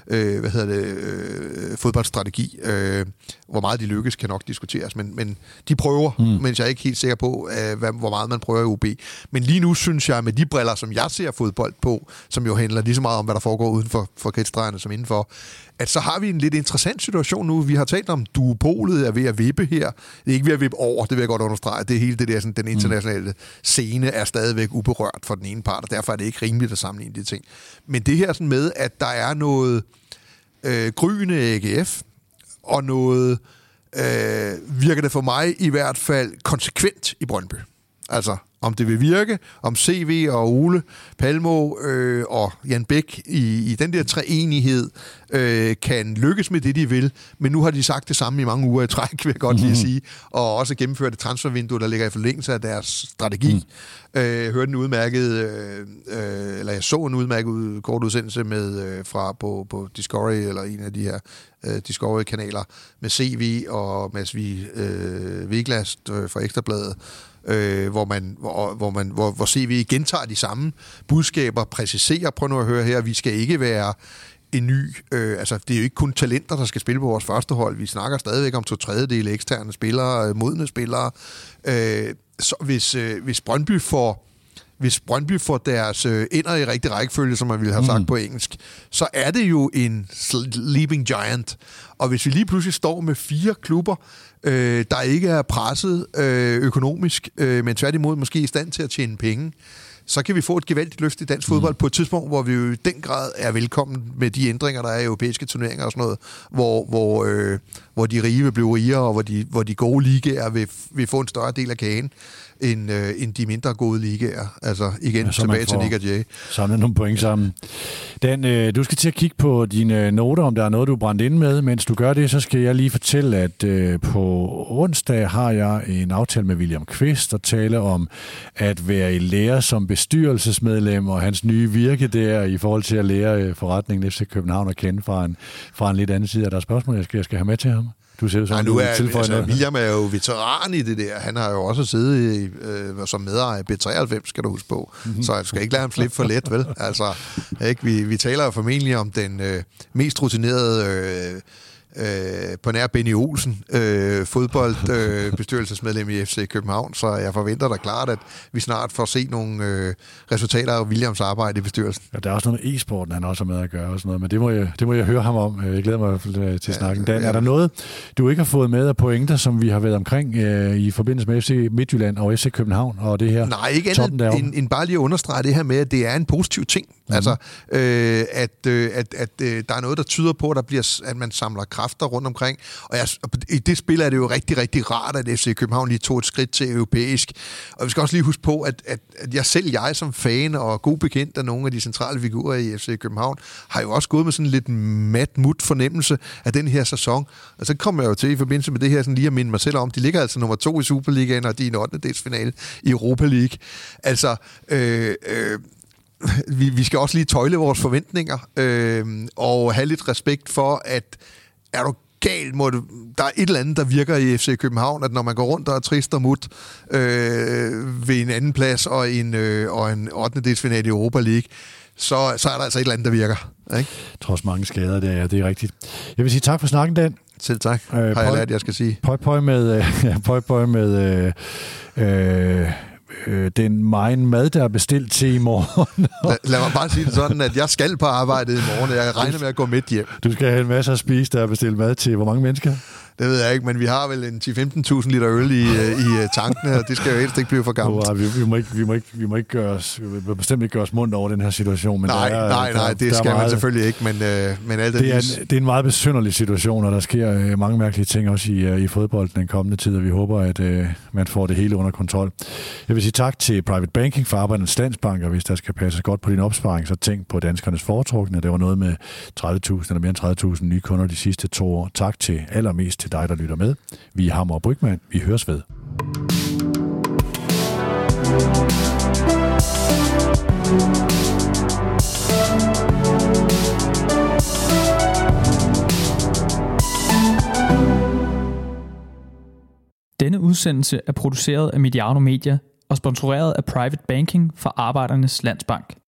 fodboldstrategi. Hvor meget de lykkes, kan nok diskuteres, men de prøver, mens jeg er ikke helt sikker på, hvor meget man prøver i OB. Men lige nu synes jeg, med de briller, som jeg ser fodbold på, som jo handler lige så meget om, hvad der foregår uden for kridtstregerne som indenfor, at så har vi en lidt interessant situation nu. Vi har talt om, duopolet er ved at vippe her. Det er ikke ved at vippe over, det vil jeg godt understrege. Det er hele det der, sådan, den internationale scene er stadigvæk uberørt for den ene part, og derfor er det ikke rimeligt at sammenligne de ting. Men det her sådan med, at der er noget gryende AGF, og noget, virker det for mig i hvert fald, konsekvent i Brøndby. Altså, om det vil virke, om CV og Ole Palmo og Jan Bæk i den der treenighed kan lykkes med det, de vil. Men nu har de sagt det samme i mange uger i træk, vil jeg godt lige sige. Og også gennemført et transfervindue, der ligger i forlængelse af deres strategi. Hørte en udmærket, eller jeg så en udmærket kort udsendelse med fra på Discovery, eller en af de her Discovery-kanaler, med CV og Mads Viglast fra Ekstrabladet, hvor CV gentager de samme budskaber, præciserer, prøv nu at høre her, vi skal ikke være en ny, det er jo ikke kun talenter, der skal spille på vores første hold, vi snakker stadigvæk om 2/3 eksterne spillere, modne spillere, så hvis Brøndby får hvis Brøndby får deres ender i rigtig rækkefølge, som man ville have sagt på engelsk, så er det jo en sleeping giant. Og hvis vi lige pludselig står med 4 klubber, der ikke er presset økonomisk, men tværtimod måske i stand til at tjene penge, så kan vi få et gevaldigt løft i dansk fodbold på et tidspunkt, hvor vi jo i den grad er velkommen med de ændringer, der er i europæiske turneringer og sådan noget, hvor de rige vil blive rigere, og hvor de gode ligaer vil få en større del af kagen end de mindre gode ligaer. Altså igen, tilbage til Nick og Jay. Samle nogle point sammen. Dan, du skal til at kigge på dine noter, om der er noget, du er brændt ind med. Mens du gør det, så skal jeg lige fortælle, at på onsdag har jeg en aftale med William Kvist, der taler om at være i lære som bestyrelsesmedlem, og hans nye virke der i forhold til at lære forretningen FC København at kende fra en lidt anden side. Er der spørgsmål, jeg skal have med til ham? Du ser sådan, William er jo veteran i det der. Han har jo også siddet som medejer i B93, skal du huske på. Så jeg skal ikke lade ham slippe for let, vel? Altså, ikke? Vi taler jo formentlig om den mest rutinerede på nær Benny Olsen, fodboldbestyrelsesmedlem i FC København, så jeg forventer da klart, at vi snart får se nogle resultater af Williams arbejde i bestyrelsen. Ja, der er også noget med e-sporten, han også har med at gøre og sådan noget, men det må jeg høre ham om. Jeg glæder mig til snakken. Dan, er der noget, du ikke har fået med af pointer, som vi har været omkring i forbindelse med FC Midtjylland og FC København og det her? Nej, ikke andet end bare lige at understrege det her med, at det er en positiv ting. Altså, at der er noget, der tyder på, at man samler kræfter rundt omkring. Og i det spil er det jo rigtig, rigtig rart, at FC København lige tog et skridt til europæisk. Og vi skal også lige huske på, at jeg som fan og god bekendt af nogle af de centrale figurer i FC København, har jo også gået med sådan en lidt mat fornemmelse af den her sæson. Og så kommer jeg jo til i forbindelse med det her sådan lige at minde mig selv om, de ligger altså nummer 2 i Superligaen, og de er i en 8. i Europa League. Altså, vi skal også lige tøjle vores forventninger og have lidt respekt for, at er du galt, der er et eller andet, der virker i FC København, at når man går rundt og er trist og mut ved en anden plads og en 8. i Europa League, så er der altså et eller andet, der virker. Ikke? Trods mange skader, det er rigtigt. Jeg vil sige tak for snakken, Dan. Selv tak. Har jeg lært, jeg skal sige. Pøj med den megen mad, der er bestilt til i morgen. Lad mig bare sige det sådan, at jeg skal på arbejde i morgen, og jeg regner med at gå midt hjem. Du skal have en masse at spise, der er bestilt mad til hvor mange mennesker? Det ved jeg ikke, men vi har vel en 10-15.000 liter øl i tankene, og det skal jo helst ikke blive for gammelt. Vi må bestemt ikke gøre os mundt over den her situation. Men nej, det skal man selvfølgelig ikke, men alt det er en meget besynderlig situation, og der sker mange mærkelige ting også i fodbolden den kommende tid, og vi håber, at man får det hele under kontrol. Jeg vil sige tak til Private Banking for Arbejdernes Landsbank, og hvis der skal passe godt på din opsparing, så tænk på danskernes foretrukne. Det var noget med 30.000 eller mere end 30.000 nye kunder de sidste 2 år. Tak til allermest til dig, der lytter med. Vi er Hammer og Brygman. Vi høres ved. Denne udsendelse er produceret af Mediano Media og sponsoreret af Private Banking for Arbejdernes Landsbank.